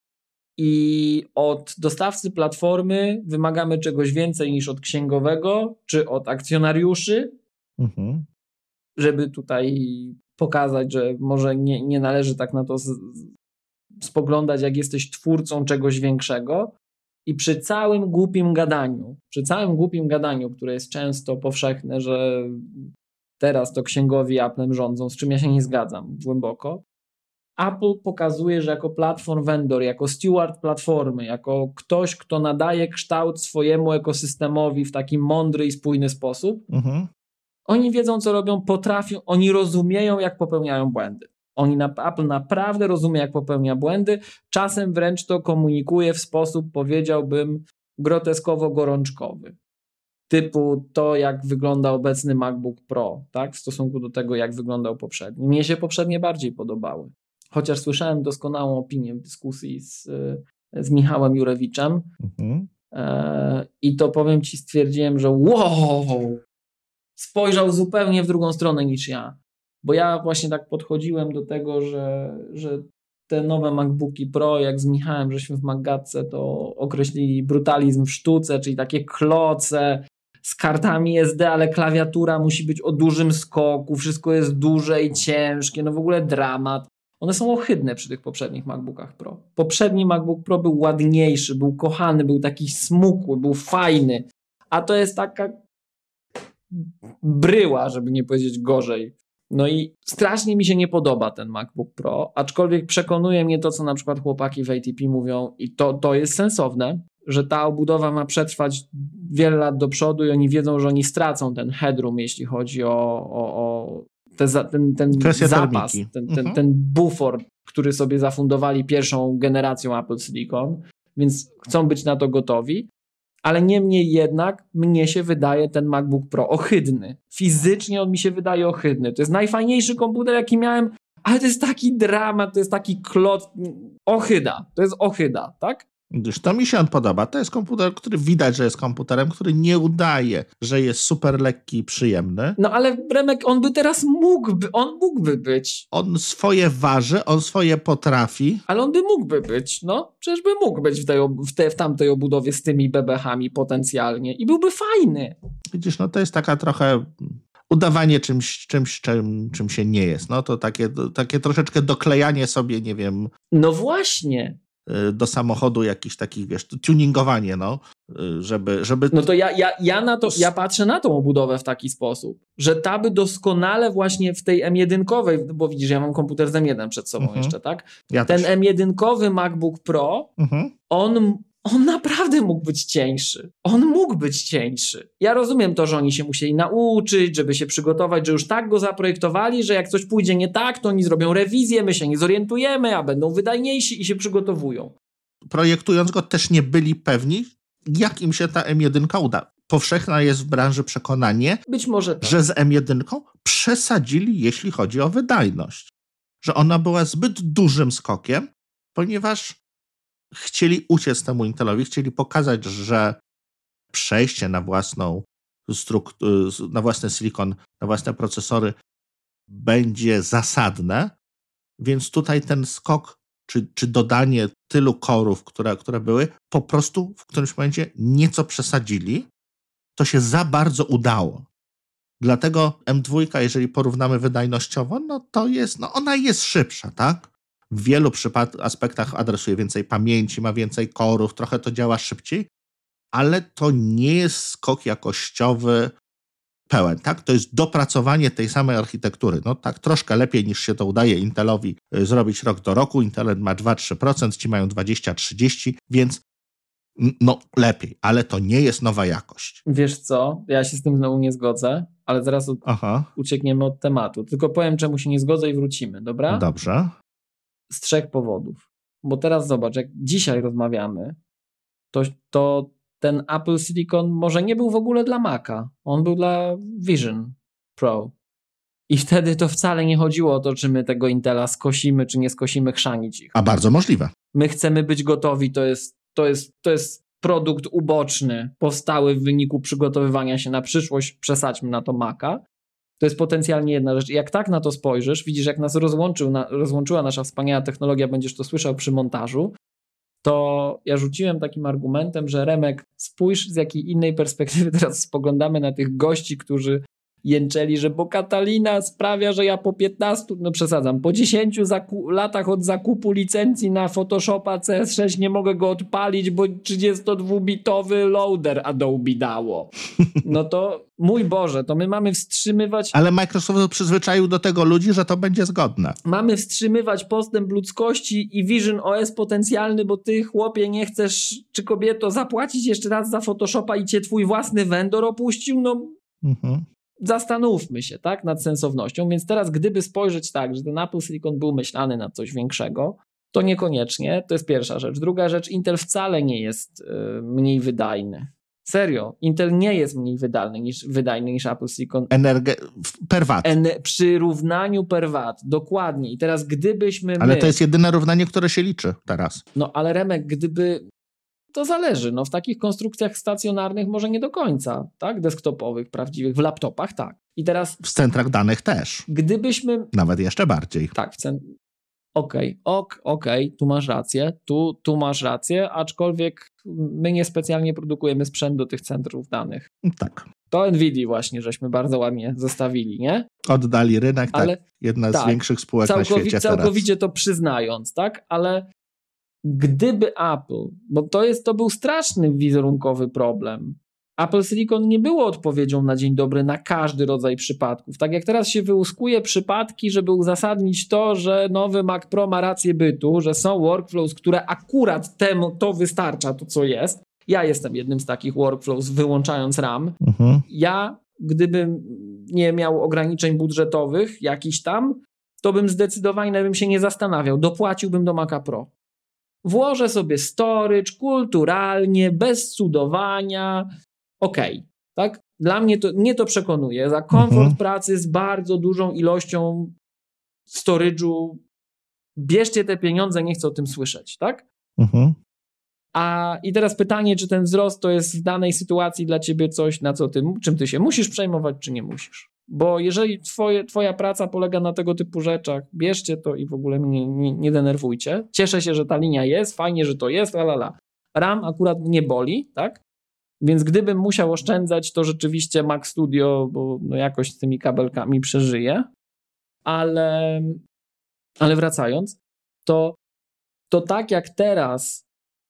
I od dostawcy platformy wymagamy czegoś więcej niż od księgowego, czy od akcjonariuszy, mhm. żeby tutaj pokazać, że może nie, nie należy tak na to z, spoglądać, jak jesteś twórcą czegoś większego. I przy całym głupim gadaniu, przy całym głupim gadaniu, które jest często powszechne, że teraz to księgowi Applem rządzą, z czym ja się nie zgadzam głęboko, Apple pokazuje, że jako platform vendor, jako steward platformy, jako ktoś, kto nadaje kształt swojemu ekosystemowi w taki mądry i spójny sposób, mhm. oni wiedzą, co robią, potrafią, oni rozumieją, jak popełniają błędy. Oni na, Apple naprawdę rozumie, jak popełnia błędy, czasem wręcz to komunikuje w sposób, powiedziałbym, groteskowo-gorączkowy. Typu to, jak wygląda obecny MacBook Pro, tak, w stosunku do tego, jak wyglądał poprzedni. Mnie się poprzednie bardziej podobały. Chociaż słyszałem doskonałą opinię w dyskusji z, z Michałem Jurewiczem mhm. e, i to powiem ci, stwierdziłem, że wow, spojrzał zupełnie w drugą stronę niż ja. Bo ja właśnie tak podchodziłem do tego, że, że te nowe MacBooki Pro, jak z Michałem, żeśmy w Maggatce to określili brutalizm w sztuce, czyli takie kloce z kartami S D, ale klawiatura musi być o dużym skoku, wszystko jest duże i ciężkie, no w ogóle dramat. One są ohydne przy tych poprzednich MacBookach Pro. Poprzedni MacBook Pro był ładniejszy, był kochany, był taki smukły, był fajny, a to jest taka bryła, żeby nie powiedzieć gorzej. No i strasznie mi się nie podoba ten MacBook Pro, aczkolwiek przekonuje mnie to, co na przykład chłopaki w A T P mówią i to, to jest sensowne, że ta obudowa ma przetrwać wiele lat do przodu i oni wiedzą, że oni stracą ten headroom, jeśli chodzi o, o, o te za, ten, ten zapas, ten, ten, mhm. ten bufor, który sobie zafundowali pierwszą generacją Apple Silicon, więc chcą być na to gotowi. Ale niemniej jednak mnie się wydaje ten MacBook Pro ohydny. Fizycznie on mi się wydaje ohydny. To jest najfajniejszy komputer, jaki miałem, ale to jest taki dramat, to jest taki klot. Ohyda. To jest ohyda, tak? Gdyż to mi się on podoba. To jest komputer, który widać, że jest komputerem, który nie udaje, że jest super lekki i przyjemny. No ale Remek, on by teraz mógłby, on mógłby być. On swoje waży, on swoje potrafi. Ale on by mógłby być, no. Przecież by mógł być w, tej, w, te, w tamtej obudowie z tymi bebechami potencjalnie i byłby fajny. Widzisz, no to jest taka trochę udawanie czymś, czymś czym, czym się nie jest. No to takie, takie troszeczkę doklejanie sobie, nie wiem. No właśnie. Do samochodu jakiś takich, wiesz, tuningowanie, no, żeby... żeby... No to ja, ja, ja, na to, ja patrzę na tą obudowę w taki sposób, że ta by doskonale właśnie w tej M jeden-kowej, bo widzisz, ja mam komputer z M jeden przed sobą mhm. jeszcze, tak? Ja Ten też. M jeden-kowy MacBook Pro, mhm. on... On naprawdę mógł być cieńszy. On mógł być cieńszy. Ja rozumiem to, że oni się musieli nauczyć, żeby się przygotować, że już tak go zaprojektowali, że jak coś pójdzie nie tak, to oni zrobią rewizję, my się nie zorientujemy, a będą wydajniejsi i się przygotowują. Projektując go też nie byli pewni, jak im się ta M jeden uda. Powszechne jest w branży przekonanie, być może tak. że z M jeden przesadzili, jeśli chodzi o wydajność. Że ona była zbyt dużym skokiem, ponieważ chcieli uciec temu Intelowi, chcieli pokazać, że przejście na własną strukturę, na własny silikon, na własne procesory będzie zasadne, więc tutaj ten skok, czy, czy dodanie tylu korów, które, które były, po prostu w którymś momencie nieco przesadzili. To się za bardzo udało. Dlatego M dwa, jeżeli porównamy wydajnościowo, no to jest, no ona jest szybsza, tak? W wielu przypad- aspektach adresuje więcej pamięci, ma więcej korów, trochę to działa szybciej, ale to nie jest skok jakościowy pełen, tak? To jest dopracowanie tej samej architektury. No tak troszkę lepiej niż się to udaje Intelowi zrobić rok do roku. Intel ma dwa do trzech procent, ci mają dwadzieścia do trzydziestu procent, więc no lepiej, ale to nie jest nowa jakość. Wiesz co, ja się z tym znowu nie zgodzę, ale zaraz od... uciekniemy od tematu. Tylko powiem, czemu się nie zgodzę i wrócimy, dobra? Dobrze. Z trzech powodów. Bo teraz zobacz, jak dzisiaj rozmawiamy, to, to ten Apple Silicon może nie był w ogóle dla Maca. On był dla Vision Pro. I wtedy to wcale nie chodziło o to, czy my tego Intela skosimy, czy nie skosimy, chrzanić ich. A bardzo możliwe. My chcemy być gotowi, to jest, to jest, to jest produkt uboczny, powstały w wyniku przygotowywania się na przyszłość, przesadźmy na to Maca. To jest potencjalnie jedna rzecz. I jak tak na to spojrzysz, widzisz, jak nas rozłączył, na, rozłączyła nasza wspaniała technologia, będziesz to słyszał przy montażu, to ja rzuciłem takim argumentem, że Remek, spójrz z jakiej innej perspektywy teraz spoglądamy na tych gości, którzy jęczeli, że bo Catalina sprawia, że ja po piętnastu, no przesadzam, po dziesięciu zaku- latach od zakupu licencji na Photoshopa C S sześć nie mogę go odpalić, bo trzydziestodwubitowy loader Adobe dało. No to mój Boże, to my mamy wstrzymywać... Ale Microsoft przyzwyczaił do tego ludzi, że to będzie zgodne. Mamy wstrzymywać postęp ludzkości i Vision O S potencjalny, bo ty, chłopie, nie chcesz, czy kobieto, zapłacić jeszcze raz za Photoshopa i cię twój własny vendor opuścił? No... Mhm. Zastanówmy się, tak, nad sensownością, więc teraz gdyby spojrzeć tak, że ten Apple Silicon był myślany na coś większego, to niekoniecznie, to jest pierwsza rzecz. Druga rzecz, Intel wcale nie jest y, mniej wydajny. Serio, Intel nie jest mniej wydajny niż, wydajny niż Apple Silicon. Energe... per watt. En- przy równaniu per watt, dokładnie. I teraz gdybyśmy Ale my... to jest jedyne równanie, które się liczy teraz. No ale Remek, gdyby... To zależy. No, w takich konstrukcjach stacjonarnych może nie do końca, tak? Desktopowych, prawdziwych. W laptopach tak. I teraz... W centrach danych też. Gdybyśmy... Nawet jeszcze bardziej. Tak, w cent... Okej, okay, ok, okej, okay, tu masz rację, tu, tu masz rację, aczkolwiek my niespecjalnie produkujemy sprzęt do tych centrów danych. Tak. To Nvidia właśnie żeśmy bardzo ładnie zostawili, nie? Oddali rynek, ale tak. Jedna tak, z większych spółek na świecie teraz. Całkowicie to przyznając, tak? Ale gdyby Apple, bo to jest, to był straszny wizerunkowy problem. Apple Silicon nie było odpowiedzią na dzień dobry na każdy rodzaj przypadków. Tak jak teraz się wyłuskuje przypadki, żeby uzasadnić to, że nowy Mac Pro ma rację bytu, że są workflows, które akurat temu to wystarcza, to co jest. Ja jestem jednym z takich workflows, wyłączając RAM. Mhm. Ja, gdybym nie miał ograniczeń budżetowych jakiś tam, to bym zdecydowanie bym się nie zastanawiał. Dopłaciłbym do Maca Pro. Włożę sobie storage kulturalnie, bez cudowania. Okej, okay, tak? Dla mnie to, mnie to przekonuje. Za komfort mhm. pracy z bardzo dużą ilością storage'u bierzcie te pieniądze, nie chcę o tym słyszeć, tak? Mhm. A i teraz pytanie, czy ten wzrost to jest w danej sytuacji dla ciebie coś, na co ty, czym ty się musisz przejmować, czy nie musisz? Bo jeżeli twoje, twoja praca polega na tego typu rzeczach, bierzcie to i w ogóle mnie nie, nie denerwujcie. Cieszę się, że ta linia jest, fajnie, że to jest, la la la. RAM akurat mnie boli, tak? Więc gdybym musiał oszczędzać, to rzeczywiście Mac Studio, bo no jakoś z tymi kabelkami przeżyje. Ale, ale wracając, to, to tak jak teraz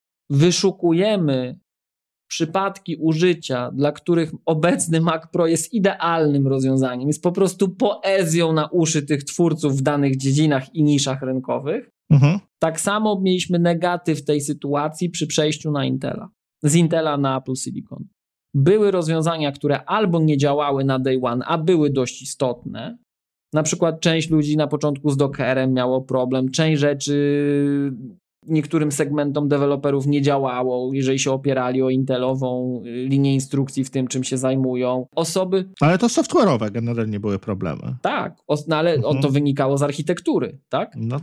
wyszukujemy przypadki użycia, dla których obecny Mac Pro jest idealnym rozwiązaniem, jest po prostu poezją na uszy tych twórców w danych dziedzinach i niszach rynkowych, mhm. tak samo mieliśmy negatyw tej sytuacji przy przejściu na Intela. Z Intela na Apple Silicon. Były rozwiązania, które albo nie działały na day one, a były dość istotne. Na przykład część ludzi na początku z Dockerem miało problem, część rzeczy niektórym segmentom deweloperów nie działało, jeżeli się opierali o intelową linię instrukcji w tym, czym się zajmują. Osoby... Ale to software'owe generalnie były problemy. Tak, no ale mhm. to wynikało z architektury, tak? No.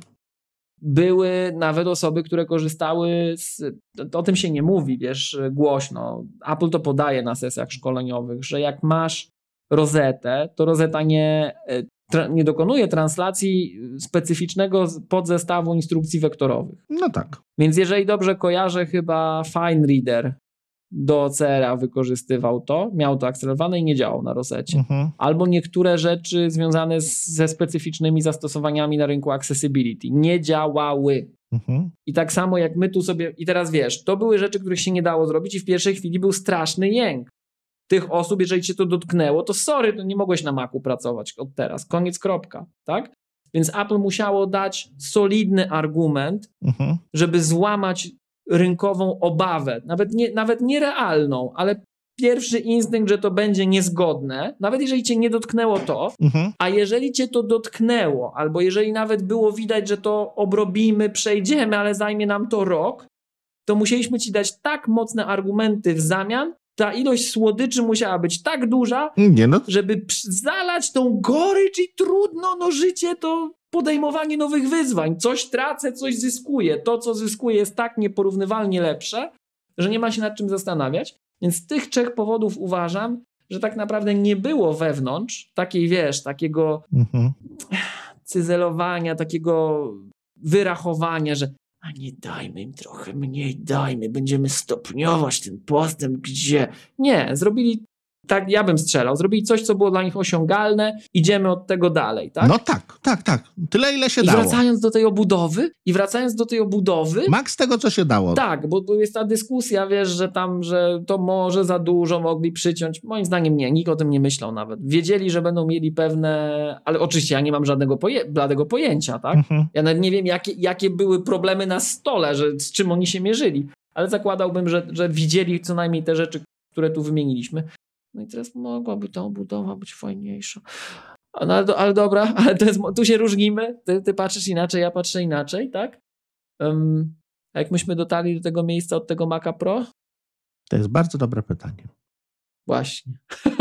Były nawet osoby, które korzystały z... O tym się nie mówi, wiesz, głośno. Apple to podaje na sesjach szkoleniowych, że jak masz rozetę, to rozeta nie, nie dokonuje translacji specyficznego podzestawu instrukcji wektorowych. No tak. Więc jeżeli dobrze kojarzę, chyba FineReader do O C R-a wykorzystywał to, miał to akcelerowane i nie działał na rozecie. Mhm. Albo niektóre rzeczy związane z, ze specyficznymi zastosowaniami na rynku accessibility nie działały. Mhm. I tak samo jak my tu sobie, i teraz wiesz, to były rzeczy, których się nie dało zrobić i w pierwszej chwili był straszny jęk. tych osób, jeżeli cię to dotknęło, to sorry, to nie mogłeś na Macu pracować od teraz. Koniec, kropka. Tak? Więc Apple musiało dać solidny argument, mhm. żeby złamać rynkową obawę, nawet nie, nawet nie realną, ale pierwszy instynkt, że to będzie niezgodne, nawet jeżeli cię nie dotknęło to, mhm. a jeżeli cię to dotknęło, albo jeżeli nawet było widać, że to obrobimy, przejdziemy, ale zajmie nam to rok, to musieliśmy ci dać tak mocne argumenty w zamian, ta ilość słodyczy musiała być tak duża, nie no. żeby zalać tą gorycz i trudno, no życie to podejmowanie nowych wyzwań. Coś tracę, coś zyskuję. To, co zyskuję, jest tak nieporównywalnie lepsze, że nie ma się nad czym zastanawiać. Więc z tych trzech powodów uważam, że tak naprawdę nie było wewnątrz takiej, wiesz, takiego mhm. cyzelowania, takiego wyrachowania, że a nie dajmy im trochę mniej, dajmy, będziemy stopniować ten postęp, gdzie... Nie, zrobili, tak ja bym strzelał, zrobili coś, co było dla nich osiągalne, idziemy od tego dalej, tak? No tak, tak, tak, tyle ile się I dało. I wracając do tej obudowy, i wracając do tej obudowy... Maks tego, co się dało. Tak, bo tu jest ta dyskusja, wiesz, że tam, że to może za dużo mogli przyciąć. Moim zdaniem nie, nikt o tym nie myślał nawet. Wiedzieli, że będą mieli pewne... Ale oczywiście ja nie mam żadnego poje... bladego pojęcia, tak? Mhm. Ja nawet nie wiem, jakie, jakie były problemy na stole, że z czym oni się mierzyli. Ale zakładałbym, że, że widzieli co najmniej te rzeczy, które tu wymieniliśmy. No i teraz mogłaby ta obudowa być fajniejsza. No, ale, ale dobra, ale to jest, tu się różnimy. Ty, ty patrzysz inaczej, ja patrzę inaczej, tak? Um, a jak myśmy dotarli do tego miejsca od tego Maca Pro? To jest bardzo dobre pytanie. Właśnie.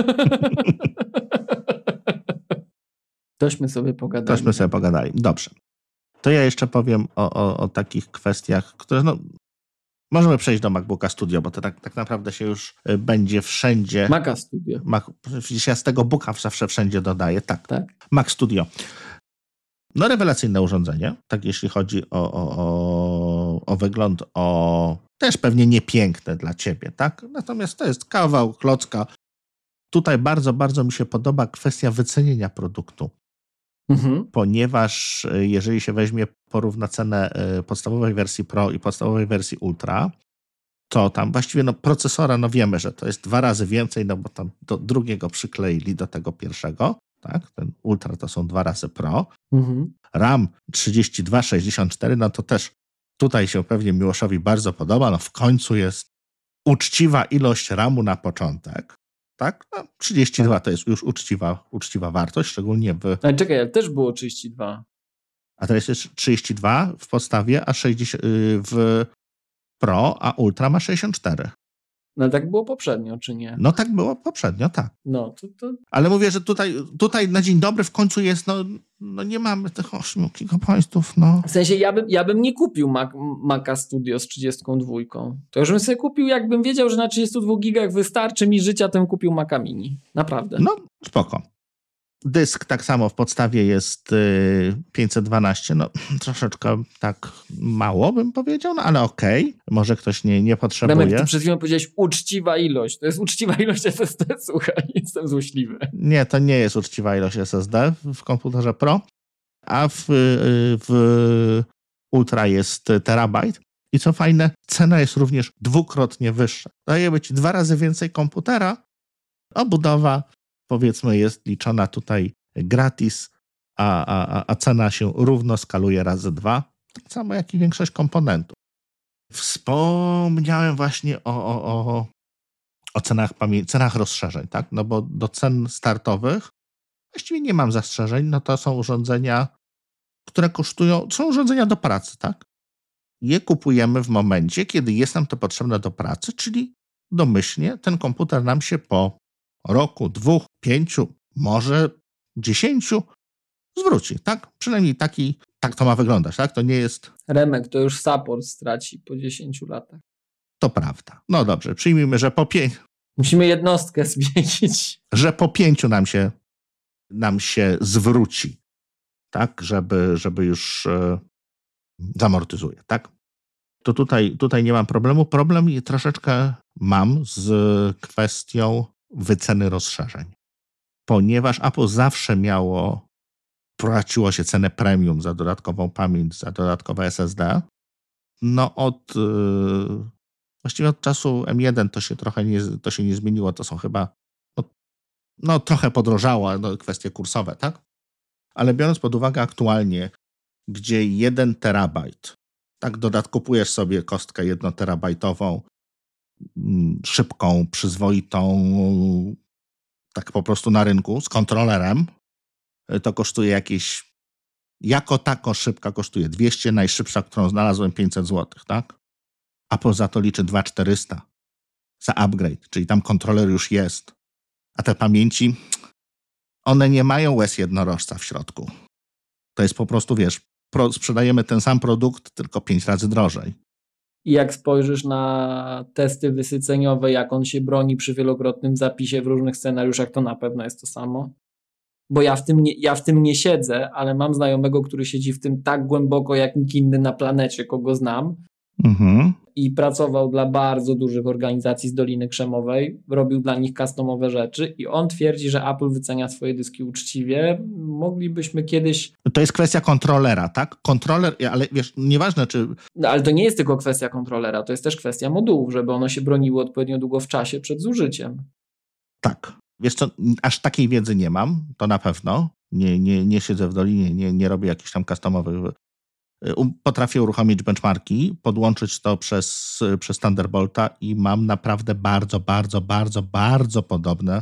Tośmy sobie pogadali. Tośmy sobie pogadali. Dobrze. To ja jeszcze powiem o, o, o takich kwestiach, które no... Możemy przejść do MacBooka Studio, bo to tak, tak naprawdę się już będzie wszędzie... Maca Studio. Mac, ja z tego booka zawsze wszędzie dodaję. Tak, tak. Mac Studio. No rewelacyjne urządzenie, tak jeśli chodzi o, o, o, o wygląd, o też pewnie niepiękne dla ciebie, tak? Natomiast to jest kawał klocka. Tutaj bardzo, bardzo mi się podoba kwestia wycenienia produktu. Mhm. Ponieważ jeżeli się weźmie, porówna cenę podstawowej wersji Pro i podstawowej wersji Ultra, to tam właściwie no, procesora, no wiemy, że to jest dwa razy więcej, no bo tam do drugiego przykleili do tego pierwszego, tak? Ten Ultra to są dwa razy Pro. Mhm. RAM trzydzieści dwa sześćdziesiąt cztery, no to też tutaj się pewnie Miłoszowi bardzo podoba, no w końcu jest uczciwa ilość ramu na początek. Tak? No, trzydzieści dwa to jest już uczciwa, uczciwa wartość, szczególnie w... Ale czekaj, ale też było trzydzieści dwa. A teraz jest trzydzieści dwa w podstawie, a sześćdziesiąt w Pro, a Ultra ma sześćdziesiąt cztery. No tak było poprzednio, czy nie? No tak było poprzednio, tak. No, to, to... Ale mówię, że tutaj, tutaj na dzień dobry w końcu jest, no, no nie mamy tych ośmiu gigabajtów, no. W sensie ja bym, ja bym nie kupił Mac, Maca Studio z trzydziestką dwóch. To już bym sobie kupił, jakbym wiedział, że na trzydziestu dwóch gigach wystarczy mi życia, to bym kupił Maca Mini. Naprawdę. No, spoko. Dysk tak samo w podstawie jest pięćset dwanaście, no troszeczkę tak mało bym powiedział, no ale okej, okay. Może ktoś nie, nie potrzebuje. Remek, ty przed chwilą powiedziałeś uczciwa ilość, to jest uczciwa ilość S S D, słuchaj, jestem złośliwy. Nie, to nie jest uczciwa ilość S S D w komputerze Pro, a w, w Ultra jest terabajt i co fajne, cena jest również dwukrotnie wyższa. Dajemy ci dwa razy więcej komputera, obudowa powiedzmy jest liczona tutaj gratis, a, a, a cena się równo skaluje razy dwa, tak samo jak i większość komponentów. Wspomniałem właśnie o, o, o, o cenach, pamię- cenach rozszerzeń, tak? No bo do cen startowych właściwie nie mam zastrzeżeń, no to są urządzenia, które kosztują, są urządzenia do pracy, tak? Je kupujemy w momencie, kiedy jest nam to potrzebne do pracy, czyli domyślnie ten komputer nam się po roku, dwóch, pięciu, może dziesięciu zwróci, tak? Przynajmniej taki, tak to ma wyglądać, tak? To nie jest... Remek, to już support straci po dziesięciu latach. To prawda. No dobrze, przyjmijmy, że po pięciu... Musimy jednostkę zmienić. Że po pięciu nam się, nam się zwróci, tak? Żeby, żeby już e, zamortyzuje, tak? To tutaj, tutaj nie mam problemu. Problem troszeczkę mam z kwestią wyceny rozszerzeń. Ponieważ Apple zawsze miało, płaciło się cenę premium za dodatkową pamięć, za dodatkowe S S D. No od yy, właściwie od czasu M jeden to się trochę nie, to się nie zmieniło. To są chyba no trochę podrożało, no, kwestie kursowe, tak? Ale biorąc pod uwagę aktualnie, gdzie jeden terabajt, tak, dodat kupujesz sobie kostkę jednoterabajtową, szybką, przyzwoitą, tak po prostu na rynku, z kontrolerem, to kosztuje jakieś, jako tako szybka kosztuje dwieście, najszybsza, którą znalazłem, pięćset złotych, tak? Apple za to liczy dwa tysiące czterysta za upgrade, czyli tam kontroler już jest. A te pamięci, one nie mają łez jednorożca w środku. To jest po prostu, wiesz, pro, sprzedajemy ten sam produkt, tylko pięć razy drożej. I jak spojrzysz na testy wysyceniowe, jak on się broni przy wielokrotnym zapisie w różnych scenariuszach, to na pewno jest to samo. Bo ja w tym nie, ja w tym nie siedzę, ale mam znajomego, który siedzi w tym tak głęboko, jak nikt inny na planecie, kogo znam. Mhm. I pracował dla bardzo dużych organizacji z Doliny Krzemowej, robił dla nich customowe rzeczy i on twierdzi, że Apple wycenia swoje dyski uczciwie. Moglibyśmy kiedyś... To jest kwestia kontrolera, tak? Kontroler, ale wiesz, nieważne czy... No, ale to nie jest tylko kwestia kontrolera, to jest też kwestia modułów, żeby one się broniły odpowiednio długo w czasie przed zużyciem. Tak. Wiesz co, aż takiej wiedzy nie mam, to na pewno. Nie, nie, nie siedzę w Dolinie, nie, nie robię jakichś tam customowych... Potrafię uruchomić benchmarki, podłączyć to przez, przez Thunderbolta i mam naprawdę bardzo, bardzo, bardzo, bardzo podobne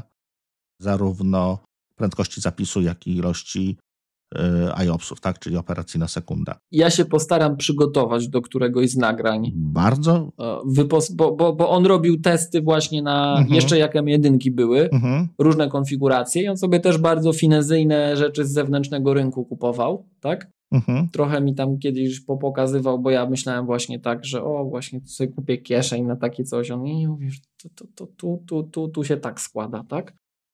zarówno prędkości zapisu, jak i ilości y, I O P S ów, tak? Czyli operacji na sekundę. Ja się postaram przygotować do któregoś z nagrań. Bardzo? Wypos- bo, bo, bo on robił testy właśnie na, mhm. jeszcze jak M jeden były, mhm. różne konfiguracje i on sobie też bardzo finezyjne rzeczy z zewnętrznego rynku kupował, tak? Mhm. Trochę mi tam kiedyś popokazywał, bo ja myślałem właśnie tak, że o, właśnie tu sobie kupię kieszeń na takie coś. On nie mówisz, to, to, to, tu, tu, tu, tu się tak składa, tak?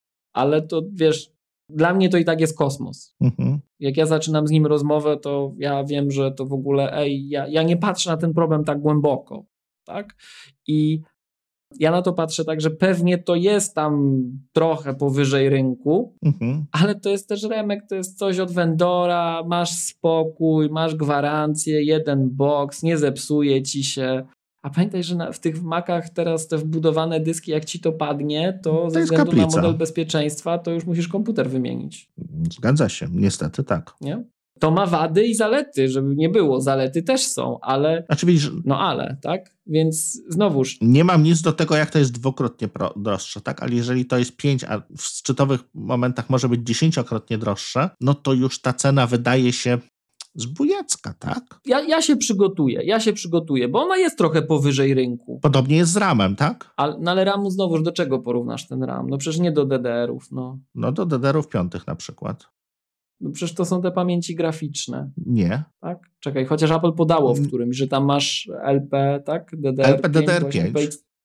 Ale to wiesz, dla mnie to i tak jest kosmos. Mhm. Jak ja zaczynam z nim rozmowę, to ja wiem, że to w ogóle, ej, ja, ja nie patrzę na ten problem tak głęboko, tak? I ja na to patrzę tak, że pewnie to jest tam trochę powyżej rynku, mhm. ale to jest też Remek, to jest coś od vendora, masz spokój, masz gwarancję, jeden box, nie zepsuje ci się. A pamiętaj, że na, w tych Macach teraz te wbudowane dyski, jak ci to padnie, to, to ze względu kaplica. na model bezpieczeństwa, to już musisz komputer wymienić. Zgadza się, niestety tak. Nie? To ma wady i zalety, żeby nie było. Zalety też są, ale... Znaczy, widzisz, no ale, tak? Więc znowuż... Nie mam nic do tego, jak to jest dwukrotnie pro, droższe, tak? Ale jeżeli to jest pięć, a w szczytowych momentach może być dziesięciokrotnie droższe, no to już ta cena wydaje się zbójecka, tak? Ja, ja się przygotuję, ja się przygotuję, bo ona jest trochę powyżej rynku. Podobnie jest z ramem, tak? Ale, no ale ramu znowuż, do czego porównasz ten RAM? No przecież nie do D D R ów, no. No do D D R ów piątych na przykład. No przecież to są te pamięci graficzne. Nie. Tak? Czekaj, chociaż Apple podało w którymś, że tam masz L P, tak? D D R pięć. L P D D R pięć.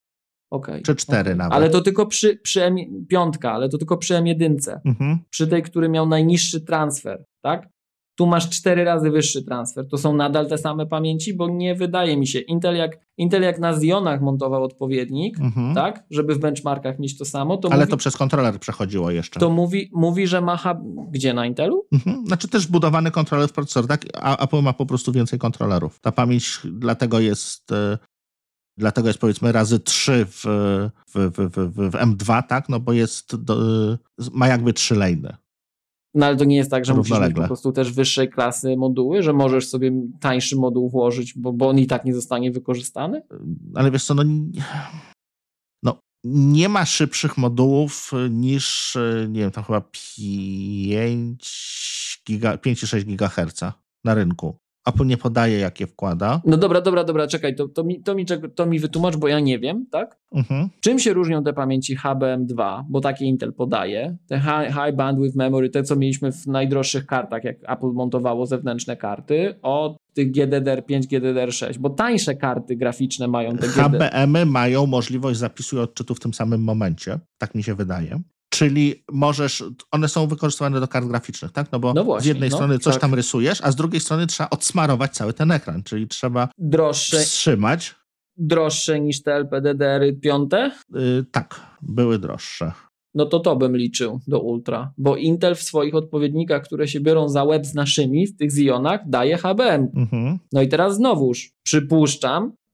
Okay, czy cztery okay. nawet. Ale to tylko przy, przy M, piątka, ale to tylko przy M jeden. Mhm. Przy tej, który miał najniższy transfer, tak? Tu masz cztery razy wyższy transfer. To są nadal te same pamięci, bo nie wydaje mi się. Intel jak, Intel jak na Xionach montował odpowiednik, mhm. tak, żeby w benchmarkach mieć to samo. To Ale mówi, to przez kontroler przechodziło jeszcze. To mówi, mówi że ma hub... Gdzie, na Intelu? Mhm. Znaczy też budowany kontroler w procesorze, tak? A Apple ma po prostu więcej kontrolerów. Ta pamięć dlatego jest... Yy... Dlatego jest powiedzmy razy trzy w, w, w, w, w M dwa, tak? No bo jest do, ma jakby trzy lejny. No ale to nie jest tak, że musisz mieć po prostu też wyższej klasy moduły, że możesz sobie tańszy moduł włożyć, bo, bo on i tak nie zostanie wykorzystany? Ale wiesz co, no, no nie ma szybszych modułów niż, nie wiem, tam chyba pięć i sześć gigaherca na rynku. Apple nie podaje, jakie wkłada. No dobra, dobra, dobra, czekaj, to, to, mi, to, mi, to mi wytłumacz, bo ja nie wiem, tak? Mhm. Czym się różnią te pamięci H B M dwa, bo takie Intel podaje, te high, high bandwidth memory, te co mieliśmy w najdroższych kartach, jak Apple montowało zewnętrzne karty, od tych G D D R pięć, G D D R sześć, bo tańsze karty graficzne mają te H B M-y mają możliwość zapisu i odczytu w tym samym momencie, tak mi się wydaje. Czyli możesz, one są wykorzystywane do kart graficznych, tak? No bo no właśnie, z jednej no, strony coś tak. tam rysujesz, a z drugiej strony trzeba odsmarować cały ten ekran, czyli trzeba droższe, wstrzymać. Droższe niż te L P D D R piąte? Yy, tak, były droższe. No to to bym liczył do Ultra, bo Intel w swoich odpowiednikach, które się biorą za łeb z naszymi, w tych Xionach, daje H B M. Mhm. No i teraz znowuż przypuszczam,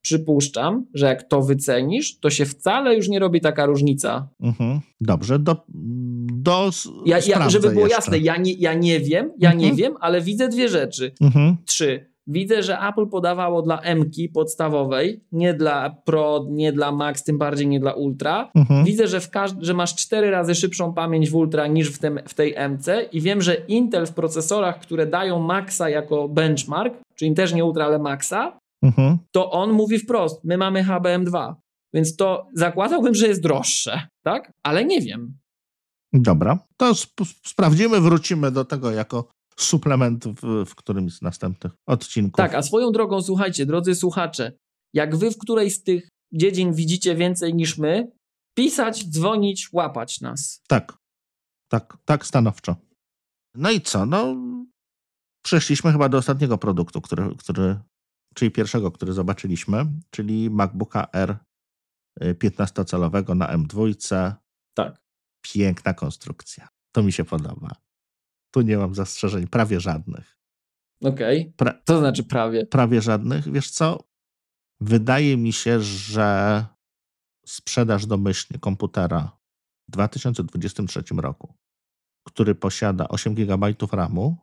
przypuszczam, że jak to wycenisz, to się wcale już nie robi taka różnica. Mhm. Dobrze, do, do ja, ja, Żeby było jeszcze. jasne, ja nie, ja nie wiem, ja mhm. nie wiem, ale widzę dwie rzeczy. Mhm. Trzy. Widzę, że Apple podawało dla M-ki podstawowej, nie dla Pro, nie dla Max, tym bardziej nie dla Ultra. Mhm. Widzę, że, w każd- że masz cztery razy szybszą pamięć w Ultra niż w, tym, w tej M-ce i wiem, że Intel w procesorach, które dają Maxa jako benchmark, czyli też nie Ultra, ale Maxa, mhm. to on mówi wprost, my mamy H B M dwa. Więc to zakładałbym, że jest droższe, tak? Ale nie wiem. Dobra, to sp- sprawdzimy, wrócimy do tego jako suplement w, w którymś z następnych odcinków. Tak, a swoją drogą, słuchajcie, drodzy słuchacze, jak wy w którejś z tych dziedzin widzicie więcej niż my, pisać, dzwonić, łapać nas. Tak, tak, tak stanowczo. No i co? No, przeszliśmy chyba do ostatniego produktu, który, który, czyli pierwszego, który zobaczyliśmy, czyli MacBooka R piętnastocalowego na M dwa. Tak. Piękna konstrukcja. To mi się podoba. Tu nie mam zastrzeżeń, prawie żadnych. Okej, okay. pra- to znaczy prawie? Prawie żadnych. Wiesz co? Wydaje mi się, że sprzedaż domyślnie komputera w dwa tysiące dwudziestym trzecim roku, który posiada osiem gigabajtów ramu,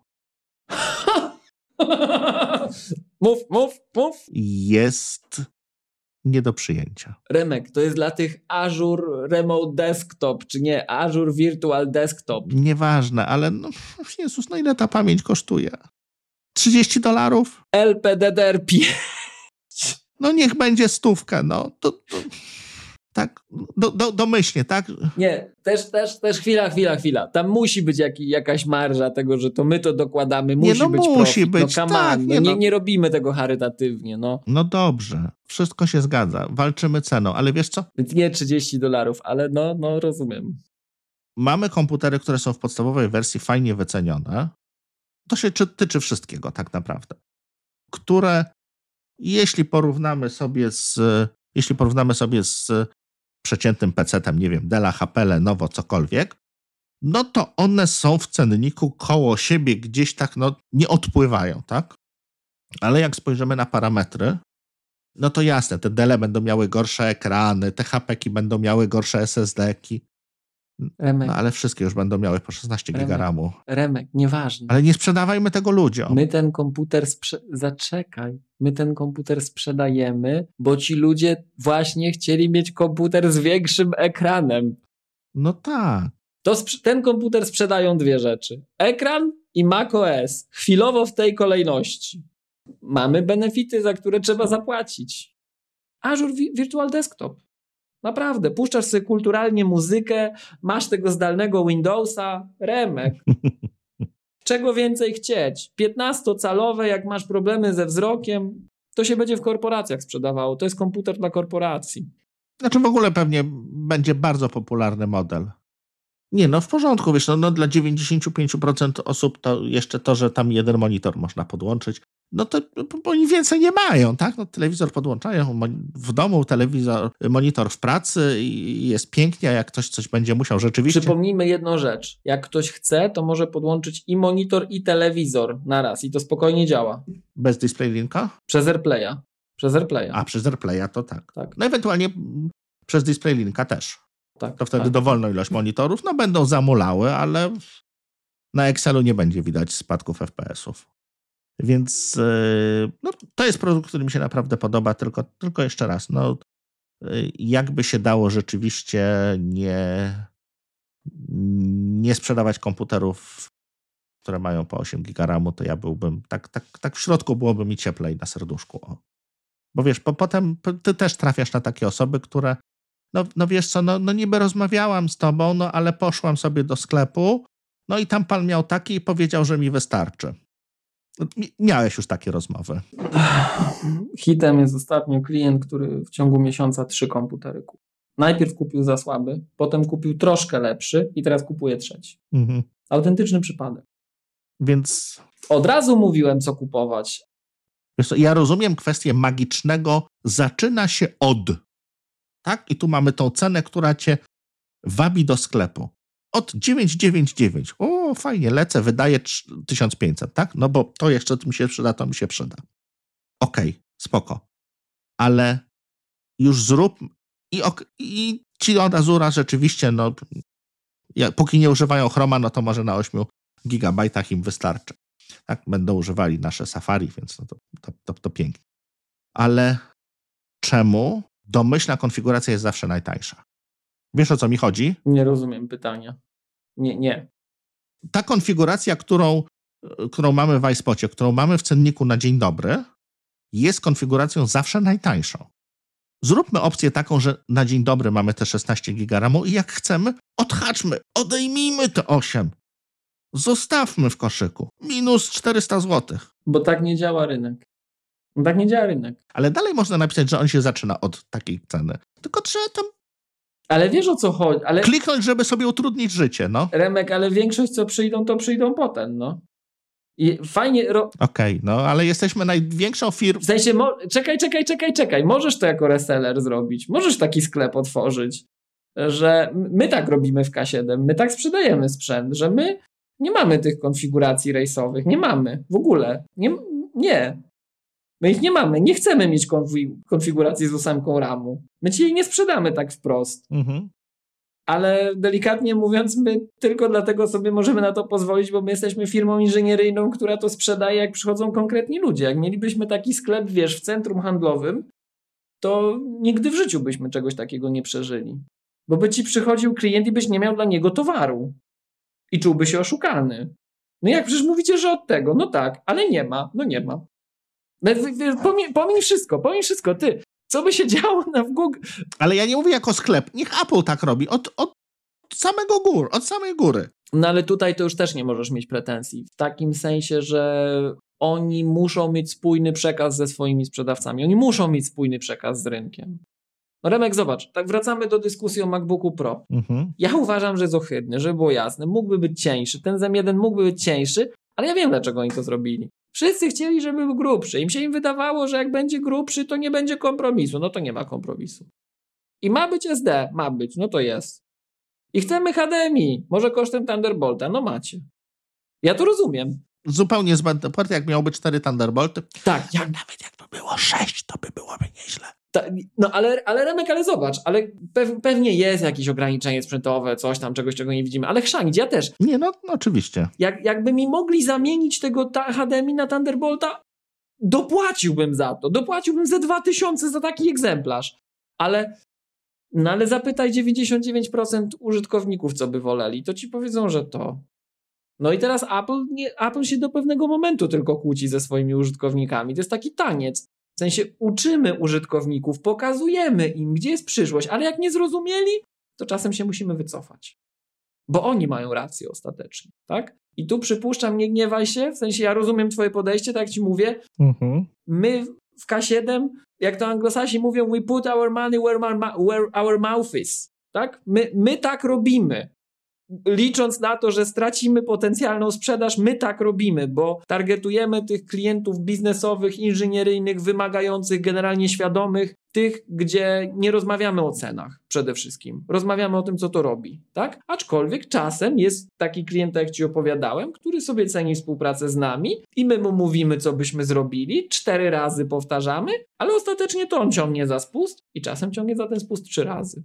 mów, mów, mów. jest nie do przyjęcia. Remek, to jest dla tych Azure Remote Desktop, czy nie, Azure Virtual Desktop. Nieważne, ale no, Jezus, no ile ta pamięć kosztuje? trzydzieści dolarów? L P D D R pięć. No niech będzie stówkę, no. To, to, tak, do, do, domyślnie, tak? Nie, też, też, też chwila, chwila, chwila. Tam musi być jak, jakaś marża tego, że to my to dokładamy, musi nie, no być musi profit. być, no, tak. on, Nie, no, no. nie, nie robimy tego charytatywnie, no. No dobrze, wszystko się zgadza, walczymy ceną, ale wiesz co? Więc nie trzydzieści dolarów, ale no, no rozumiem. Mamy komputery, które są w podstawowej wersji fajnie wycenione. To się tyczy wszystkiego tak naprawdę. Które, jeśli porównamy sobie z, jeśli porównamy sobie z przeciętnym pecetem, nie wiem, Della, H P, Lenovo, cokolwiek, no to one są w cenniku koło siebie gdzieś tak, no nie odpływają, tak? Ale jak spojrzymy na parametry, no to jasne, te Delle będą miały gorsze ekrany, te H P-ki będą miały gorsze S S D-ki, Remek. No ale wszystkie już będą miały po szesnaście giga ramu. Remek, nieważne. Ale nie sprzedawajmy tego ludziom. My ten komputer, sprze- zaczekaj, my ten komputer sprzedajemy, bo ci ludzie właśnie chcieli mieć komputer z większym ekranem. No tak. To sprz- ten komputer sprzedają dwie rzeczy. Ekran i macOS. Chwilowo w tej kolejności. Mamy benefity, za które trzeba zapłacić. Azure Vi- Virtual Desktop. Naprawdę, puszczasz sobie kulturalnie muzykę, masz tego zdalnego Windowsa, Remek. Czego więcej chcieć? piętnastocalowe, jak masz problemy ze wzrokiem, to się będzie w korporacjach sprzedawało. To jest komputer dla korporacji. Znaczy w ogóle pewnie będzie bardzo popularny model. Nie, no w porządku, wiesz, no, no dla dziewięćdziesiąt pięć procent osób to jeszcze to, że tam jeden monitor można podłączyć, no to bo oni więcej nie mają, tak? No, telewizor podłączają w domu, telewizor, monitor w pracy i jest pięknie, a jak ktoś coś będzie musiał rzeczywiście... Przypomnijmy jedną rzecz. Jak ktoś chce, to może podłączyć i monitor, i telewizor naraz i to spokojnie działa. Bez display linka? Przez AirPlaya. Przez AirPlaya. A, przez AirPlaya to tak. tak. No ewentualnie przez display linka też. Tak, to wtedy tak. dowolną ilość monitorów, no będą zamulały, ale na Excelu nie będzie widać spadków F P S-ów. Więc no, to jest produkt, który mi się naprawdę podoba, tylko, tylko jeszcze raz, no, jakby się dało rzeczywiście nie, nie sprzedawać komputerów, które mają po osiem giga ramu, to ja byłbym, tak, tak, tak w środku byłoby mi cieplej na serduszku. O. Bo wiesz, po, potem ty też trafiasz na takie osoby, które No, no wiesz co, no, no niby rozmawiałam z tobą, no ale poszłam sobie do sklepu, no i tam pan miał taki i powiedział, że mi wystarczy. Miałeś już takie rozmowy. Hitem jest ostatnio klient, który w ciągu miesiąca trzy komputery kupił. Najpierw kupił za słaby, potem kupił troszkę lepszy i teraz kupuje trzeci. Mhm. Autentyczny przypadek. Więc... Od razu mówiłem, co kupować. Wiesz co, ja rozumiem kwestię magicznego zaczyna się od... Tak? I tu mamy tą cenę, która cię wabi do sklepu. Od dziewięć dziewięćdziesiąt dziewięć. O, fajnie, lecę, wydaję tysiąc pięćset, tak? No bo to jeszcze mi się przyda, to mi się przyda. Okej, okay, spoko. ale już zrób i, ok, i ci od Azura rzeczywiście, no, jak, póki nie używają Chroma, no to może na ośmiu gigabajtach im wystarczy. Tak, będą używali nasze Safari, więc no to, to, to, to pięknie. Ale czemu domyślna konfiguracja jest zawsze najtańsza? Wiesz, o co mi chodzi? Nie rozumiem pytania. Nie, nie. Ta konfiguracja, którą, którą mamy w iSpocie, którą mamy w cenniku na dzień dobry, jest konfiguracją zawsze najtańszą. Zróbmy opcję taką, że na dzień dobry mamy te szesnaście giga ramu i jak chcemy, odhaczmy, odejmijmy te osiem. Zostawmy w koszyku. Minus czterysta złotych. Bo tak nie działa rynek. Tak nie działa rynek. Ale dalej można napisać, że on się zaczyna od takiej ceny. Tylko trzeba tam Ale wiesz, o co chodzi. Ale... kliknąć, żeby sobie utrudnić życie, no. Remek, ale większość, co przyjdą, to przyjdą potem, no. I fajnie... Ro... Okej, okay, no, ale jesteśmy największą firmą... W sensie, mo... czekaj, czekaj, czekaj, czekaj. Możesz to jako reseller zrobić. Możesz taki sklep otworzyć, że my tak robimy w K siedem, my tak sprzedajemy sprzęt, że my nie mamy tych konfiguracji rejsowych. Nie mamy. W ogóle. Nie. nie. My ich nie mamy. Nie chcemy mieć konfig- konfiguracji z ósemką ramu. My ci jej nie sprzedamy tak wprost. Mhm. Ale delikatnie mówiąc, my tylko dlatego sobie możemy na to pozwolić, bo my jesteśmy firmą inżynieryjną, która to sprzedaje, jak przychodzą konkretni ludzie. Jak mielibyśmy taki sklep, wiesz, w centrum handlowym, to nigdy w życiu byśmy czegoś takiego nie przeżyli. Bo by ci przychodził klient i byś nie miał dla niego towaru. I czułby się oszukany. No jak przecież mówicie, że od tego? No tak, ale nie ma. No nie ma. Pomiń, pomiń wszystko, pomiń wszystko. Ty, co by się działo na w Google? Ale ja nie mówię jako sklep. Niech Apple tak robi. Od, od samego góry, od samej góry. No ale tutaj to już też nie możesz mieć pretensji. W takim sensie, że oni muszą mieć spójny przekaz ze swoimi sprzedawcami. Oni muszą mieć spójny przekaz z rynkiem. No Remek, zobacz, tak wracamy do dyskusji o MacBooku Pro. Mhm. Ja uważam, że jest ohydny, żeby było jasne. Mógłby być cieńszy. Ten Z M jeden mógłby być cieńszy, ale ja wiem, dlaczego oni to zrobili. Wszyscy chcieli, żeby był grubszy. Im się im wydawało, że jak będzie grubszy, to nie będzie kompromisu. No to nie ma kompromisu. I ma być S D? Ma być. No to jest. I chcemy H D M I. Może kosztem Thunderbolta? No macie. Ja to rozumiem. Zupełnie zbędne porty, jak miałoby cztery Thunderbolty. Tak. Jak... Nawet jakby było sześć, to by byłoby nieźle. Ta, no ale, ale Remek, ale zobacz, ale pew, pewnie jest jakieś ograniczenie sprzętowe, coś tam, czegoś, czego nie widzimy, ale chrzanić, ja też. Nie, no, no oczywiście. Jak, jakby mi mogli zamienić tego ta, H D M I na Thunderbolta, dopłaciłbym za to, dopłaciłbym ze dwa tysiące za taki egzemplarz, ale, no ale zapytaj dziewięćdziesiąt dziewięć procent użytkowników, co by woleli, to ci powiedzą, że to. No i teraz Apple, nie, Apple się do pewnego momentu tylko kłóci ze swoimi użytkownikami, to jest taki taniec. W sensie uczymy użytkowników, pokazujemy im, gdzie jest przyszłość, ale jak nie zrozumieli, to czasem się musimy wycofać. Bo oni mają rację ostatecznie, tak? I tu przypuszczam, nie gniewaj się, w sensie ja rozumiem twoje podejście, tak jak ci mówię. Mhm. My w K siedem, jak to Anglosasi mówią, we put our money where, ma- where our mouth is, tak? My, my tak robimy. Licząc na to, że stracimy potencjalną sprzedaż, my tak robimy, bo targetujemy tych klientów biznesowych, inżynieryjnych, wymagających, generalnie świadomych, tych, gdzie nie rozmawiamy o cenach przede wszystkim. Rozmawiamy o tym, co to robi, tak? Aczkolwiek czasem jest taki klient, jak ci opowiadałem, który sobie ceni współpracę z nami i my mu mówimy, co byśmy zrobili, cztery razy powtarzamy, ale ostatecznie to on ciągnie za spust i czasem ciągnie za ten spust trzy razy.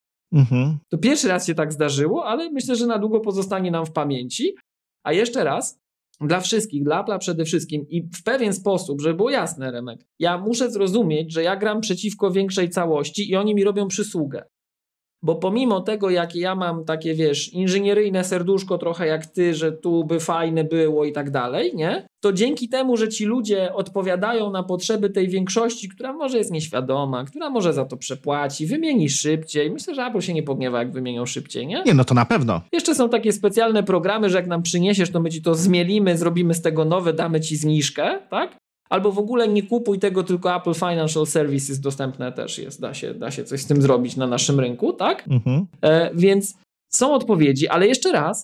Mhm. To pierwszy raz się tak zdarzyło, ale myślę, że na długo pozostanie nam w pamięci. A jeszcze raz, dla wszystkich, dla Apple'a przede wszystkim i w pewien sposób, żeby było jasne, Remek, ja muszę zrozumieć, że ja gram przeciwko większej całości i oni mi robią przysługę. Bo pomimo tego, jakie ja mam takie, wiesz, inżynieryjne serduszko trochę jak ty, że tu by fajne było i tak dalej, nie? To dzięki temu, że ci ludzie odpowiadają na potrzeby tej większości, która może jest nieświadoma, która może za to przepłaci, wymieni szybciej. Myślę, że Apple się nie pogniewa, jak wymienią szybciej, nie? Nie, no to na pewno. Jeszcze są takie specjalne programy, że jak nam przyniesiesz, to my ci to zmielimy, zrobimy z tego nowe, damy ci zniżkę, tak? Albo w ogóle nie kupuj tego, tylko Apple Financial Services dostępne też jest. Da się, da się coś z tym zrobić na naszym rynku, tak? Mhm. E, więc są odpowiedzi, ale jeszcze raz,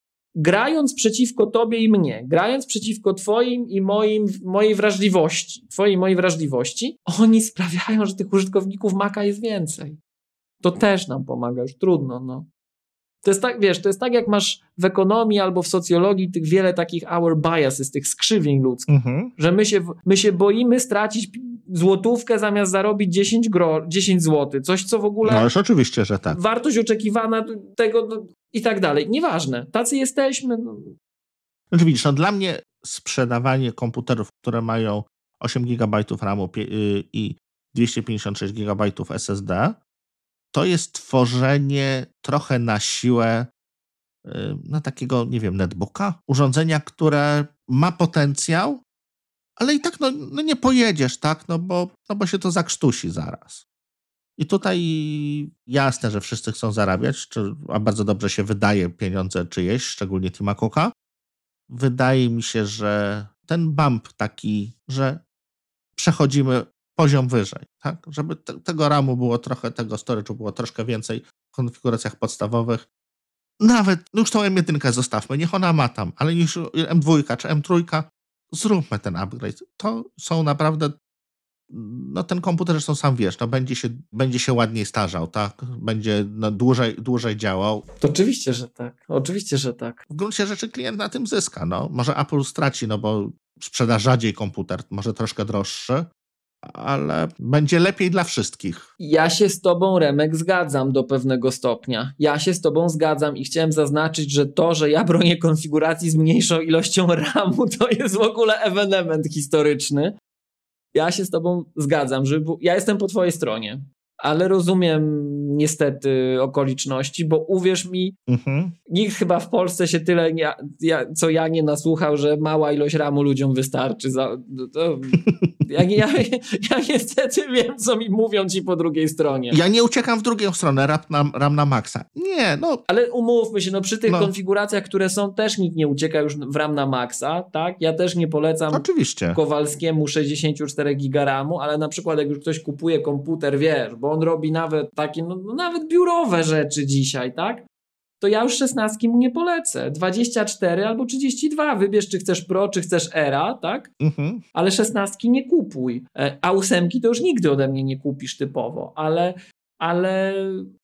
grając przeciwko tobie i mnie, grając przeciwko twoim i moim, mojej wrażliwości, twojej i mojej wrażliwości, oni sprawiają, że tych użytkowników Maca jest więcej. To też nam pomaga, już trudno, no. To jest tak, wiesz, to jest tak jak masz w ekonomii albo w socjologii tych wiele takich our biases, tych skrzywień ludzkich, mhm. że my się, my się boimy stracić złotówkę zamiast zarobić dziesięć, gro, dziesięć złotych. Coś, co w ogóle... No już oczywiście, że tak. Wartość oczekiwana tego no, i tak dalej. Nieważne. Tacy jesteśmy. No. Znaczy widzisz, no dla mnie sprzedawanie komputerów, które mają osiem gigabajtów ramu i dwieście pięćdziesiąt sześć gigabajtów S S D, to jest tworzenie trochę na siłę na takiego, nie wiem, netbooka, urządzenia, które ma potencjał, ale i tak no, no nie pojedziesz, tak, no bo, no bo się to zakrztusi zaraz. I tutaj jasne, że wszyscy chcą zarabiać, czy, a bardzo dobrze się wydaje pieniądze czyjeś, szczególnie Tima Cooka. Wydaje mi się, że ten bump taki, że przechodzimy poziom wyżej, tak, żeby te, tego ramu było trochę, tego storage'u było troszkę więcej w konfiguracjach podstawowych. Nawet, no już tą M jeden zostawmy, niech ona ma tam, ale niż M dwa czy M trzy, zróbmy ten upgrade. To są naprawdę, no ten komputer zresztą sam wiesz, no będzie się, będzie się ładniej starzał, tak? Będzie no, dłużej, dłużej działał. To oczywiście, że tak. Oczywiście, że tak. W gruncie rzeczy klient na tym zyska, no. Może Apple straci, no bo sprzeda rzadziej komputer, może troszkę droższy, ale będzie lepiej dla wszystkich. Ja się z tobą, Remek, zgadzam do pewnego stopnia. Ja się z tobą zgadzam i chciałem zaznaczyć, że to, że ja bronię konfiguracji z mniejszą ilością ramu, to jest w ogóle ewenement historyczny. Ja się z tobą zgadzam, że ja jestem po twojej stronie, ale rozumiem niestety okoliczności, bo uwierz mi, mhm. nikt chyba w Polsce się tyle, ja, ja, co ja nie nasłuchał, że mała ilość ramu ludziom wystarczy. Za, to, ja, ja, ja niestety wiem, co mi mówią ci po drugiej stronie. Ja nie uciekam w drugą stronę, ram na, ram na maksa. Nie, no. Ale umówmy się, no przy tych no. konfiguracjach, które są, też nikt nie ucieka już w ram na maksa, tak? Ja też nie polecam Oczywiście. Kowalskiemu sześćdziesiąt cztery giga ramu, ale na przykład jak już ktoś kupuje komputer, wiesz, bo on robi nawet takie, no, no nawet biurowe rzeczy dzisiaj, tak? To ja już szesnastki mu nie polecę. dwadzieścia cztery albo trzydzieści dwa. Wybierz, czy chcesz Pro, czy chcesz Era, tak? Mhm. Ale szesnastki nie kupuj. A ósemki to już nigdy ode mnie nie kupisz typowo, ale, ale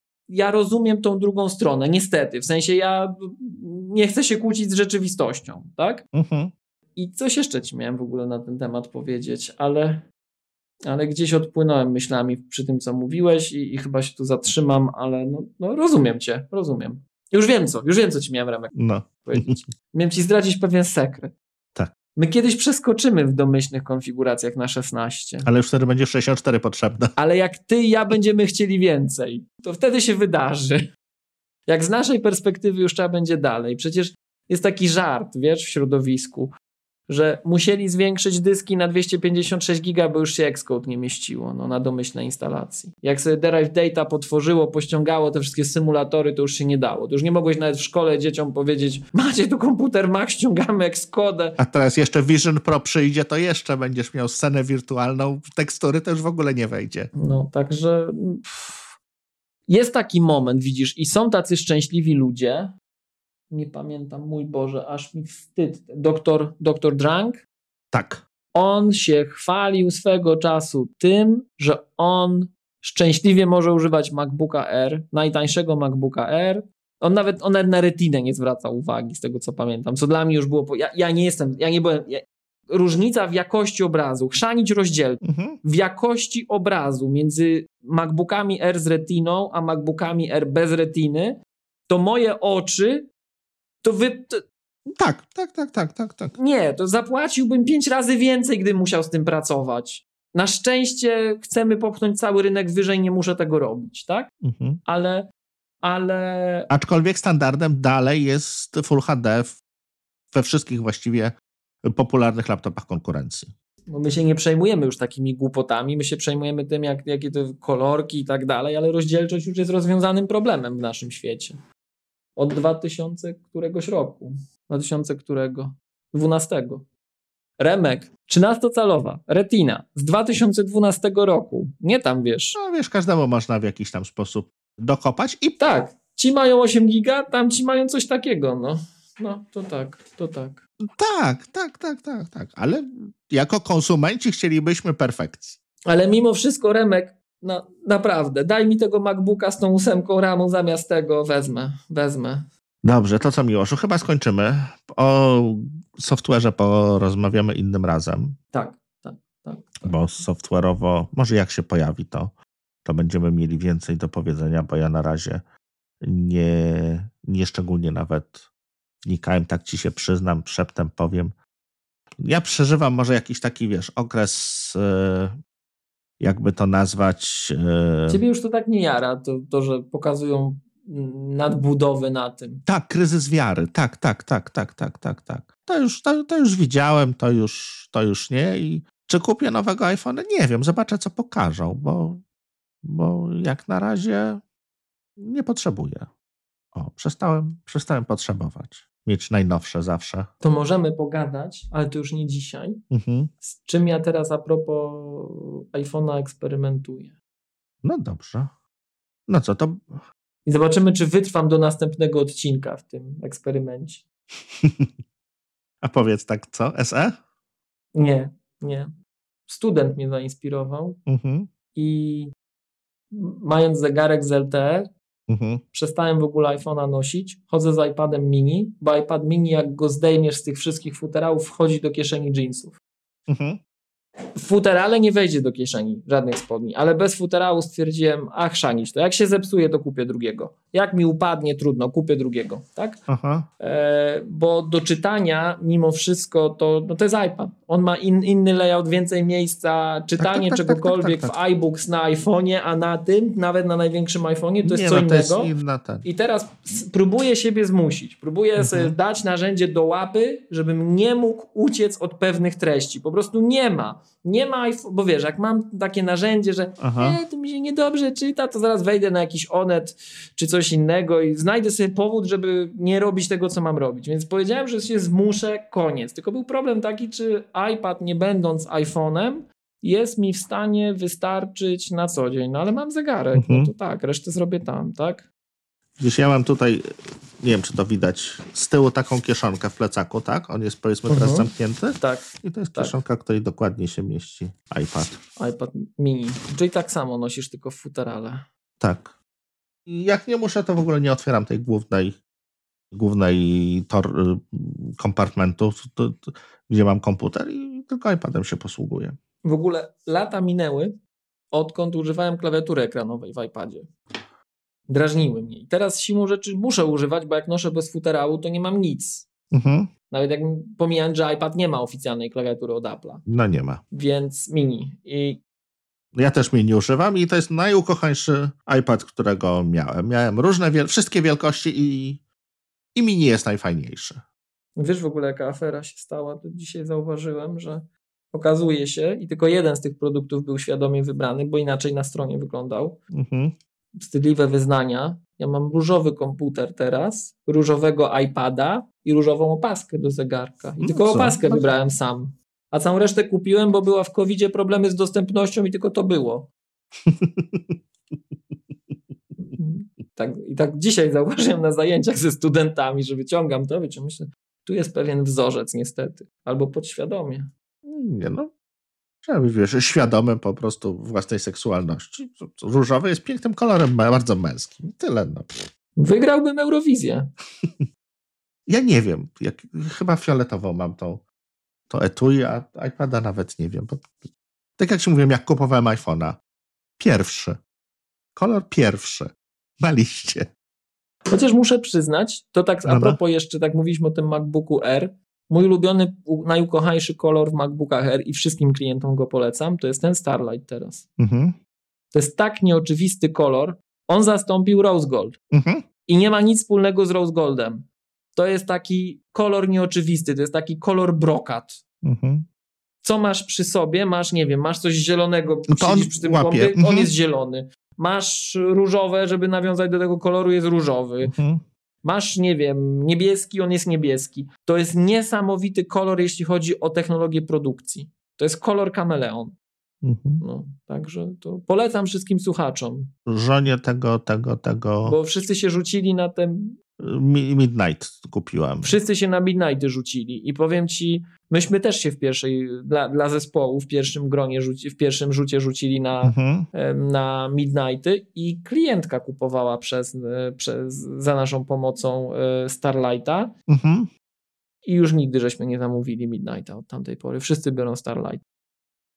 ja rozumiem tą drugą stronę, niestety. W sensie ja nie chcę się kłócić z rzeczywistością, tak? Mhm. I coś jeszcze ci miałem w ogóle na ten temat powiedzieć, ale... ale gdzieś odpłynąłem myślami przy tym, co mówiłeś i, i chyba się tu zatrzymam, ale no, no rozumiem cię, rozumiem. Już wiem co, już wiem co ci miałem, Remek, no. powiedzieć. Miałem ci zdradzić pewien sekret. Tak. My kiedyś przeskoczymy w domyślnych konfiguracjach na szesnaście. Ale już wtedy będzie sześćdziesiąt cztery potrzebne. Ale jak ty i ja będziemy chcieli więcej, to wtedy się wydarzy. Jak z naszej perspektywy już trzeba będzie dalej. Przecież jest taki żart, wiesz, w środowisku, że musieli zwiększyć dyski na dwieście pięćdziesiąt sześć giga, bo już się Xcode nie mieściło no, na domyślnej instalacji. Jak sobie Derive Data potworzyło, pościągało te wszystkie symulatory, to już się nie dało. To już nie mogłeś nawet w szkole dzieciom powiedzieć, macie tu komputer Mac, ściągamy Xcode. A teraz jeszcze Vision Pro przyjdzie, to jeszcze będziesz miał scenę wirtualną, tekstury to już w ogóle nie wejdzie. No, także jest taki moment, widzisz, i są tacy szczęśliwi ludzie, nie pamiętam, mój Boże, aż mi wstyd. Doktor, doktor Drang? Tak. On się chwalił swego czasu tym, że on szczęśliwie może używać MacBooka Air, najtańszego MacBooka Air. On nawet, on nawet na retinę nie zwraca uwagi, z tego co pamiętam, co dla mnie już było... Po... Ja, ja nie jestem, ja nie byłem... Ja... Różnica w jakości obrazu, chrzanić rozdzielczość, mhm. w jakości obrazu między MacBookami Air z retiną, a MacBookami Air bez retiny, to moje oczy To wy... To... Tak, tak, tak, tak, tak, tak. Nie, to zapłaciłbym pięć razy więcej, gdybym musiał z tym pracować. Na szczęście chcemy popchnąć cały rynek wyżej, nie muszę tego robić, tak? Mhm. Ale, ale... Aczkolwiek standardem dalej jest Full H D we wszystkich właściwie popularnych laptopach konkurencji. No my się nie przejmujemy już takimi głupotami, my się przejmujemy tym, jak, jakie to kolorki i tak dalej, ale rozdzielczość już jest rozwiązanym problemem w naszym świecie. Od dwa tysiące któregoś roku. dwa tysiące którego? dwunastego. Remek, trzynastocalowa retina z dwa tysiące dwunastego roku. Nie tam, wiesz. No wiesz, każdemu można w jakiś tam sposób dokopać i... Tak, ci mają osiem giga, tam ci mają coś takiego, no. No, to tak, to tak. Tak, tak, tak, tak, tak. Ale jako konsumenci chcielibyśmy perfekcji. Ale mimo wszystko, Remek, no, naprawdę, daj mi tego MacBooka z tą ósemką ramu zamiast tego, wezmę, wezmę. Dobrze, to co Miłoszu, chyba skończymy. O software'ze porozmawiamy innym razem. Tak, tak. tak, tak. Bo software'owo, może jak się pojawi to, to będziemy mieli więcej do powiedzenia, bo ja na razie nie, nie szczególnie nawet wnikałem, tak ci się przyznam, szeptem powiem. Ja przeżywam może jakiś taki, wiesz, okres, jakby to nazwać... Ciebie już to tak nie jara, to, to że pokazują nadbudowę na tym. Tak, kryzys wiary, tak, tak, tak, tak, tak, tak, tak. To już, to, to już widziałem, to już, to już nie i czy kupię nowego iPhone'a? Nie wiem, zobaczę co pokażą, bo, bo jak na razie nie potrzebuję. O, przestałem, przestałem potrzebować. Mieć najnowsze zawsze. To możemy pogadać, ale to już nie dzisiaj. Mhm. Z czym ja teraz a propos iPhone'a eksperymentuję. No dobrze. No co, to... I zobaczymy, czy wytrwam do następnego odcinka w tym eksperymencie. A powiedz tak, co? S E? Nie, nie. Student mnie zainspirował Mhm. i mając zegarek z L T E, mhm. przestałem w ogóle iPhone'a nosić. Chodzę z iPadem mini, bo iPad mini, jak go zdejmiesz z tych wszystkich futerałów, wchodzi do kieszeni jeansów. Mhm. W futerale nie wejdzie do kieszeni żadnych spodni, ale bez futerału stwierdziłem, ach, szanić to. Jak się zepsuje, to kupię drugiego. Jak mi upadnie, trudno, kupię drugiego, tak? Aha. E, bo do czytania mimo wszystko to, no to jest iPad. On ma in, inny layout, więcej miejsca, czytanie tak, tak, czegokolwiek tak, tak, tak, tak. w iBooks na iPhone'ie, a na tym, nawet na największym iPhone'ie, to jest nie, co no, innego. To jest inna ten. I teraz próbuję siebie zmusić. Próbuję Mhm. sobie dać narzędzie do łapy, żebym nie mógł uciec od pewnych treści. Po prostu nie ma. Nie ma, bo wiesz, jak mam takie narzędzie, że e, to mi się niedobrze czyta, to zaraz wejdę na jakiś Onet czy coś innego i znajdę sobie powód, żeby nie robić tego, co mam robić. Więc powiedziałem, że się zmuszę, koniec. Tylko był problem taki, czy iPad, nie będąc iPhone'em, jest mi w stanie wystarczyć na co dzień. No ale mam zegarek, mhm. no to tak, resztę zrobię tam, tak? Wiesz, ja mam tutaj, nie wiem, czy to widać, z tyłu taką kieszonkę w plecaku, tak? On jest, powiedzmy, teraz mhm. zamknięty. Tak. I to jest tak. kieszonka, w której dokładnie się mieści iPad. iPad mini. Czyli tak samo nosisz, tylko w futerale. Tak. I jak nie muszę, to w ogóle nie otwieram tej głównej głównej tor, kompartmentu, to, to, gdzie mam komputer i tylko iPadem się posługuję. W ogóle lata minęły, odkąd używałem klawiatury ekranowej w iPadzie. Drażniły mnie. I teraz siłą rzeczy muszę używać, bo jak noszę bez futerału, to nie mam nic. Mhm. Nawet jak pomijając, że iPad nie ma oficjalnej klawiatury od Apple'a. No nie ma. Więc mini. I ja też mini używam i to jest najukochańszy iPad, którego miałem. Miałem różne, wiel- wszystkie wielkości i, i mini jest najfajniejszy. Wiesz w ogóle, jaka afera się stała? To dzisiaj zauważyłem, że okazuje się, i tylko jeden z tych produktów był świadomie wybrany, bo inaczej na stronie wyglądał. Mhm. Wstydliwe wyznania. Ja mam różowy komputer teraz, różowego iPada i różową opaskę do zegarka. I no tylko co? opaskę no wybrałem sam. A całą resztę kupiłem, bo była w kowidzie problemy z dostępnością i tylko to było. tak, I tak dzisiaj zauważyłem na zajęciach ze studentami, że wyciągam to, wiecie, myślę, tu jest pewien wzorzec niestety. Albo podświadomie. Nie no. Trzeba być, wiesz, świadomym po prostu własnej seksualności. Różowy jest pięknym kolorem, bardzo męskim. Tyle, no. Wygrałbym Eurowizję. Ja nie wiem. Jak, chyba fioletową mam tą, to etui, a iPada nawet nie wiem. Bo, tak jak ci mówiłem, jak kupowałem iPhone'a. Pierwszy. Kolor pierwszy. Na liście. Chociaż muszę przyznać, to tak a propos no, no. jeszcze, tak mówiliśmy o tym MacBooku Air. Mój ulubiony, najukochańszy kolor w MacBookach Air i wszystkim klientom go polecam, to jest ten Starlight teraz. Mhm. To jest tak nieoczywisty kolor. On zastąpił Rose Gold. Mhm. I nie ma nic wspólnego z Rose Goldem. To jest taki kolor nieoczywisty, to jest taki kolor brokat. Mhm. Co masz przy sobie? Masz, nie wiem, masz coś zielonego, no to on przy tym łapie. Bombie, Mhm. on jest zielony. Masz różowe, żeby nawiązać do tego koloru, jest różowy. Mhm. Masz, nie wiem, niebieski, on jest niebieski. To jest niesamowity kolor, jeśli chodzi o technologię produkcji. To jest kolor kameleon. Mhm. No, także to polecam wszystkim słuchaczom. Żonie tego, tego, tego... Bo wszyscy się rzucili na ten... Midnight kupiłam. Wszyscy się na Midnighty rzucili i powiem ci, myśmy też się w pierwszej, dla, dla zespołu w pierwszym gronie, rzuci, w pierwszym rzucie rzucili na, mhm. na Midnighty i klientka kupowała przez, przez, za naszą pomocą Starlighta mhm. i już nigdy żeśmy nie zamówili Midnighta od tamtej pory. Wszyscy biorą Starlight.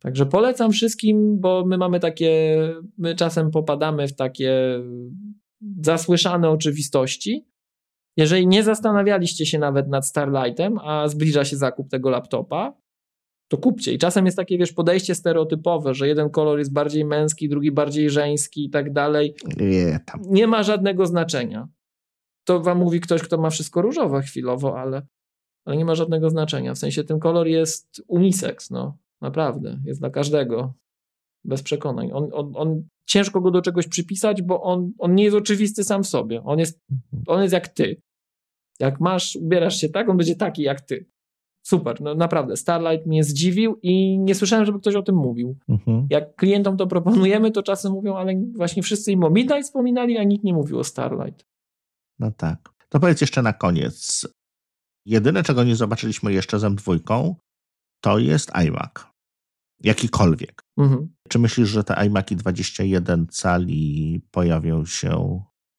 Także polecam wszystkim, bo my mamy takie, my czasem popadamy w takie zasłyszane oczywistości. Jeżeli nie zastanawialiście się nawet nad Starlightem, a zbliża się zakup tego laptopa, to kupcie. I czasem jest takie, wiesz, podejście stereotypowe, że jeden kolor jest bardziej męski, drugi bardziej żeński i tak dalej. Nie, tam. Nie ma żadnego znaczenia. To wam mówi ktoś, kto ma wszystko różowe chwilowo, ale, ale nie ma żadnego znaczenia. W sensie ten kolor jest unisex, no. Naprawdę. Jest dla każdego. Bez przekonań. On, on, on ciężko go do czegoś przypisać, bo on, on nie jest oczywisty sam w sobie. On jest, on jest jak ty. Jak masz, ubierasz się tak, on będzie taki jak ty. Super, no naprawdę. Starlight mnie zdziwił i nie słyszałem, żeby ktoś o tym mówił. Mhm. Jak klientom to proponujemy, to czasem mówią, ale właśnie wszyscy im o Midnight wspominali, a nikt nie mówił o Starlight. No tak. To powiedz jeszcze na koniec. Jedyne, czego nie zobaczyliśmy jeszcze z em dwa, to jest iMac. Jakikolwiek. Mhm. Czy myślisz, że te iMaki dwadzieścia jeden cali pojawią się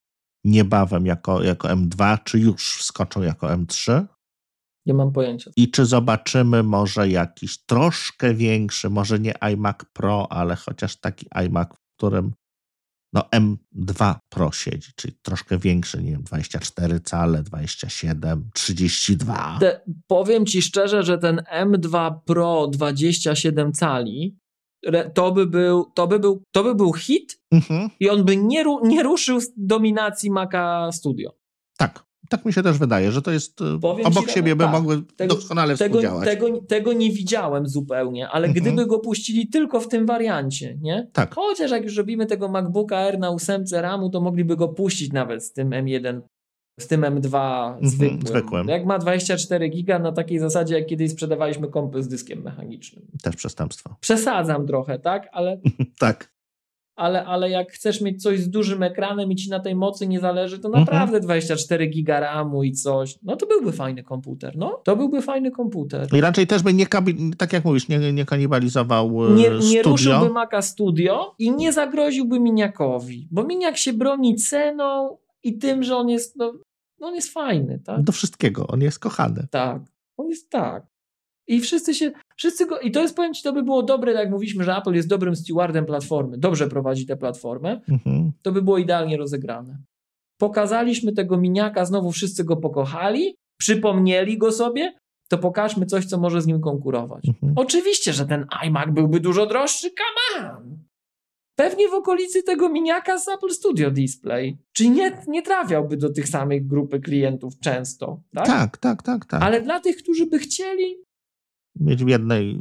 niebawem jako, jako em dwa, czy już wskoczą jako em trzy? Nie mam pojęcia. I czy zobaczymy może jakiś troszkę większy, może nie iMac Pro, ale chociaż taki iMac, w którym no em dwa Pro siedzi, czyli troszkę większy, nie wiem, dwadzieścia cztery cale, dwadzieścia siedem, trzydzieści dwa. Te, powiem ci szczerze, że ten em dwa Pro dwadzieścia siedem cali to by był, to by był, to by był hit mhm. i on by nie, ru, nie ruszył z dominacji Maca Studio. Tak. Tak mi się też wydaje, że to jest Powiem obok ci, siebie by tak, mogły tego, doskonale tego, współdziałać. Tego, tego nie widziałem zupełnie, ale mhm. gdyby go puścili tylko w tym wariancie, nie? Tak. Chociaż jak już robimy tego MacBooka Air na ósemce ramu, to mogliby go puścić nawet z tym em jeden, z tym em dwa mhm, zwykłym. zwykłym. Jak ma dwadzieścia cztery giga na takiej zasadzie, jak kiedyś sprzedawaliśmy kompy z dyskiem mechanicznym. Też przestępstwo. Przesadzam trochę, tak? Ale... tak. Ale, ale jak chcesz mieć coś z dużym ekranem i ci na tej mocy nie zależy, to naprawdę mhm. dwadzieścia cztery giga ramu i coś, no to byłby fajny komputer, no. To byłby fajny komputer. I raczej też by nie, tak jak mówisz, nie, nie kanibalizował nie, studio. Nie ruszyłby Maca Studio i nie zagroziłby Miniakowi, bo Miniak się broni ceną i tym, że on jest, no, no on jest fajny, tak? Do wszystkiego, on jest kochany. Tak, on jest tak. I wszyscy się, wszyscy go, i to jest, powiem ci, to by było dobre, jak mówiliśmy, że Apple jest dobrym stewardem platformy, dobrze prowadzi tę platformę, mhm. to by było idealnie rozegrane. Pokazaliśmy tego Miniaka, znowu wszyscy go pokochali, przypomnieli go sobie, to pokażmy coś, co może z nim konkurować. Mhm. Oczywiście, że ten iMac byłby dużo droższy, come on! Pewnie w okolicy tego Miniaka z Apple Studio Display. Czyli nie, nie trafiałby do tych samych grupy klientów często. Tak, tak, tak, tak. tak. Ale dla tych, którzy by chcieli mieć w jednej,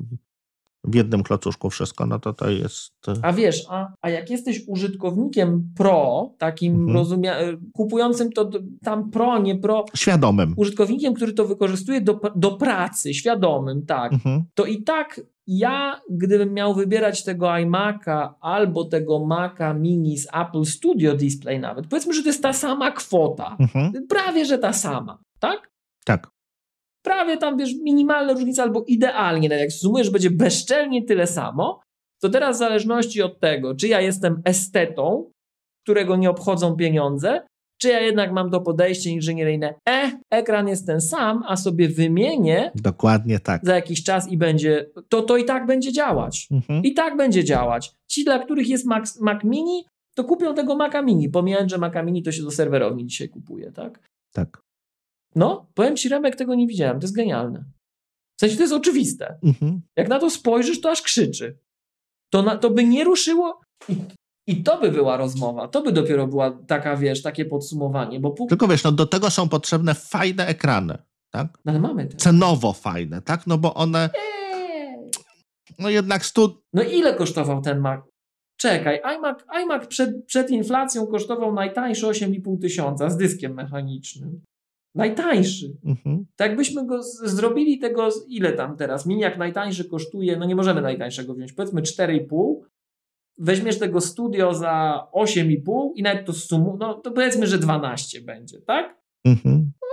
w jednym klocuszku wszystko, no to to jest... A wiesz, a, a jak jesteś użytkownikiem pro, takim mhm. rozumia- kupującym to tam pro, nie pro... Świadomym. Użytkownikiem, który to wykorzystuje do, do pracy, świadomym, tak. Mhm. To i tak ja, gdybym miał wybierać tego iMac'a albo tego Maca Mini z Apple Studio Display nawet, powiedzmy, że to jest ta sama kwota. Mhm. Prawie, że ta sama, tak? Tak. Prawie tam, wiesz, minimalne różnice albo idealnie, jak sumujesz, będzie bezczelnie tyle samo, to teraz w zależności od tego, czy ja jestem estetą, którego nie obchodzą pieniądze, czy ja jednak mam to podejście inżynieryjne, e, ekran jest ten sam, a sobie wymienię dokładnie tak za jakiś czas i będzie, to, to i tak będzie działać. Mhm. I tak będzie działać. Ci, dla których jest Mac, Mac Mini, to kupią tego Maca Mini, pomijając, że Maca Mini to się do serwerowni dzisiaj kupuje, tak? Tak. No, powiem ci, Remek, tego nie widziałem. To jest genialne. W sensie to jest oczywiste. Mhm. Jak na to spojrzysz, to aż krzyczy. To, na, to by nie ruszyło i, i to by była rozmowa. To by dopiero była taka, wiesz, takie podsumowanie. Bo pół... Tylko wiesz, no do tego są potrzebne fajne ekrany, tak? No ale mamy te. Cenowo fajne, tak? No bo one... Eee. No jednak stu... No ile kosztował ten Mac? Czekaj, iMac, iMac przed, przed inflacją kosztował najtańszy osiem i pół tysiąca z dyskiem mechanicznym. Najtańszy. Mhm. Tak jakbyśmy go z, zrobili tego, z, ile tam teraz? Miniak najtańszy kosztuje, no nie możemy najtańszego wziąć, powiedzmy cztery i pół. Weźmiesz tego studio za osiem i pół i nawet to sumu, no to powiedzmy, że dwanaście będzie, tak? Mhm. No,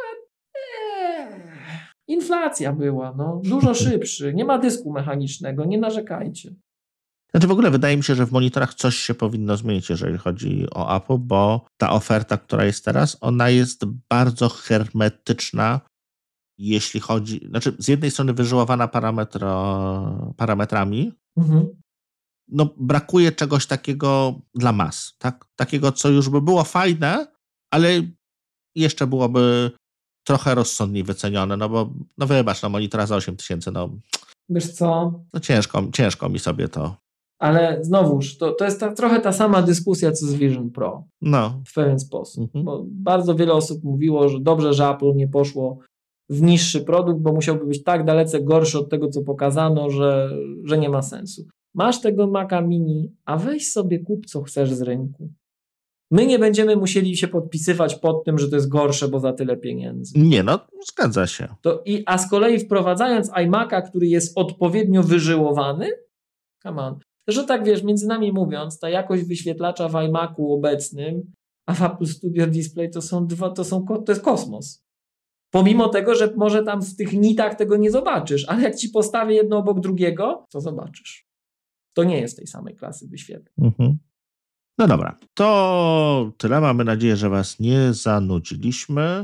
ee, inflacja była, no dużo szybszy, nie ma dysku mechanicznego, nie narzekajcie. Znaczy w ogóle wydaje mi się, że w monitorach coś się powinno zmienić, jeżeli chodzi o Apple, bo ta oferta, która jest teraz, ona jest bardzo hermetyczna, jeśli chodzi, znaczy z jednej strony wyżyłowana parametro, parametrami, mhm. no brakuje czegoś takiego dla mas, tak? Takiego, co już by było fajne, ale jeszcze byłoby trochę rozsądniej wycenione, no bo, no wybacz, no monitora za osiem tysięcy, no... Wiesz co? No ciężko, ciężko mi sobie to... Ale znowuż, to, to jest ta, trochę ta sama dyskusja, co z Vision Pro. No. W pewien sposób. Mhm. Bo bardzo wiele osób mówiło, że dobrze, że Apple nie poszło w niższy produkt, bo musiałby być tak dalece gorszy od tego, co pokazano, że, że nie ma sensu. Masz tego Maca Mini, a weź sobie kup, co chcesz z rynku. My nie będziemy musieli się podpisywać pod tym, że to jest gorsze, bo za tyle pieniędzy. Nie, no zgadza się. To i, a z kolei wprowadzając iMac'a, który jest odpowiednio wyżyłowany, come on, że tak wiesz, między nami mówiąc, ta jakość wyświetlacza w iMacu obecnym, a w Apple Studio Display to są dwa, to są, to jest kosmos. Pomimo tego, że może tam w tych nitach tego nie zobaczysz, ale jak ci postawię jedno obok drugiego, to zobaczysz. To nie jest tej samej klasy wyświetleń. Mhm. No dobra, to tyle. Mamy nadzieję, że was nie zanudziliśmy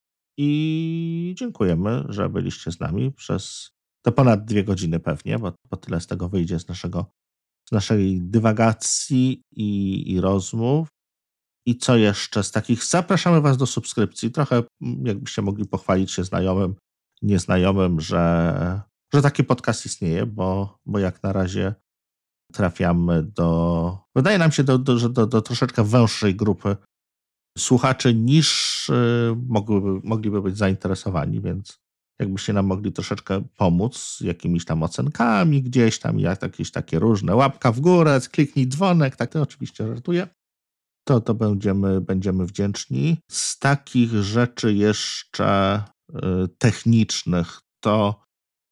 i dziękujemy, że byliście z nami przez to ponad dwie godziny pewnie, bo, bo tyle z tego wyjdzie z naszego, z naszej dywagacji i, i rozmów. I co jeszcze z takich? Zapraszamy was do subskrypcji. Trochę jakbyście mogli pochwalić się znajomym, nieznajomym, że, że taki podcast istnieje, bo, bo jak na razie trafiamy do, wydaje nam się, do, do, że do, do troszeczkę węższej grupy słuchaczy niż y, mogłyby, mogliby być zainteresowani, więc jakbyście nam mogli troszeczkę pomóc jakimiś tam ocenkami gdzieś tam, jak jakieś takie różne, łapka w górę, kliknij dzwonek, tak to oczywiście żartuję, to, to będziemy, będziemy wdzięczni. Z takich rzeczy jeszcze y, technicznych to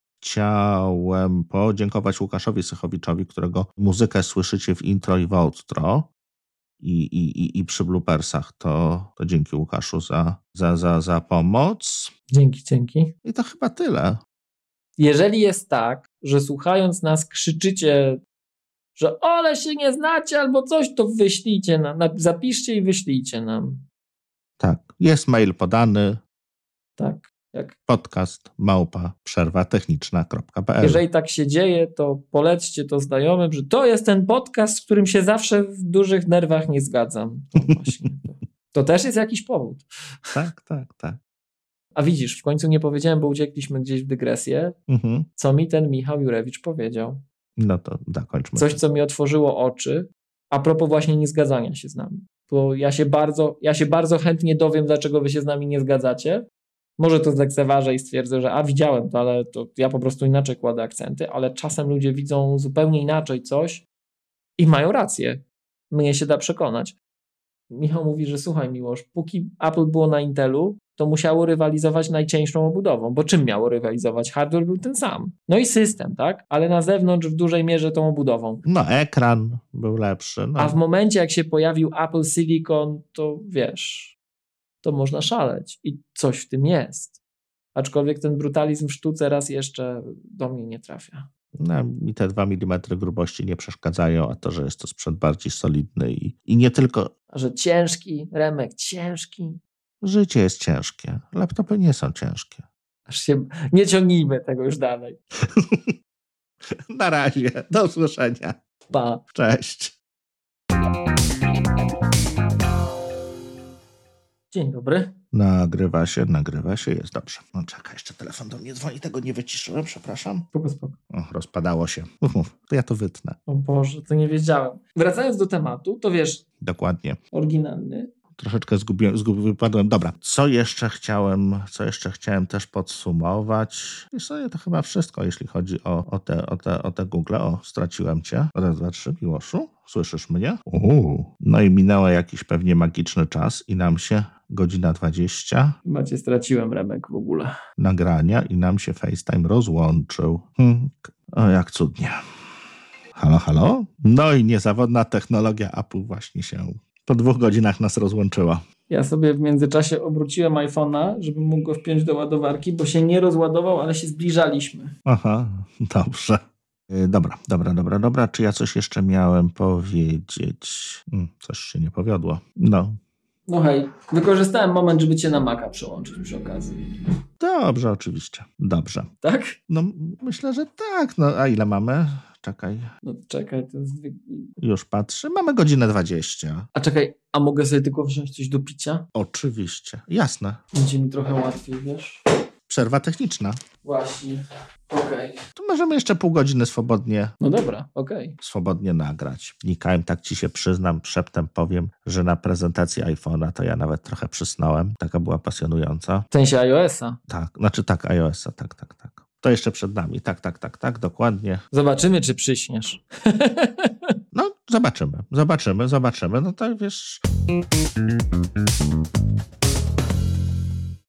chciałem podziękować Łukaszowi Sychowiczowi, którego muzykę słyszycie w intro i w outro i, i, i, i przy bloopersach. To, to dzięki Łukaszu za, za, za, za pomoc. Dzięki, dzięki. I to chyba tyle. Jeżeli jest tak, że słuchając nas krzyczycie, że ole się nie znacie albo coś, to wyślijcie nam, zapiszcie i wyślijcie nam. Tak, jest mail podany. Tak. Jak? Podcast małpa przerwa techniczna kropka p l. Jeżeli tak się dzieje, to polećcie to znajomym, że to jest ten podcast, z którym się zawsze w dużych nerwach nie zgadzam. To, właśnie, to, to też jest jakiś powód. Tak, tak, tak. A widzisz, w końcu nie powiedziałem, bo uciekliśmy gdzieś w dygresję, mhm. co mi ten Michał Jurewicz powiedział. No to zakończmy. Coś, co mi otworzyło oczy, a propos właśnie niezgadzania się z nami. Bo ja się bardzo, ja się bardzo chętnie dowiem, dlaczego wy się z nami nie zgadzacie. Może to zlekceważę i stwierdzę, że a widziałem to, ale to ja po prostu inaczej kładę akcenty, ale czasem ludzie widzą zupełnie inaczej coś i mają rację. Mnie się da przekonać. Michał mówi, że słuchaj Miłosz, póki Apple było na Intelu, to musiało rywalizować najcieńszą obudową, bo czym miało rywalizować? Hardware był ten sam. No i system, tak? Ale na zewnątrz w dużej mierze tą obudową. No ekran był lepszy. No. A w momencie jak się pojawił Apple Silicon, to wiesz, to można szaleć i coś w tym jest. Aczkolwiek ten brutalizm w sztuce raz jeszcze do mnie nie trafia. No, mi te dwa milimetry grubości nie przeszkadzają, a to, że jest to sprzęt bardziej solidny i, i nie tylko... A że ciężki, Remek, ciężki. Życie jest ciężkie. Laptopy nie są ciężkie. Aż się... Nie ciągnijmy tego już dalej. Na razie. Do usłyszenia. Pa. Cześć. Dzień dobry. Nagrywa się, nagrywa się, jest dobrze. No czekaj, jeszcze telefon do mnie dzwoni, tego nie wyciszyłem, przepraszam. Spoko, spoko. O, rozpadało się. Mów, mów, to ja to wytnę. O Boże, to nie wiedziałem. Wracając do tematu, to wiesz... Dokładnie. Oryginalny. Troszeczkę zgubiłem, zgubiłem, wypadłem. Dobra, co jeszcze chciałem, co jeszcze chciałem też podsumować? I sobie to chyba wszystko, jeśli chodzi o, o, te, o, te, o te Google. O, straciłem cię. Raz, dwa, trzy, Miłoszu. Słyszysz mnie? Uuu. No i minęło jakiś pewnie magiczny czas i nam się godzina dwadzieścia. Macie straciłem Remek w ogóle. Nagrania i nam się FaceTime rozłączył. Hmm. O, jak cudnie. Halo, halo? No i niezawodna technologia Apple właśnie się po dwóch godzinach nas rozłączyła. Ja sobie w międzyczasie obróciłem iPhone'a, żebym mógł go wpiąć do ładowarki, bo się nie rozładował, ale się zbliżaliśmy. Aha, dobrze. Dobra, dobra, dobra, dobra. Czy ja coś jeszcze miałem powiedzieć? Hmm, coś się nie powiodło. No. No hej, wykorzystałem moment, żeby cię na Maca przełączyć przy okazji. Dobrze, oczywiście. Dobrze. Tak? No myślę, że tak. No a ile mamy? Czekaj. No czekaj, to jest... Już patrzę. Mamy godzinę dwadzieścia. A czekaj, a mogę sobie tylko wziąć coś do picia? Oczywiście. Jasne. Będzie mi trochę łatwiej, wiesz? Przerwa techniczna. Właśnie. Okej. Okay. To możemy jeszcze pół godziny swobodnie. No dobra, okej. Okay. Swobodnie nagrać. Nikałem, tak ci się przyznam, szeptem powiem, że na prezentacji iPhone'a to ja nawet trochę przysnąłem. Taka była pasjonująca. W sensie iOS-a? Tak, znaczy tak, iOS-a, tak, tak, tak. To jeszcze przed nami. Tak, tak, tak, tak, dokładnie. Zobaczymy, czy przyśniesz. No, zobaczymy, zobaczymy, zobaczymy. No to wiesz...